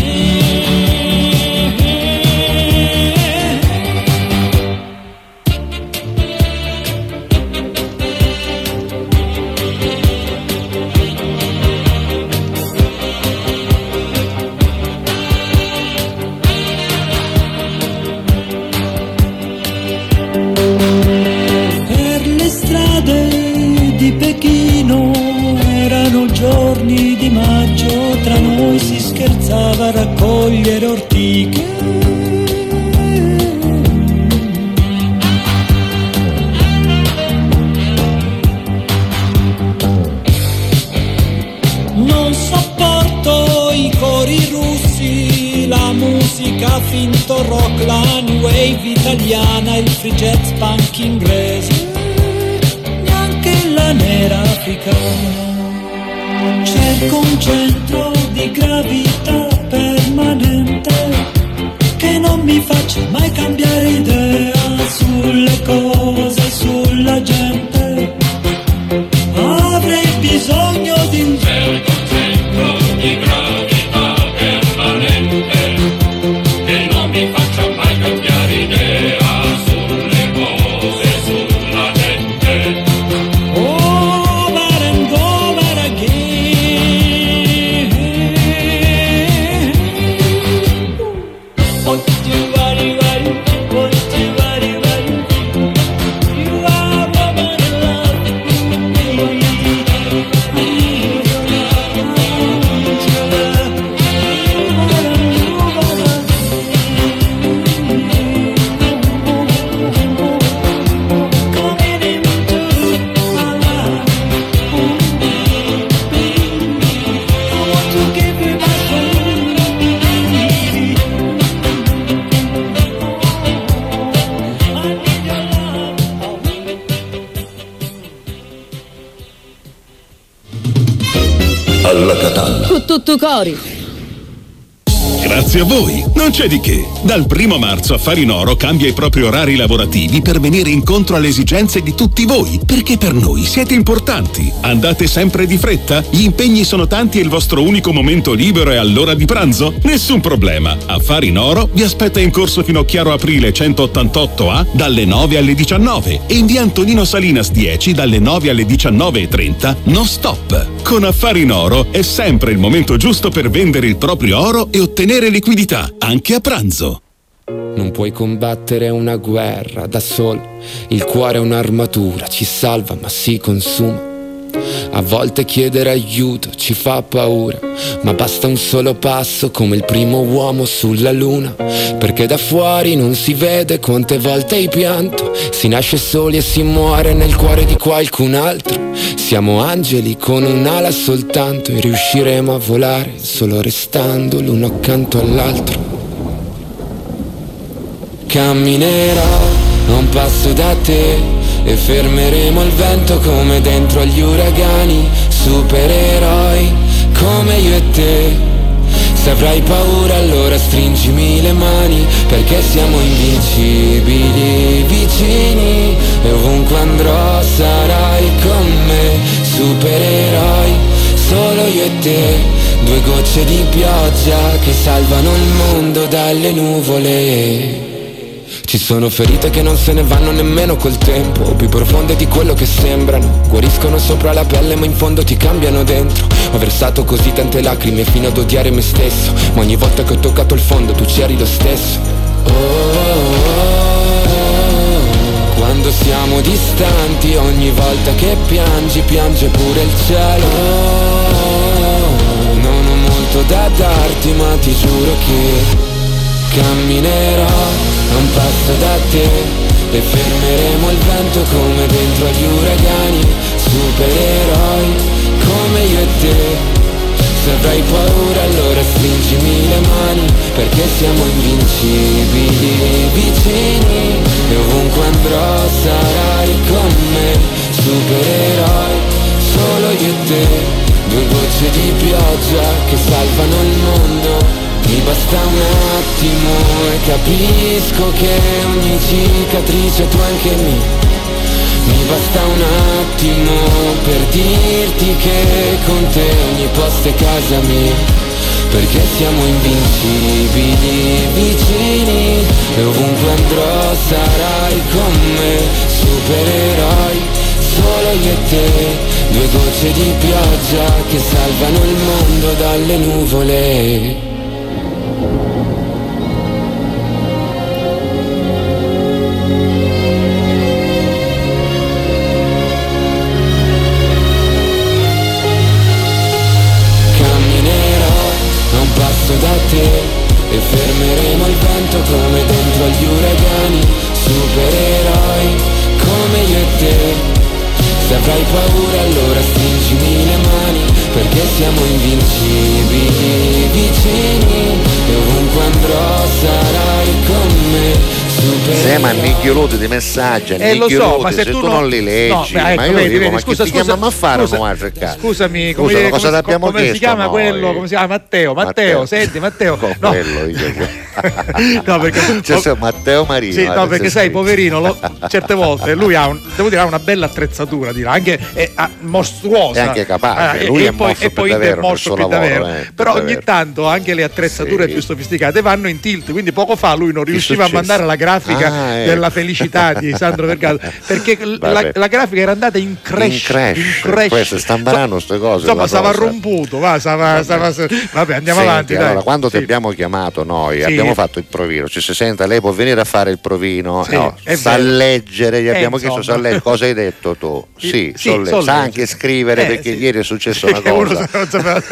Per le strade di Pechino erano giorni di maggio, tra noi si scherzava a raccogliere ortiche. Non sopporto i cori russi, la musica finto rock, la new wave italiana, il free jazz punk inglese, neanche la nera africana. Cerco un centro di gravità permanente che non mi faccia mai cambiare idea sulle cose, sulla gente. Avrei bisogno di un cerco un centro di gravità permanente che non mi faccia mai cambiare idea sulle cose, sulla gente. Oh, barango, baranghe. What you worry, worry, what you worry, worry. You are woman in love with me. I need your love, I need your love. Coming into my life, I want to give you my soul. I need your love. Alla Catalla. Con tutto cori. Grazie a voi, non c'è di che. Dal primo marzo Affari in Oro cambia i propri orari lavorativi per venire incontro alle esigenze di tutti voi, perché per noi siete importanti. Andate sempre di fretta? Gli impegni sono tanti e il vostro unico momento libero è all'ora di pranzo? Nessun problema. Affari in Oro vi aspetta in corso Finocchiaro Aprile centottantotto A dalle nove alle diciannove e in via Antonino Salinas dieci dalle nove alle diciannove e trenta, no stop. Con Affari in Oro è sempre il momento giusto per vendere il proprio oro e ottenere liquidità, anche a pranzo. Non puoi combattere una guerra da solo, il cuore è un'armatura, ci salva ma si consuma. A volte chiedere aiuto ci fa paura, ma basta un solo passo come il primo uomo sulla luna, perché da fuori non si vede quante volte hai pianto, si nasce soli e si muore nel cuore di qualcun altro. Siamo angeli con un'ala soltanto e riusciremo a volare solo restando l'uno accanto all'altro. Camminerò a un passo da te e fermeremo il vento come dentro agli uragani. Supereroi come io e te. Se avrai paura allora stringimi le mani, perché siamo invincibili, vicini, e ovunque andrò sarai con me. Supereroi solo io e te, due gocce di pioggia che salvano il mondo dalle nuvole. Ci sono ferite che non se ne vanno nemmeno col tempo, più profonde di quello che sembrano, guariscono sopra la pelle ma in fondo ti cambiano dentro. Ho versato così tante lacrime fino ad odiare me stesso, ma ogni volta che ho toccato il fondo tu c'eri lo stesso. Oh, oh, oh, quando siamo distanti, ogni volta che piangi, piange pure il cielo. Oh, non ho molto da darti, ma ti giuro che camminerò a un passo da te e fermeremo il vento come dentro agli uragani. Supereroi come io e te. Se avrai paura allora stringimi le mani, perché siamo invincibili, vicini, e ovunque andrò sarai con me. Supereroi, solo io e te, due gocce di pioggia che salvano il mondo. Mi basta un attimo e capisco che ogni cicatrice tu anche mi. Mi basta un attimo per dirti che con te ogni posto è casa mia, perché siamo invincibili, vicini, e ovunque andrò sarai con me. Supereroi, solo io e te, due gocce di pioggia che salvano il mondo dalle nuvole. Da te e fermeremo il vento come dentro agli uragani. Supereroi come io e te. Se avrai paura allora stringimi le mani, perché siamo invincibili, vicini, e ovunque andrò sarai con me. Siamo annichioloti di messaggi, Eh, lo so, ma se se tu tu non- non li leggi, no, beh, ecco, ma io vedi, dico, vedi, ma scusa, che ti scusa, chiamiamo a fare scusa, come a cercare? Scusami, come, Scusa, come- cosa ti abbiamo come si chiesto chiama noi? quello? Come si chiama? Matteo, Matteo, Matteo. senti Matteo. Con No. quello io. No, perché Cioè, sei Matteo Marino. Sì, no, eh, perché se sai, sei- poverino, lo- certe volte lui ha un, devo dire, ha una bella attrezzatura, dirà, anche è, ah, mostruosa. È anche capace, Ah, lui e, è poi, mostro e per poi davvero è nel mostro suo per lavoro, davvero. eh, per Però ogni davvero. tanto anche le attrezzature Sì. più sofisticate vanno in tilt, quindi poco fa lui non Che è riusciva a successo? mandare la grafica Ah, ecco. della felicità di Sandro Vergato, perché l- la, Vabbè. la grafica era andata in crash. In crash. in crash. Questo sta imparando queste cose. Insomma, la stava cosa. romputo, va, stava, stava, vabbè, andiamo Senti, avanti. allora, dai. quando Sì. ti abbiamo chiamato noi, Sì. abbiamo fatto il provino, ci si sente, lei può venire a fare il provino, Sì, no, è sa vero. leggere, gli Eh, abbiamo chiesto sa insomma. leggere, cosa hai detto tu? Sì, Sì, so leggere. so sa leggere. anche scrivere Eh, perché sì. ieri è successa una Che uno cosa. non sapeva-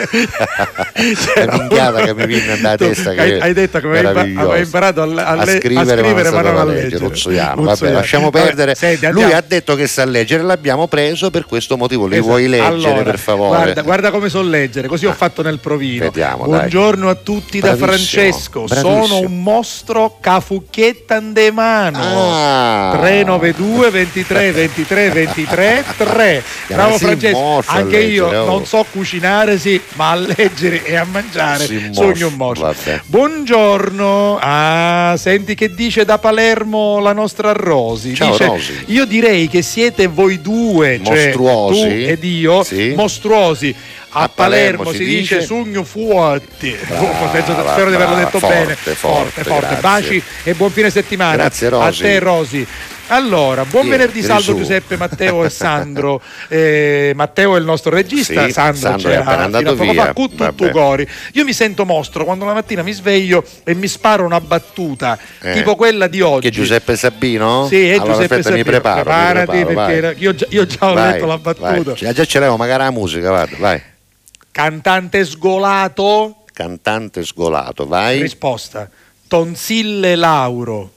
La minchiata che mi viene nella Tu testa che hai, hai detto che avevi impa- meravigliosa. avevi imparato a, le- a a le- scrivere, a scrivere ma non a leggere, leggere. Luzzuiano. Vabbè, Luzzuiano. lasciamo Vabbè, perdere. senti, Lui andiamo. ha detto che sa leggere, l'abbiamo preso per questo motivo. Li Esatto. vuoi leggere, Allora, per favore? Guarda, guarda come so leggere, così ho fatto nel provino. Vediamo, dai. Buongiorno a tutti da Bravissimo, Francesco. bravissimo. Sono un mostro cafucchietta de mano. Ah. tre nove due ventitré ventitré ventitré tre. Bravo si Francesco. mostra a Anche io leggere, oh. non so cucinare, sì, ma a leggere e a mangiare Si sogno un mostra, mostro. vabbè. Buongiorno. Ah, senti che dice da Palermo la nostra Rosi. Ciao, dice, Rosi. io direi che siete voi due, cioè Mostruosi. tu ed io, Sì. mostruosi. A, A Palermo, Palermo si si dice, dice sugno fuotti. Brava, Penso- spero di averlo brava, detto forte, bene. forte, forte. grazie. Baci e buon fine settimana. Grazie, Rosi. A te, Rosi. Allora, buon Sì, venerdì tiri saldo su. Giuseppe, Matteo e Sandro. Eh, Matteo è il nostro regista, Sì, Sandro, Sandro è c'era appena fino andato a poco via. fa, cu- tutto Vabbè. cori. Io mi sento mostro quando la mattina mi sveglio e mi sparo una battuta Eh. tipo quella di oggi. Che Giuseppe Sabino? Sì, è allora, Giuseppe aspetta, mi Sabino. preparo, mi Preparati, preparo, vai. perché io, già, io già ho Vai, letto la battuta. vai. Già, già ce l'avevo, magari la musica, guarda, vai. Cantante sgolato. Cantante sgolato, vai. Risposta: Tonsille Lauro.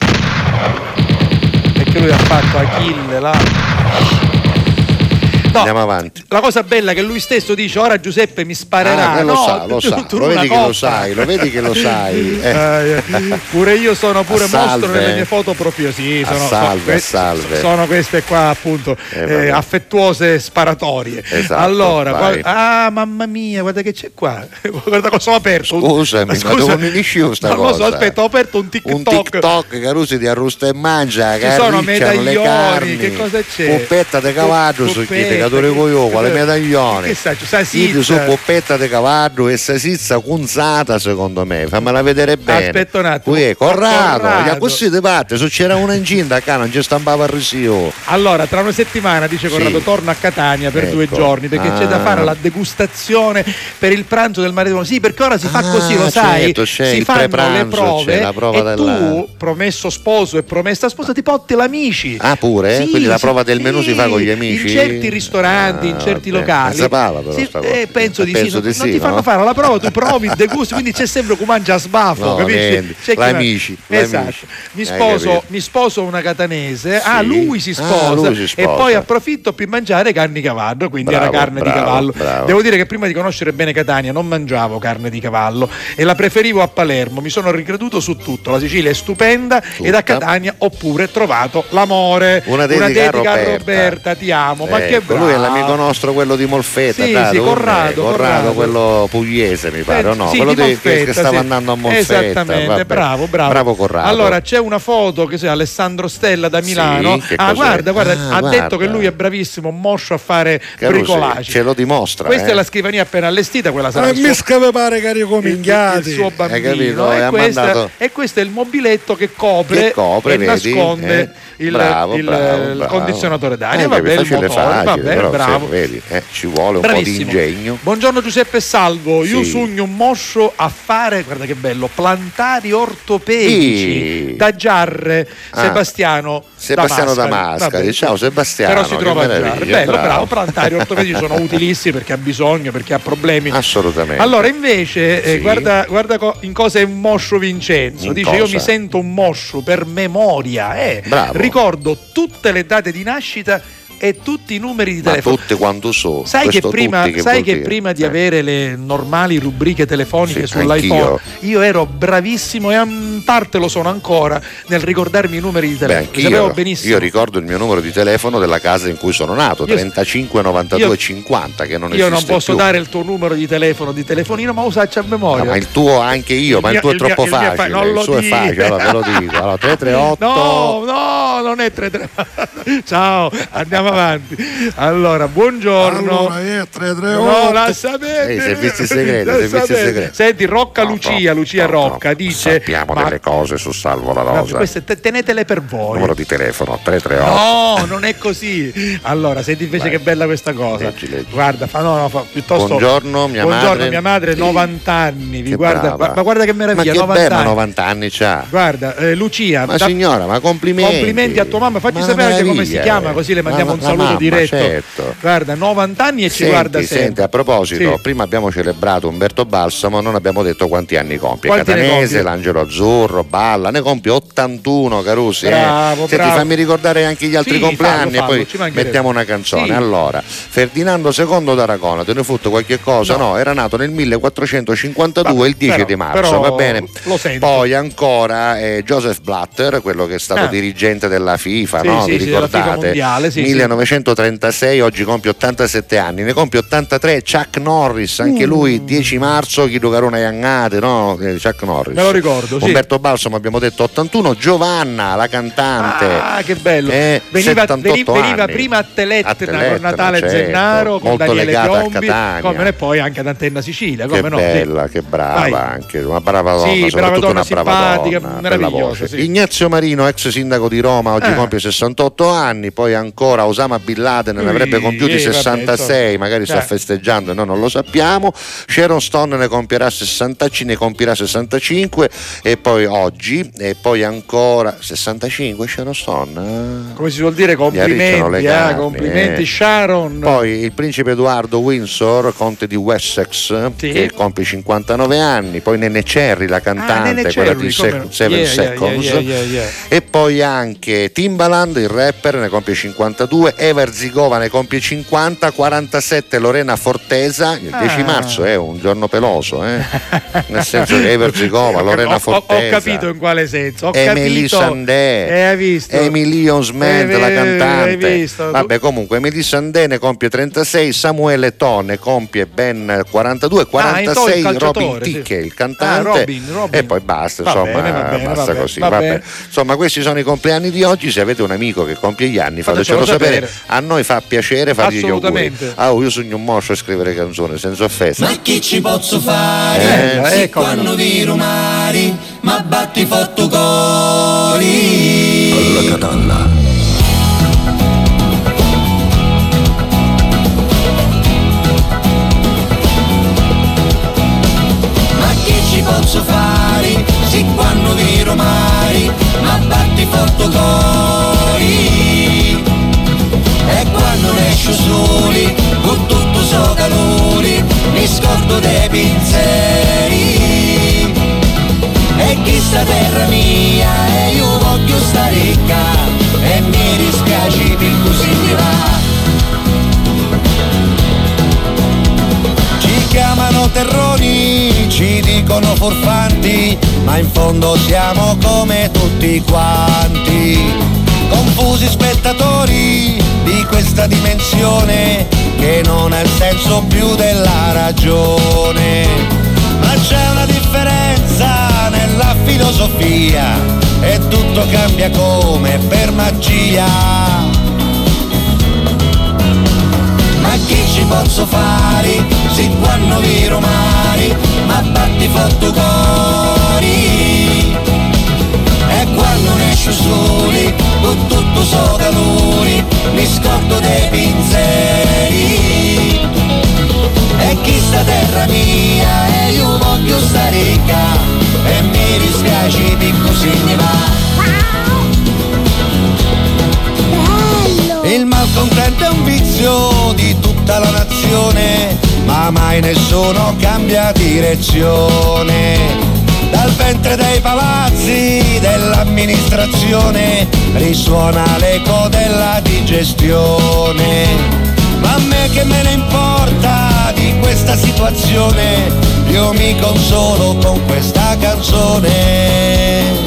Perché lui ha fatto Achille là. No, Andiamo avanti. la cosa bella è che lui stesso dice ora Giuseppe mi sparerà. Ah, eh, lo no, sa, lo tu- sa, tu lo una vedi che lo coppa. sai, lo vedi che lo sai. Eh. Eh, pure io sono pure A salve. mostro nelle mie foto proprio sì, A sono, salve, sono, a salve. sono queste qua appunto Eh, eh, vabbè. affettuose sparatorie. Esatto, allora, vai. guarda- ah mamma mia, guarda che c'è qua. Guarda cosa ho aperto. Scusami, ma dove non inizio sta non lo so, cosa? aspetta, ho aperto un TikTok. Un TikTok Carusi ti arrusta e mangia, Ci sono carricciano le medaglioni, carni, che cosa c'è? puppetta di cavallo Pu- su chi puppette, adoro io con le medaglioni. Che sai, sa io sizza. su poppetta di cavallo e salsiccia cunzata secondo me, fammela vedere bene. Aspetta un attimo. Qui è Corrado, Corrado. ya così di parte, se c'era una incinta acá non ci stampava il risio. Allora, tra una settimana, dice Corrado, Sì. torno a Catania per Ecco. due giorni perché c'è da Ah. fare la degustazione per il pranzo del matrimonio. Sì, perché ora si fa Ah, così, lo sai, certo, c'è si il fanno le prepranzo, prove c'è la prova e della- tu, promesso sposo e promessa sposa, ti porti l'amici. Ah pure? Sì, Quindi la sì, prova del sì, menù si fa con gli amici? In certi ristoranti, in Ah, certi vabbè. locali. Non sapeva però Sì, sta cosa. eh, penso di Penso sì, non, di non sì, ti fanno no? fare la prova, tu provi, degusti, quindi c'è sempre come mangia a sbaffo, No, capisci? niente. C'è chi L'amici, va- Esatto. l'amici. Mi Hai sposo, capito? mi sposo una catanese, ah Sì. lui si Ah, sposa, lui si e sposa. poi approfitto per mangiare carne di cavallo, quindi Bravo, era carne bravo, di cavallo. bravo. Devo dire che prima di conoscere bene Catania non mangiavo carne di cavallo e la preferivo a Palermo, mi sono ricreduto su tutto, la Sicilia è stupenda ed a Catania ho pure trovato l'amore. Una dedica a Roberta. ti amo, ma che Ecco, bravo. lui è l'amico nostro, quello di Molfetta, Sì, dai, sì, dov'è? Corrado, Corrado. quello pugliese mi pare, o no? Sì, quello di di- che, Molfetta, che stava sì. andando a Molfetta. Esattamente, vabbè. bravo, bravo. Bravo Corrado. Allora c'è una foto che sia Alessandro Stella da Milano. che ah, cos'è? guarda, guarda, Ah, ha guarda. detto che lui è bravissimo, moscio a fare Carusi, bricolage. ce lo dimostra. Questa eh. è la scrivania appena allestita, quella sarà A il me suo, scave pare che il, ricominciati. il suo Hai bambino. capito? E E, ha questa- mandato- e questo è il mobiletto che copre, Che copre, e vedi? nasconde Eh? il, Bravo, il- bravo, il bravo. condizionatore d'aria. Eh, Vabbè, capito, il facile, motore, facile, vabbè, però, bravo. sì, vedi, eh, ci vuole un po' di Bravissimo. ingegno. Buongiorno Giuseppe Salvo, io Sì. sogno un moscio a fare, guarda che bello, plantari ortopedici Sì. da Giarre, Ah. Sebastiano Sebastiano da Mascari. Mascari. Vabbè. Ciao Sebastiano. Però si che trova a meraviglia, Giarre, bello, bravo, plantari ortopedici sono utilissimi perché ha bisogno, perché ha problemi. Assolutamente. Allora invece eh, Sì. guarda, guarda co- in cosa è un moscio Vincenzo, In dice cosa? io mi sento un moscio per memoria, eh. Bravo. ricordo tutte le date di nascita e tutti i numeri di Ma telefono. tutte quanto so. Sai che Questo prima, tutti che sai vuol che dire? prima di Eh. avere le normali rubriche telefoniche Sì, sull'iPhone, anch'io. io ero bravissimo e in parte lo sono ancora nel ricordarmi i numeri di Beh, telefono. Li anch'io. sapevo benissimo. Io ricordo il mio numero di telefono della casa in cui sono nato, Io- trentacinque novantadue io- cinquanta, che non Io esiste non posso più. dare il tuo numero di telefono di telefonino, ma usacci a memoria. No, ma il tuo anche io, Il ma il mio- tuo è il mio- troppo il mio è fa- facile. non il lo suo è dico. facile, allora ve lo dico. Allora, tre tre otto No, no, non è tre tre. Ciao, andiamo avanti. Allora, buongiorno. Allora, è tre tre No, otto. lascia perdere. Ehi, servizi segreti, Lascia servizi perdere. segreti. Senti, Rocca No, Lucia, no, Lucia no, Rocca no. dice Sappiamo ma- delle cose su Salvo la Vabbè, Rosa. queste te- tenetele per voi. Numero di telefono tre tre otto. No, non è così. Allora, senti invece Vai. che bella questa cosa. Leggi, leggi. Guarda, fa, no, no, fa, piuttosto. Buongiorno, mia Buongiorno, madre. mia madre, Sì. novanta anni. Vi Che guarda, brava. ma, ma guarda che Ma meraviglia, che novanta bella, anni. novanta anni c'ha. Guarda, eh, Lucia, Ma da- signora, ma complimenti. complimenti a tua mamma, facci Ma sapere anche come meraviglia, si chiama, eh. così le mandiamo Ma- un la saluto mamma, diretto. certo. Guarda, novanta anni e ci Senti, guarda sempre. senti, a proposito, Sì. prima abbiamo celebrato Umberto Balsamo, non abbiamo detto quanti anni compie. Quanti ne Catanese, compie? l'Angelo Azzurro, Balla, ne compie ottantuno, Carusi. Bravo, eh. Senti, bravo. fammi ricordare anche gli altri Sì, compleanni fallo, fallo, e ci poi mancherebbe. mettiamo una canzone. Sì. Allora, Ferdinando secondo d'Aragona, te ne futto qualche cosa? No, era nato nel millequattrocentocinquantadue, Vabbè, il dieci però- di marzo, però va bene? lo sento. Poi ancora eh, Joseph Blatter, quello che è stato Ah. dirigente della FIFA, Sì, no? sì, Vi sì, della FIFA ricordate? mondiale, sì, sì. millenovecentotrentasei, oggi compie ottantasette anni, ne compie ottantatré Chuck Norris, anche Mm. lui dieci marzo, Chido Carona Iannate, no? Eh, Chuck Norris. Me lo ricordo, sì. Umberto Balsamo abbiamo detto ottantuno, Giovanna, la cantante. Ah, che bello. eh, Veniva, settantotto veni- veniva anni. prima a Teletna, A Teletna, con Natale certo, Zennaro, con molto Daniele legata a Piombi, Catania. come e poi anche ad Antenna Sicilia, come Che no? Sì. bella, che brava Vai. anche, una brava donna, Sì, brava soprattutto donna, una brava simpatica, donna, bella meravigliosa, voce. sì. Ignazio Marino, ex sindaco di Roma, oggi Ah. compie sessantotto anni, poi ancora Osama Bin Laden ne Ui, avrebbe compiuti eh, vabbè, sessantasei, insomma. magari sta Eh. festeggiando e noi non lo sappiamo. Sharon Stone ne compierà sessanta, ne compirà sessantacinque e poi oggi e poi ancora sessantacinque Sharon Stone. Come si suol dire, Gli arricciano le complimenti, eh, carni, complimenti eh. Sharon. Poi il principe Edoardo Windsor, conte di Wessex, Sì. che compie cinquantanove anni, poi Nene Cherry, la cantante, Ah, Nene quella Cherry, di come Sec- no? Seven Yeah, yeah, Seconds, yeah, yeah, yeah, yeah. e poi anche Timbaland, il rapper, ne compie cinquantadue, Ever Zigova ne compie cinquanta, quarantasette Lorena Fortesa, il dieci Ah. marzo è un giorno peloso, eh? nel senso che Ever Zigova, Ho- Lorena ho, ho, Fortesa. ho capito in quale senso. Ho Emily capito. Sandé, Eh, hai visto? Emily Osment, Eh, la hai cantante. visto? Vabbè, comunque Emily Sandé ne compie trentasei, Samuele To ne compie ben quarantadue, quarantasei Ah, il Robin calciatore, sì. Thicke, il cantante. Ah, Robin, Robin. E poi basta, Va insomma, bene, va bene, basta va così. bene, va vabbè. bene. Insomma, questi sono i compleanni di oggi, se avete un amico che compie gli anni, Fatecelo fatecelo sapere. sapere. A noi fa piacere fargli gli auguri. Assolutamente. Ah, oh, io sogno un moscio a scrivere canzoni senza offesa. Ma chi ci posso fare? Eh, Si ecco. quando vi rumari, ma batti fotto cori. Alla catalla. Ma chi ci posso fare? Si quando vi rumari, ma batti fotto cori. E quando ne esco soli, con tutto so calori, mi scordo dei pensieri. E chi sta terra mia, e io voglio stare ricca, e mi dispiace per così mi va. Ci chiamano terroni, ci dicono furfanti, ma in fondo siamo come tutti quanti. Confusi spettatori di questa dimensione che non ha il senso più della ragione. Ma c'è una differenza nella filosofia e tutto cambia come per magia. Ma chi ci posso fare? Si quando vi romari, ma batti fotto cori. E quando ne esco soli, con tutto so calori, mi scordo dei pensieri. E chi sta terra mia, e io voglio stare ricca, e mi dispiace di così mi va. Il malcontento è un vizio di tutta la nazione, ma mai nessuno cambia direzione. Dal ventre dei palazzi dell'amministrazione risuona l'eco della digestione. Ma a me che me ne importa di questa situazione, io mi consolo con questa canzone.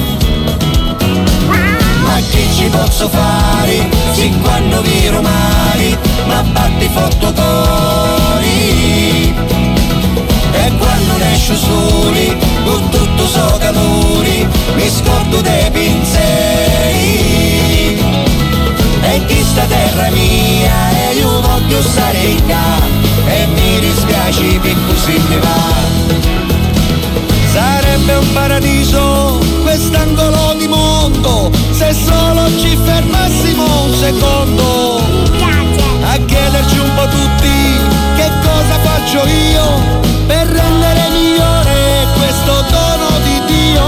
Ma chi ci posso fare? Si quando vi romari, ma batti fotto cori. E quando ne esco soli, con tutto so calori, mi scordo dei pensieri. E chi sta terra mia, e io voglio stare ricca, e mi dispiace per così mi va. Sarebbe un paradiso quest'angolo di mondo, se solo ci fermassimo un secondo a chiederci un po' tutti che cosa faccio io per rendere migliore questo dono di Dio.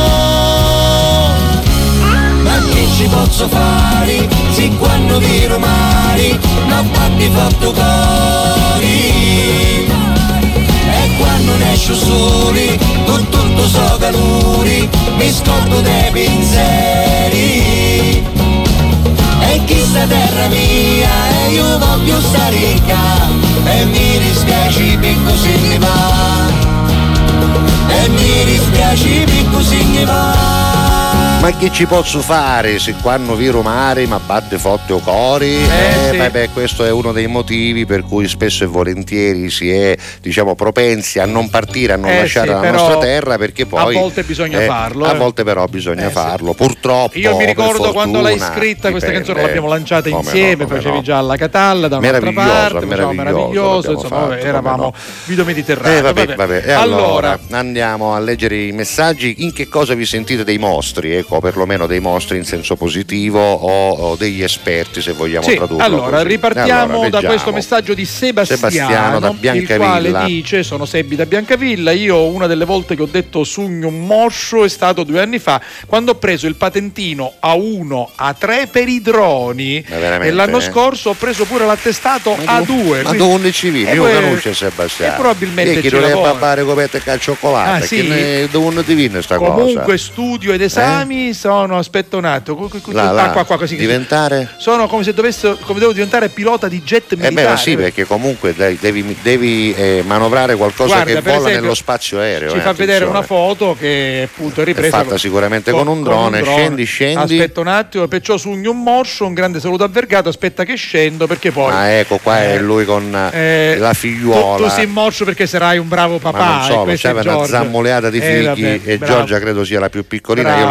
Ma che ci posso fare? Sì, quando vi romari, ma batti fatto cori. E quando ne esco soli, con tutto so calori, mi scordo dei pensieri. E chi sta terra mia, e io voglio stare ricca, e mi dispiace per così mi va. E mi dispiace per così mi va. Ma che ci posso fare se quando vi romari ma batte forte o cori? Eh, Eh, sì. beh, beh, questo è uno dei motivi per cui spesso e volentieri si è, diciamo, propensi a non partire, a non Eh, lasciare sì, la però nostra terra, perché poi a volte bisogna eh, farlo, A eh. volte però bisogna Eh, sì. farlo, purtroppo. Io mi per ricordo quando l'hai fortuna, scritta questa dipende. canzone, l'abbiamo lanciata Come insieme, no, come facevi no. già alla Catalla da un'altra Meraviglioso, parte, facevamo meraviglioso, meraviglioso, l'abbiamo insomma, fatto, vabbè, come eravamo no. video mediterraneo. Eh, vabbè, vabbè. vabbè. E allora, andiamo a leggere i messaggi. In che cosa vi sentite dei mostri? Ecco, perlomeno dei mostri in senso positivo o, o degli esperti, se vogliamo Sì, tradurlo allora così. ripartiamo Allora, da leggiamo. questo messaggio di Sebastiano, Sebastiano da il Biancavilla. quale dice: sono Sebbi da Biancavilla, io una delle volte che ho detto sugno moscio è stato due anni fa, quando ho preso il patentino A uno, A tre per i droni, Ma veramente, e l'anno eh? scorso ho preso pure l'attestato A due. Ma quindi- dove ci vivi? e Io poi- conosco Sebastiano. e probabilmente E chi ci non deve lavora. fare coperte e cioccolato? Ah, sì? Che dove ti viene sta Comunque cosa? studio ed esami sono, aspetta un attimo, cu- cu- cu- Là, ah, là, qua, qua, così, così. diventare? Sono come se dovesse, come devo diventare pilota di jet Eh militare. beh, ma sì, perché comunque dai, devi, devi eh, manovrare qualcosa Guarda, che per vola esempio, nello spazio aereo. Ci eh, fa vedere attenzione. una foto che appunto è È ripresa fatta sicuramente con, un drone. Scendi, scendi. Aspetta un attimo, perciò sugno un morso, un grande saluto a Vergato, aspetta che scendo perché poi Ah, ecco, qua è lui con eh, la figliuola. tu, tu sei morso perché sarai un bravo papà. Ma non e solo, questo è c'aveva una Giorgia. zammoleata di Eh, figli vabbè, e bravo. Giorgia credo sia la più piccolina, io Brava. l'ho vista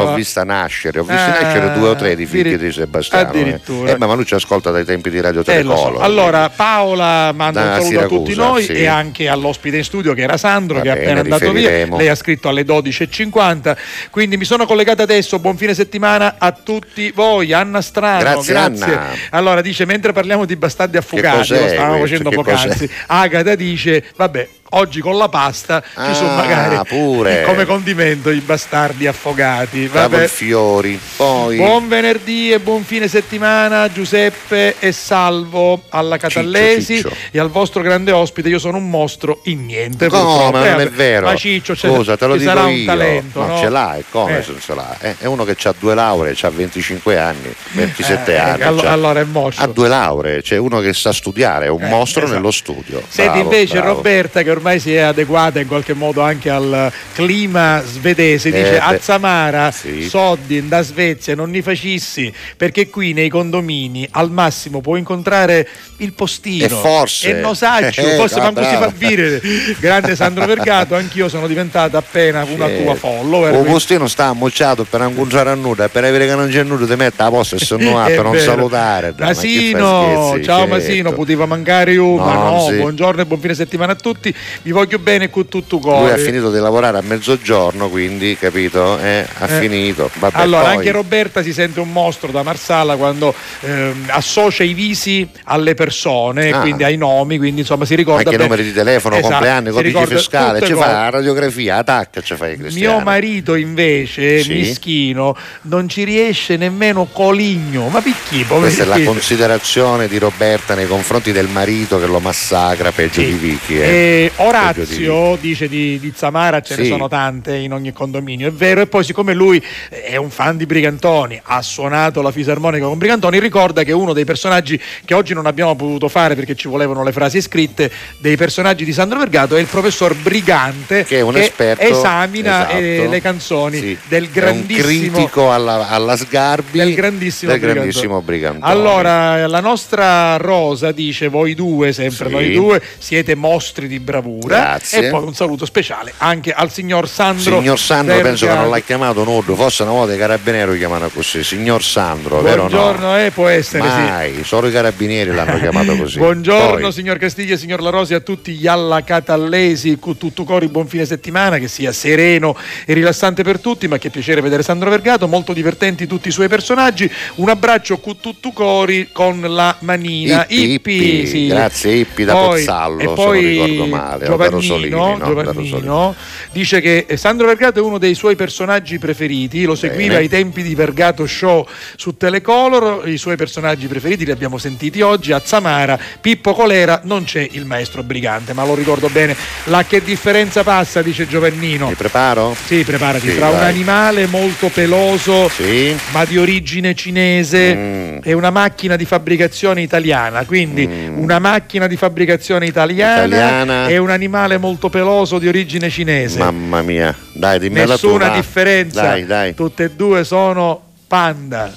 vista nascere, ho visto Ah, nascere due o tre di figli addiri- di Sebastiano. eh. addirittura. Eh, ma ma lui ci ascolta dai tempi di Radio Eh, lo so. Telecolor. Allora Paola manda Da un saluto a tutti Siracusa, noi sì. e anche all'ospite in studio che era Sandro, Va che è bene, appena andato via. riferiremo. Lei ha scritto alle dodici e cinquanta, quindi mi sono collegata adesso. Buon fine settimana a tutti voi. Anna Strano, Grazie, Anna. Allora dice, mentre parliamo di bastardi affogati, cos'è lo stavamo questo? facendo Che poc'anzi, Agata dice vabbè, oggi con la pasta ci sono Ah, magari pure. come condimento i bastardi affogati. Bravo Vabbè. il Fiori. Poi Buon venerdì e buon fine settimana Giuseppe e Salvo alla Catallesi Ciccio. e al vostro grande ospite. Io sono un mostro in niente. come purtroppo. non Eh, è vabbè, vero? Ma Ciccio c'è, Scusa, te lo ci dico sarà io. un talento, no, no? ce l'hai, come Eh. se non ce l'ha? Eh, È uno che ha due lauree, ha venticinque anni, ventisette Eh, anni. allo- c'ha- allora è moscio. Ha due lauree, c'è uno che sa studiare, è un Eh, mostro esatto. nello studio. Senti Bravo, invece bravo. Roberta, che ormai si è adeguata in qualche modo anche al clima svedese, dice Eh, a beh, Samara sì. Soddi da Svezia non ne facissi, perché qui nei condomini al massimo puoi incontrare il postino E forse. e nosaccio, Eh, forse ah, manco si bravo. fa dire. Grande Sandro Vergato, anch'io sono diventata appena una Eh, tua follower. Un quindi- postino sta ammocciato per non incontrare a nulla, per avere che non c'è nulla ti mette a posto e se no ha È per non vero. salutare. dai, ma che Masino, fai scherzi, ciao certo. Masino, poteva mancare un, ma No, no, sì. buongiorno e buon fine settimana a tutti, vi voglio bene con tutto Lui ha cuore. finito di lavorare a mezzogiorno, quindi capito? Eh, ha Eh. finito. Vabbè, Allora, poi- anche Roberta si sente un mostro da Marsala quando ehm, associa i visi alle persone, Ah. quindi ai nomi, quindi insomma si ricorda anche bene- numeri di telefono, Esatto, compleanni, si codice ricorda fiscale, tutte ci cose. fa la radiografia, attacca, ci fai Cristiano. Mio marito invece, Sì. mischino, non ci riesce nemmeno coligno, ma picchi, Questa è la poverino. considerazione di Roberta nei confronti del marito che lo massacra peggio di Vicky. Eh. E Peggio di Orazio dice di, di Zamara ce ne Sì. sono tante in ogni condominio, è vero, e poi siccome lui è un fan di Brigantoni, ha suonato la fisarmonica con Brigantoni, ricorda che uno dei personaggi che oggi non abbiamo potuto fare perché ci volevano le frasi scritte, dei personaggi di Sandro Vergato, è il professor Brigante, che è un esperto, esamina eh, esatto. le canzoni Sì. del È un grandissimo critico alla, alla Sgarbi del grandissimo, del Brigantoni. grandissimo Brigantoni. Allora, la nostra Rosa dice: voi due, sempre Sì. noi due, siete mostri di bravura. Grazie. E poi un saluto speciale anche al signor Sandro. Signor Sandro, penso che non Vergato. l'ha chiamato nudo, forse una volta i carabinieri lo chiamano così, signor Sandro, vero o no? Buongiorno, eh, può essere, sì. Mai, solo i carabinieri l'hanno chiamato così. Buongiorno Poi, signor Castiglia e signor La Rosa e a tutti gli allacatallesi, con tutto cori, buon fine settimana, che sia sereno e rilassante per tutti, ma che piacere vedere Sandro Vergato, molto divertenti tutti i suoi personaggi. Un abbraccio con tutto cori con la manina. Ippi, Ippi, sì. grazie Ippi da Poi- Pozzallo, e se non poi ricordo male, o da Rosolini, Giovannino, no? Da Giovannino dice che Sandro Vergato è uno dei suoi personaggi preferiti, lo seguiva Bene. ai tempi di Vergato Show su Telecolor, i suoi personaggi preferiti li abbiamo sentiti oggi. A Zamara, Pippo Colera, non c'è il maestro Brigante, ma lo ricordo bene. La che differenza passa, dice Giovannino. Mi preparo? Sì, preparati, Sì, tra un vai. animale molto peloso, Sì. ma di origine cinese, Mm. e una macchina di fabbricazione italiana. Quindi una macchina di fabbricazione italiana, Italiana. e un animale molto peloso di origine cinese. Mamma mia, dai, dimmela tu. Nessuna va. differenza. Dai, dai. Tutte e due sono panda.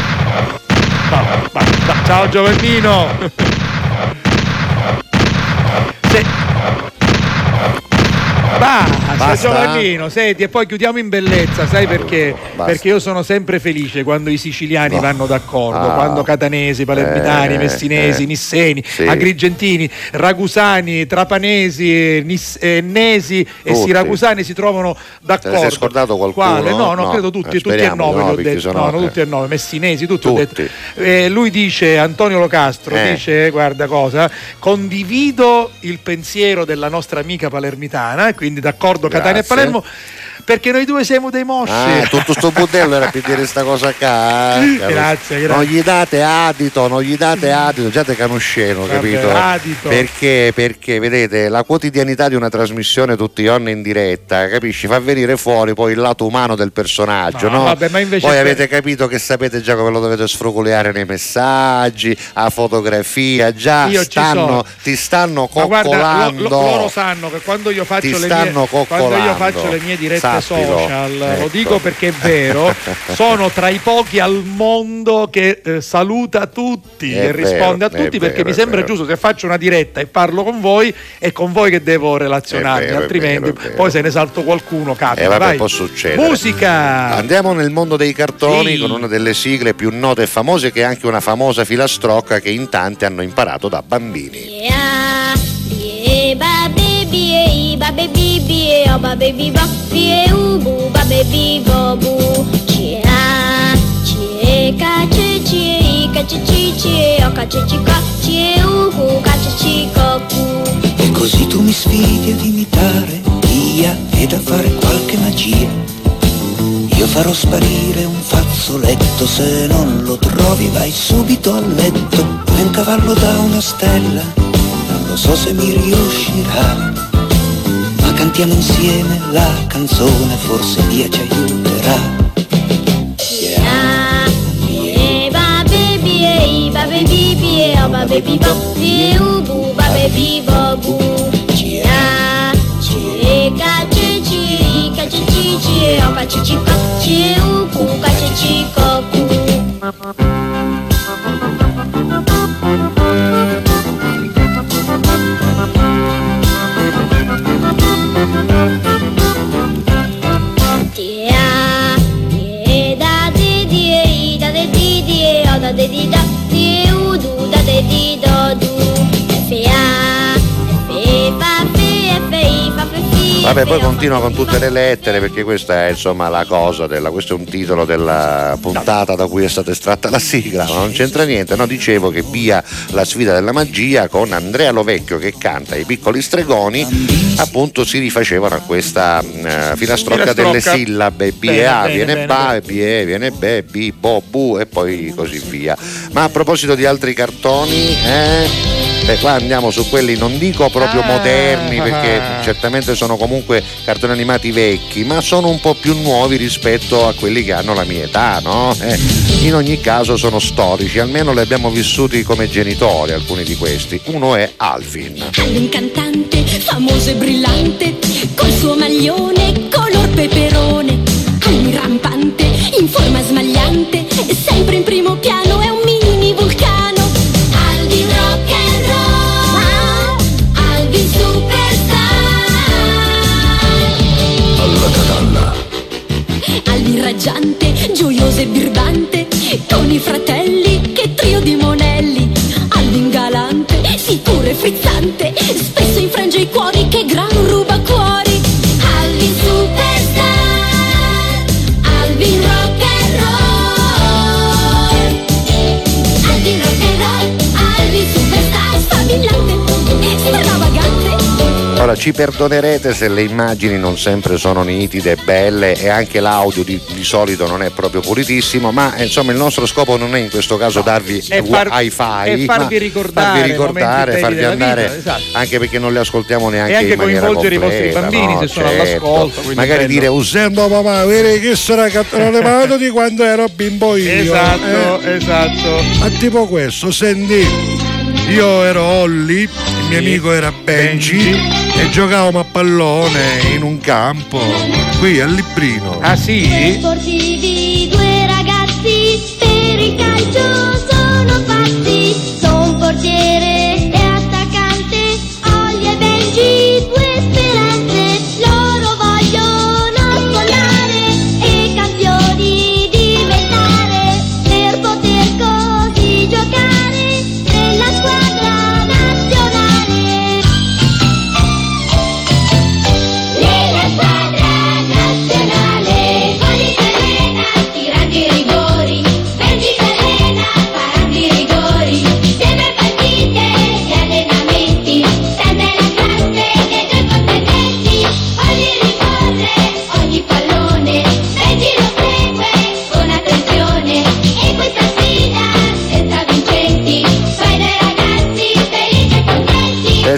No, basta. Ciao Giovannino. Se- Basta, Basta? Giovannino, senti, e poi chiudiamo in bellezza, sai perché? Basta. Perché io sono sempre felice quando i siciliani No. vanno d'accordo, Ah. quando catanesi, palermitani, Eh, messinesi, eh. nisseni, Sì. agrigentini, ragusani, trapanesi, nis- eh, nesi e Tutti. siracusani si trovano Te ne d'accordo. sei scordato qualcuno? Quale? No, no, No. credo tutti, Eh, tutti e speriamo nove di no, li ho perché detto. sennò, No, no, eh. tutti e nove, messinesi, tutti, ho Tutti. detto. Eh, lui dice, Antonio Locastro, Eh. dice, guarda cosa, condivido il pensiero della nostra amica palermitana, quindi d'accordo Catania e Grazie. Palermo, perché noi due siamo dei mosci. Ah, tutto sto budello era per dire sta cosa qua. eh? Grazie, grazie. Non gli date adito, non gli date adito, già te canosceno, Vabbè, capito? adito. Perché? Perché vedete, la quotidianità di una trasmissione tutti i giorni in diretta, capisci? Fa venire fuori poi il lato umano del personaggio, No, no? vabbè, ma invece Poi per- avete capito che sapete già come lo dovete sfruculiare nei messaggi, a fotografia, già Io ci stanno, sono. ti stanno Ma guarda, lo- coccolando. lo- loro sanno che quando io faccio Ti le mie stanno quando io coccolando. faccio le mie dirette social, ecco. lo dico perché è vero, sono tra i pochi al mondo che eh, saluta tutti È e risponde vero, a tutti, è perché vero, mi è sembra vero. giusto, se faccio una diretta e parlo con voi, è con voi che devo relazionarmi, È vero, è altrimenti vero, è vero. poi se ne salto qualcuno, capita. E vabbè, vai. può succedere. Musica! Andiamo nel mondo dei cartoni Sì. con una delle sigle più note e famose, che è anche una famosa filastrocca che in tanti hanno imparato da bambini. Yeah, ba baby, ba baby, bie, oh ba baby, ba bie, ubu, ba baby, bobu. Chia, chie, cace, chie, cace, chie, oh cace, chica, chie, ubu, cace, chico, cu. E così tu mi sfidi ad imitare Ia ed a fare qualche magia. Io farò sparire un fazzoletto, se non lo trovi vai subito a letto. È un cavallo da una stella, non lo so se mi riuscirà, ma cantiamo insieme la canzone, forse Dia ci aiuterà. Yeah, yeah, ba baby, eh, ba baby, bie, oh ba baby, ba bie, ubu, ba baby, bobu. Chia, chie, cace, chie, cace, chie, oh cace, chica, chie, ubu, cace, chico, cu. Tia, tie, da, di, die, da, de, di, die, oh, da, de, di, da, die, u, du, da, de, di, do, du. F, A, F, fa, fe, F, I, fa, fe, fi, Vabbè, F, poi O, continua con tutte le lettere, perché questa è insomma la cosa della, questo è un titolo della puntata da cui è stata estratta la sigla, ma non c'entra niente. No, dicevo che via la sfida della magia con Andrea Lovecchio che canta I piccoli stregoni, appunto si rifacevano a questa uh, filastrocca delle sillabe B e A, Bene, viene bene, ba, B e viene be, B, bo, bu e poi così via. Ma a proposito di altri cartoni, eh? E qua andiamo su quelli, non dico proprio Ah. moderni, perché certamente sono comunque cartoni animati vecchi, ma sono un po' più nuovi rispetto a quelli che hanno la mia età, no? Eh, in ogni caso sono storici, almeno li abbiamo vissuti come genitori alcuni di questi. Uno è Alvin. Alvin cantante, famoso e brillante, col suo maglione color peperone. Alvin rampante, in forma smagliante, sempre in primo piano è un mini vulcano. Alvin rock and roll, Alvin superstar. Alla catalla. Alvin raggiante, gioioso e birbante, con i fratelli, che trio di monelli. Alvin galante, sicuro e frizzante, spesso infrange i cuori, che gran ruba cuori. Alvin superstar, Alvin rock and roll, Alvin rock and roll, Alvin superstar, sfabillante, stravagante. Ora ci perdonerete se le immagini non sempre sono nitide e belle, e anche l'audio di, di solito non è proprio pulitissimo, ma insomma il nostro scopo non è in questo caso darvi È far- hi-fi, è farvi ma ricordare farvi, ricordare, momenti farvi belli della andare, vita, esatto. anche perché non le ascoltiamo neanche E anche in maniera coinvolgere i vostri completa, bambini, no? se sono Certo. all'ascolto, quindi magari bello. dire Sento papà, vedi che sarà cartone animato di quando ero bimbo io. Esatto, eh? esatto. Ma tipo questo, senti, io ero Olli, il mio amico era Benji, e giocavamo a pallone in un campo qui al Librino. Ah sì? Sportivi, due ragazzi, per il calcio sono fatti. Son portiere e attaccante, Olli e Benji, due speranze. Loro vogliono scollare e campioni diventare, per poter così giocare nella squadra nazionale. Nella squadra nazionale, con i tre ragazzi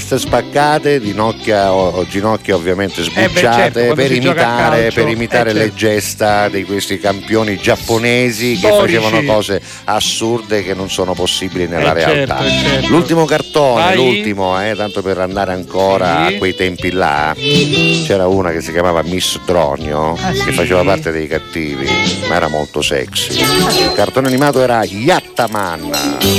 teste spaccate, ginocchia, o, o ginocchia ovviamente sbucciate, beh, certo, quando per, si gioca a imitare, calcio, per imitare eh, le certo. gesta di questi campioni giapponesi che Storici. facevano cose assurde che non sono possibili nella Eh, realtà. certo, eh, certo. L'ultimo cartone, Vai. l'ultimo, eh, tanto per andare ancora Sì. a quei tempi là, c'era una che si chiamava Miss Dronio, Ah, che sì. faceva parte dei cattivi, ma era molto sexy. Il cartone animato era Yattaman.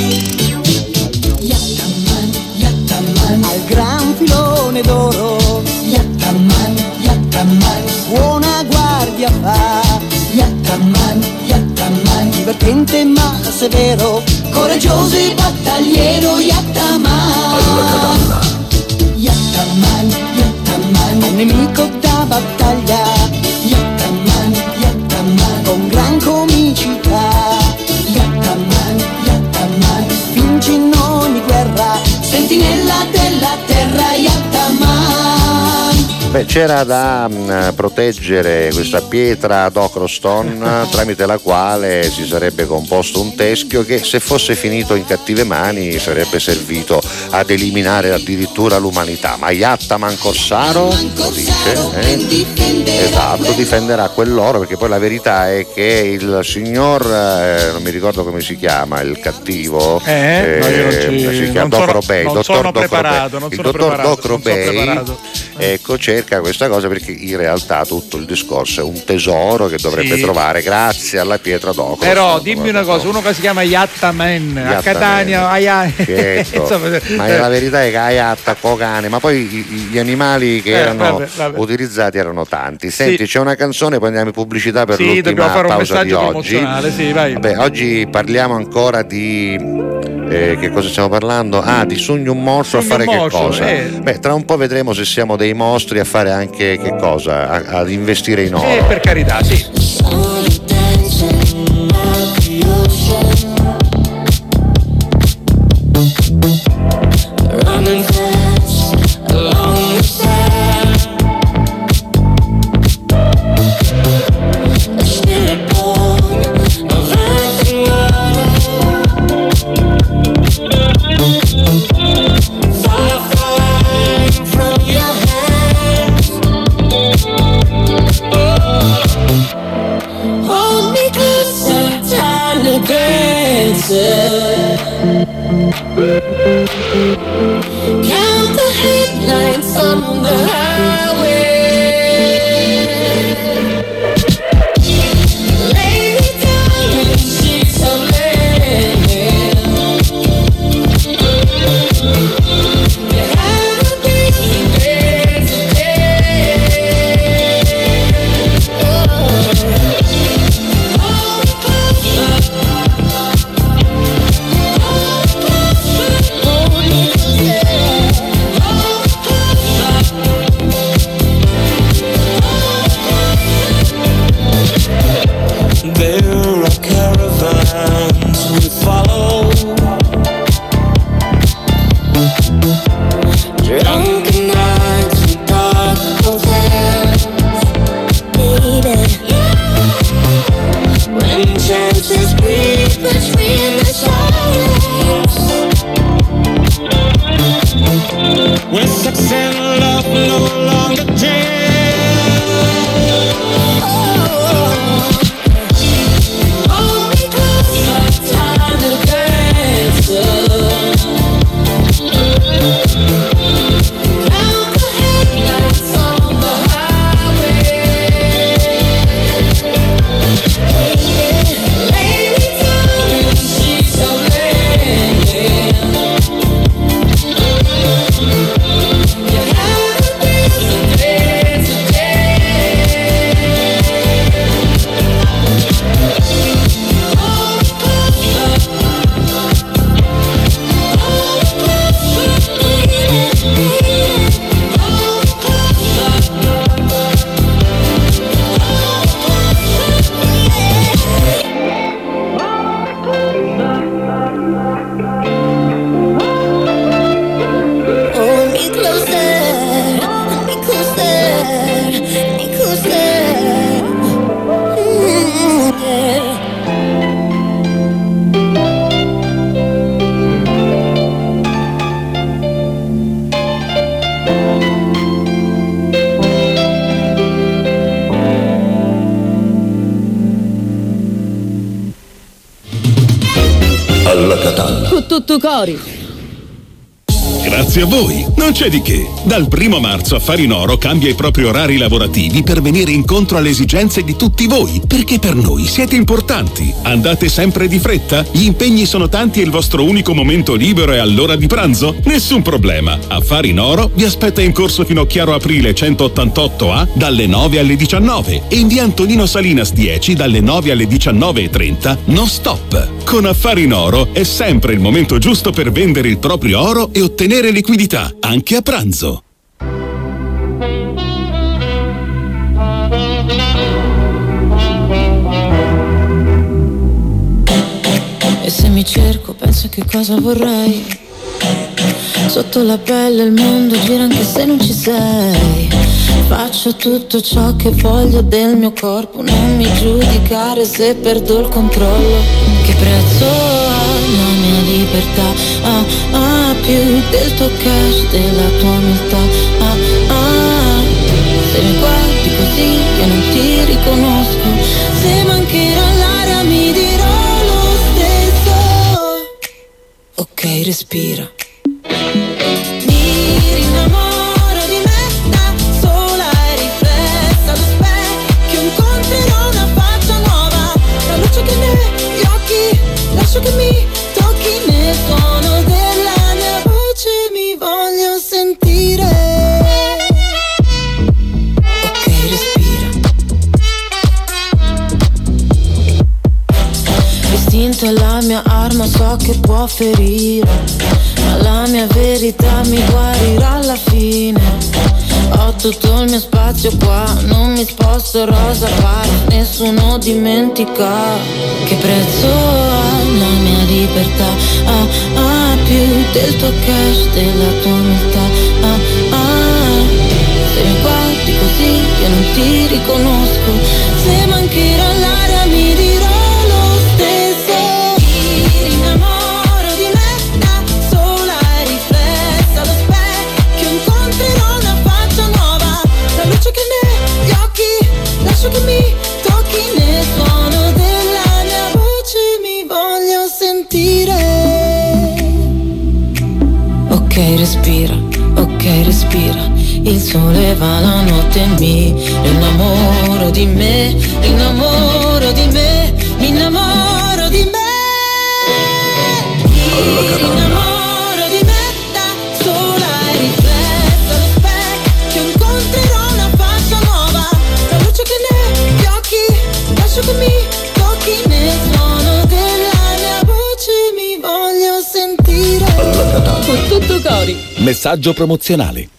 Al gran filone d'oro, Yattaman, Yattaman, buona guardia fa, Yattaman, Yattaman, divertente ma severo, coraggioso e battagliero, Yattaman. Yattaman, Yattaman, al nemico da battaglia, Yattaman, Yattaman, con gran comicità, Yattaman, Yattaman, vince in ogni guerra, sentinella della terra, Yattaman. Beh, c'era da mh, proteggere questa pietra d'Ocroston tramite la quale si sarebbe composto un teschio che, se fosse finito in cattive mani, sarebbe servito ad eliminare addirittura l'umanità. Ma Yattaman Corsaro lo dice, eh? Esatto, difenderà quell'oro, perché poi la verità è che il signor, eh, non mi ricordo come si chiama, il cattivo, Eh? No, io non ci- si non chiama sono- Doc Robey, non dottor sono Doc preparato, Robey. non Il sono dottor preparato, Doc non sono Robey, preparato. ecco, cerca questa cosa perché in realtà tutto il discorso è un tesoro che dovrebbe Sì. trovare grazie alla pietra d'Ocro. Però dimmi una cosa, uno che si chiama Yattaman a Yattaman. Catania, aia- Certo. insomma, Ma eh, la verità è che hai attacco cane, ma poi i- gli animali che Eh, erano vabbè, vabbè. utilizzati erano tanti. Senti, Sì. c'è una canzone, poi andiamo in pubblicità per sì, l'ultima dobbiamo fare un pausa di messaggio oggi. promozionale, sì, vai. Vabbè, oggi parliamo ancora di eh, che cosa stiamo parlando? Ah, di Sogno un mostro a Sogno un fare mostro, che cosa? eh. Beh, tra un po' vedremo se siamo dei mostri a fare anche che cosa? A- ad investire in oro. Eh, per carità, sì. Running fast along the side, a spirit born of earth and water, fire flying from your hands. Hold me closer, tiny dancer. Count the headlights on the highway. Lay me down in sheets of linen. Behind the beating days of day. Hold me closer. There are caravans we follow, drunken nights and dark hotels, baby. When chances breathe between the silence, when sex and love no longer dance. Hold me closer, tiny dancer. Count the headlights on the highway. Catalla con tutto cori. Grazie a voi, non c'è di che. Dal primo marzo Affari in Oro cambia i propri orari lavorativi per venire incontro alle esigenze di tutti voi, perché per noi siete importanti. Andate sempre di fretta? Gli impegni sono tanti e il vostro unico momento libero è all'ora di pranzo? Nessun problema. Affari in Oro vi aspetta in corso Finocchiaro Aprile centottantotto A dalle nove alle diciannove e in via Antonino Salinas dieci dalle nove alle diciannove e trenta non stop. Con Affari in Oro è sempre il momento giusto per vendere il proprio oro e ottenere liquidità, anche a pranzo. E se mi cerco penso che cosa vorrei. Sotto la pelle il mondo gira anche se non ci sei. Faccio tutto ciò che voglio del mio corpo. Non mi giudicare se perdo il controllo. Che prezzo ha la mia libertà? Ah, ah, più del tuo cash, della tua umiltà. Ah, ah, se mi guardi così io non ti riconosco. Se mancherà l'aria mi dirò lo stesso. Ok, respira. Mi rinnamoro di me da sola e riflessa allo specchio. Incontrerò una faccia nuova. La luce che negli occhi, lascio che mi tocchi nel suono della mia voce. Mi voglio sentire. Ok, respira. L'istinto è la mia arma, so che può ferire, ma la mia verità mi guarirà alla fine. Ho tutto il mio spazio qua, non mi sposto rosa pari, nessuno dimentica. Che prezzo ha la mia libertà? Ah, ah, più del tuo cash, della tua umiltà. Ah, ah, se mi guardi così io non ti riconosco. Se mancherà l'aria mi dirò lo stesso. Mi rinnamoro di me da sola e riflessa allo specchio. Incontrerò una faccia nuova. La luce che negli occhi, lascio che mi tocchi nel suono della mia voce. Mi voglio sentire. Ok, respira, ok, respira. Il sole va, la notte mi innamoro di me, innamoro di me, mi innamoro di me. Mi innamoro di me da sola e riflessa allo specchio. Incontrerò una faccia nuova. La luce che negli occhi, lascio che mi tocchi nel suono della mia voce. Mi voglio sentire. Con tutto cori. Messaggio promozionale.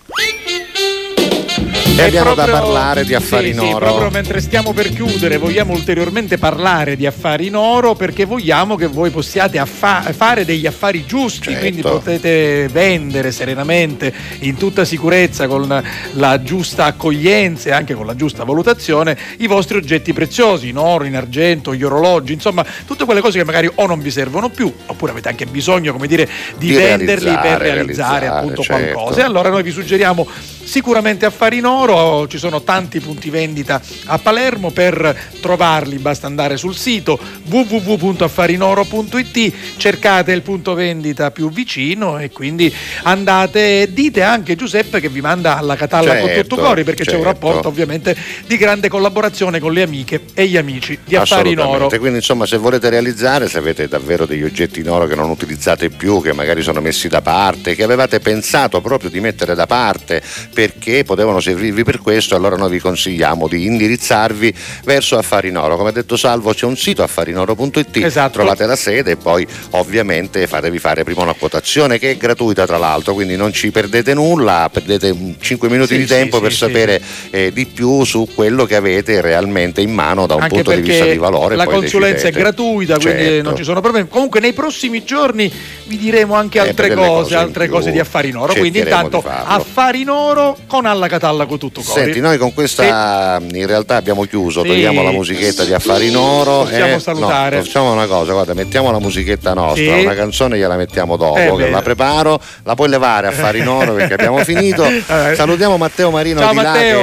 E abbiamo proprio, da parlare di Affari sì, in sì, Oro. proprio mentre stiamo per chiudere vogliamo ulteriormente parlare di Affari in Oro, perché vogliamo che voi possiate affa- fare degli affari giusti, certo. Quindi potete vendere serenamente, in tutta sicurezza, con la giusta accoglienza e anche con la giusta valutazione, i vostri oggetti preziosi in oro, in argento, gli orologi, insomma tutte quelle cose che magari o non vi servono più oppure avete anche bisogno, come dire, di, Di venderli realizzare, per realizzare, realizzare, appunto certo. qualcosa. E allora noi vi suggeriamo sicuramente Affari in Oro. Ci sono tanti punti vendita a Palermo, per trovarli basta andare sul sito w w w punto affarinoro punto i t, cercate il punto vendita più vicino e quindi andate e dite anche Giuseppe che vi manda alla Catalla certo, con tutto cori, perché certo. c'è un rapporto ovviamente di grande collaborazione con le amiche e gli amici di Affari in Oro. Quindi insomma, se volete realizzare, se avete davvero degli oggetti in oro che non utilizzate più, che magari sono messi da parte, che avevate pensato proprio di mettere da parte perché potevano servirvi per questo, allora noi vi consigliamo di indirizzarvi verso Affari in Oro. Come ha detto Salvo, c'è un sito affarinoro punto i t, esatto. Trovate la sede e poi ovviamente fatevi fare prima una quotazione che è gratuita tra l'altro, quindi non ci perdete nulla, perdete cinque minuti sì, di tempo sì, per sì, sapere sì. Eh, di più su quello che avete realmente in mano da un Anche punto di vista di valore. La poi consulenza decidete. è gratuita, quindi certo. non ci sono problemi. Comunque nei prossimi giorni vi diremo anche altre Eh, cose, cose altre in cose più. di Affari in Oro. Quindi Cercheremo intanto di farlo. Affari in Oro con Alla Catalla con tutto cori. Senti, noi con questa in realtà abbiamo chiuso, Sì. togliamo la musichetta di Affari in Oro. Possiamo eh, salutare. No, facciamo una cosa, guarda, mettiamo la musichetta nostra, Sì. una canzone gliela mettiamo dopo, Eh, che beh. la preparo, la puoi levare Affari in Oro perché abbiamo finito. Eh. Salutiamo Matteo Marino Ciao di là Matteo. che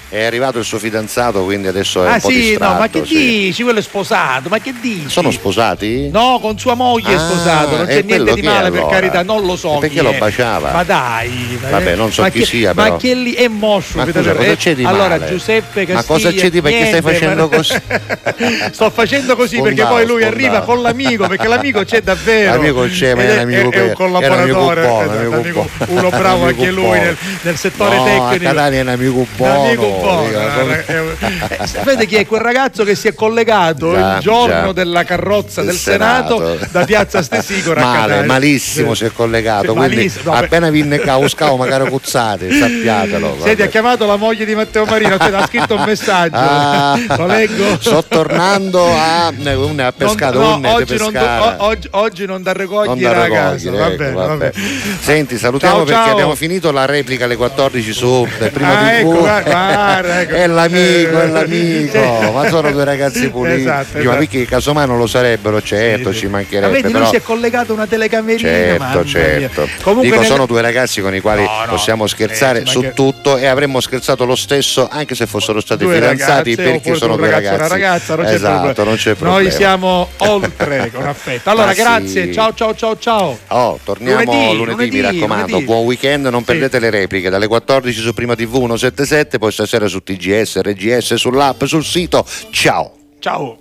È arrivato il suo fidanzato, quindi adesso è Ah un po' sì, distratto. no, ma che sì. dici? Quello è sposato, ma che dici? Sono sposati? No, con sua moglie è Ah, sposato, non e c'è niente quello di chi è male, per allora? carità, non lo so. E perché chi lo è. baciava? Ma dai, Vabbè, non so ma chi che, sia, ma però. che lì è moscio. Ma Peter, scusa, cosa eh, c'è di allora, male? Giuseppe Castiglia. Ma cosa c'è di perché stai niente, facendo ma- così? Sto facendo così perché Spondavo, poi lui spondavo. arriva con l'amico, perché l'amico c'è davvero. L'amico c'è, ma Ed è un amico è un per- collaboratore, è un amico buono, esatto, un amico amico- buono. uno bravo Un amico anche lui buono. nel, nel settore No, tecnico. a Catania è un amico buono. Un amico buono, dica, eh, eh, sapete chi è quel ragazzo che si è collegato Già, il giorno già. della carrozza del Del Senato, Senato. da Piazza Stesicora a Male, Catania. malissimo Sì. si è collegato, Sì, quindi malissimo, no, appena vinne Causcao magari cuzzate, sappiatelo. Senti, vabbè. ha chiamato la moglie di Matteo Marino, aspetta, ha scritto un messaggio. Ah, Lo leggo. sto tornando a un ha pescato Non- un no, oggi, non, pescare. o- oggi, oggi non da Non recogliere da a casa. recogliere, Va ecco, bene, vabbè. va bene. Senti, salutiamo Ciao, perché ciao. abbiamo finito la replica alle quattordici su del primo Ah, tivù. ecco, guarda, guarda, ecco. È l'amico, è Eh, l'amico, sì. ma sono due ragazzi puliti. Esatto, Io, ma esatto. perché casomai non lo sarebbero, certo, ci Ma mancherebbe. vedi, lui però... si è collegato a una telecamerina. Certo, mamma certo. mia. Comunque Dico, nelle- sono due ragazzi con i quali No, no, possiamo scherzare eh, ci su manca- tutto e avremmo scherzato lo stesso anche se fossero stati Due fidanzati, ragazze, perché oppure sono un due ragazzo e ragazzi. una ragazza, non c'è esatto, problema. non c'è problema. Noi siamo oltre con affetto. Allora, Ma sì. grazie, ciao ciao ciao ciao. Oh, torniamo Lunedì, lunedì, lunedì, mi raccomando. lunedì. Buon weekend, non perdete le repliche dalle quattordici su Prima tivù centosettantasette, poi stasera su T G S, R G S, sull'app, sul sito. Ciao. Ciao.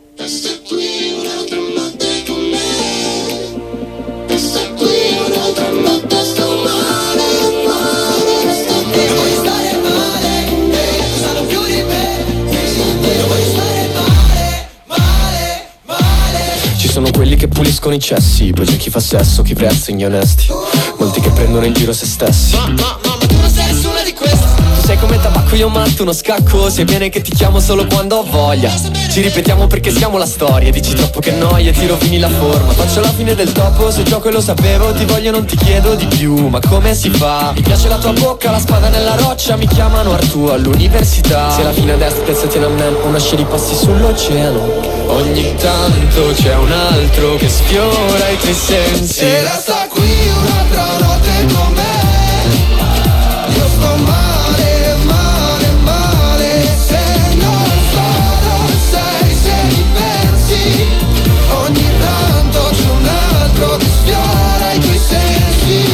Ci sono quelli che puliscono i cessi, poi c'è chi fa sesso, chi prezza gli onesti, molti che prendono in giro se stessi. Ma, ma, ma, ma tu non sei nessuna di queste. Tu sei come tabacco, io matto uno scacco, sai bene che ti chiamo solo quando ho voglia. Ci ripetiamo perché siamo la storia, dici troppo che noia, ti rovini la forma. Faccio la fine del topo, se gioco e lo sapevo, ti voglio non ti chiedo di più, ma come si fa? Mi piace la tua bocca, la spada nella roccia, mi chiamano Artù all'università. Se la fine a destra, piazzati a me, una scia di passi sull'oceano. Ogni tanto c'è un altro che sfiora i tuoi sensi. E resta qui un'altra notte con me. Io sto male, male, male. Se non so dove sei, se mi pensi. Ogni tanto c'è un altro che sfiora i tuoi sensi.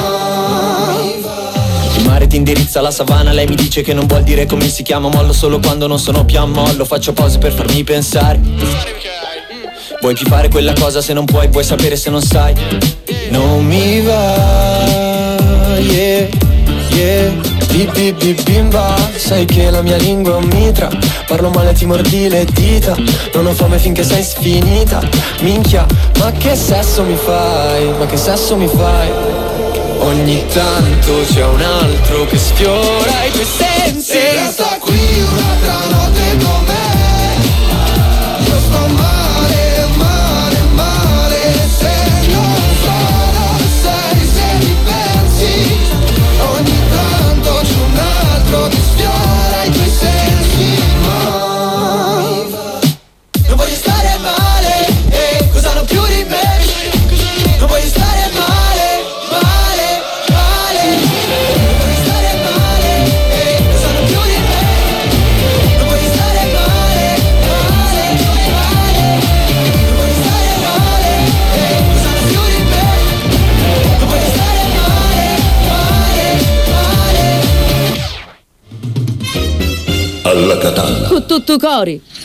Mai Il mare ti indirizza alla savana, lei mi dice che non vuol dire come si chiama. Mollo solo quando non sono più a mollo, faccio pause per farmi pensare. Vuoi più fare quella cosa se non puoi, vuoi sapere se non sai. Non mi va, yeah, yeah. Bip bip bip bimba, sai che la mia lingua è un mitra. Parlo male ti mordi le dita, non ho fame finché sei sfinita. Minchia, ma che sesso mi fai, ma che sesso mi fai. Ogni tanto c'è un altro che sfiora i tuoi sensi. E resta qui un'altra notte con me. Io sto male, male, male. Se non so dove sei, se mi pensi. Ogni tanto c'è un altro che sfiora i tuoi sensi. Mai non voglio stare male, eh, cosa hanno più di me. Non voglio stare male, male, male. Non voglio stare male, eh, cosa hanno più di me. Non voglio stare male, male, male. Non voglio stare male, eh, cosa hanno più di me. Non voglio stare male, male, male. Alla Catalla. Con tutto cori.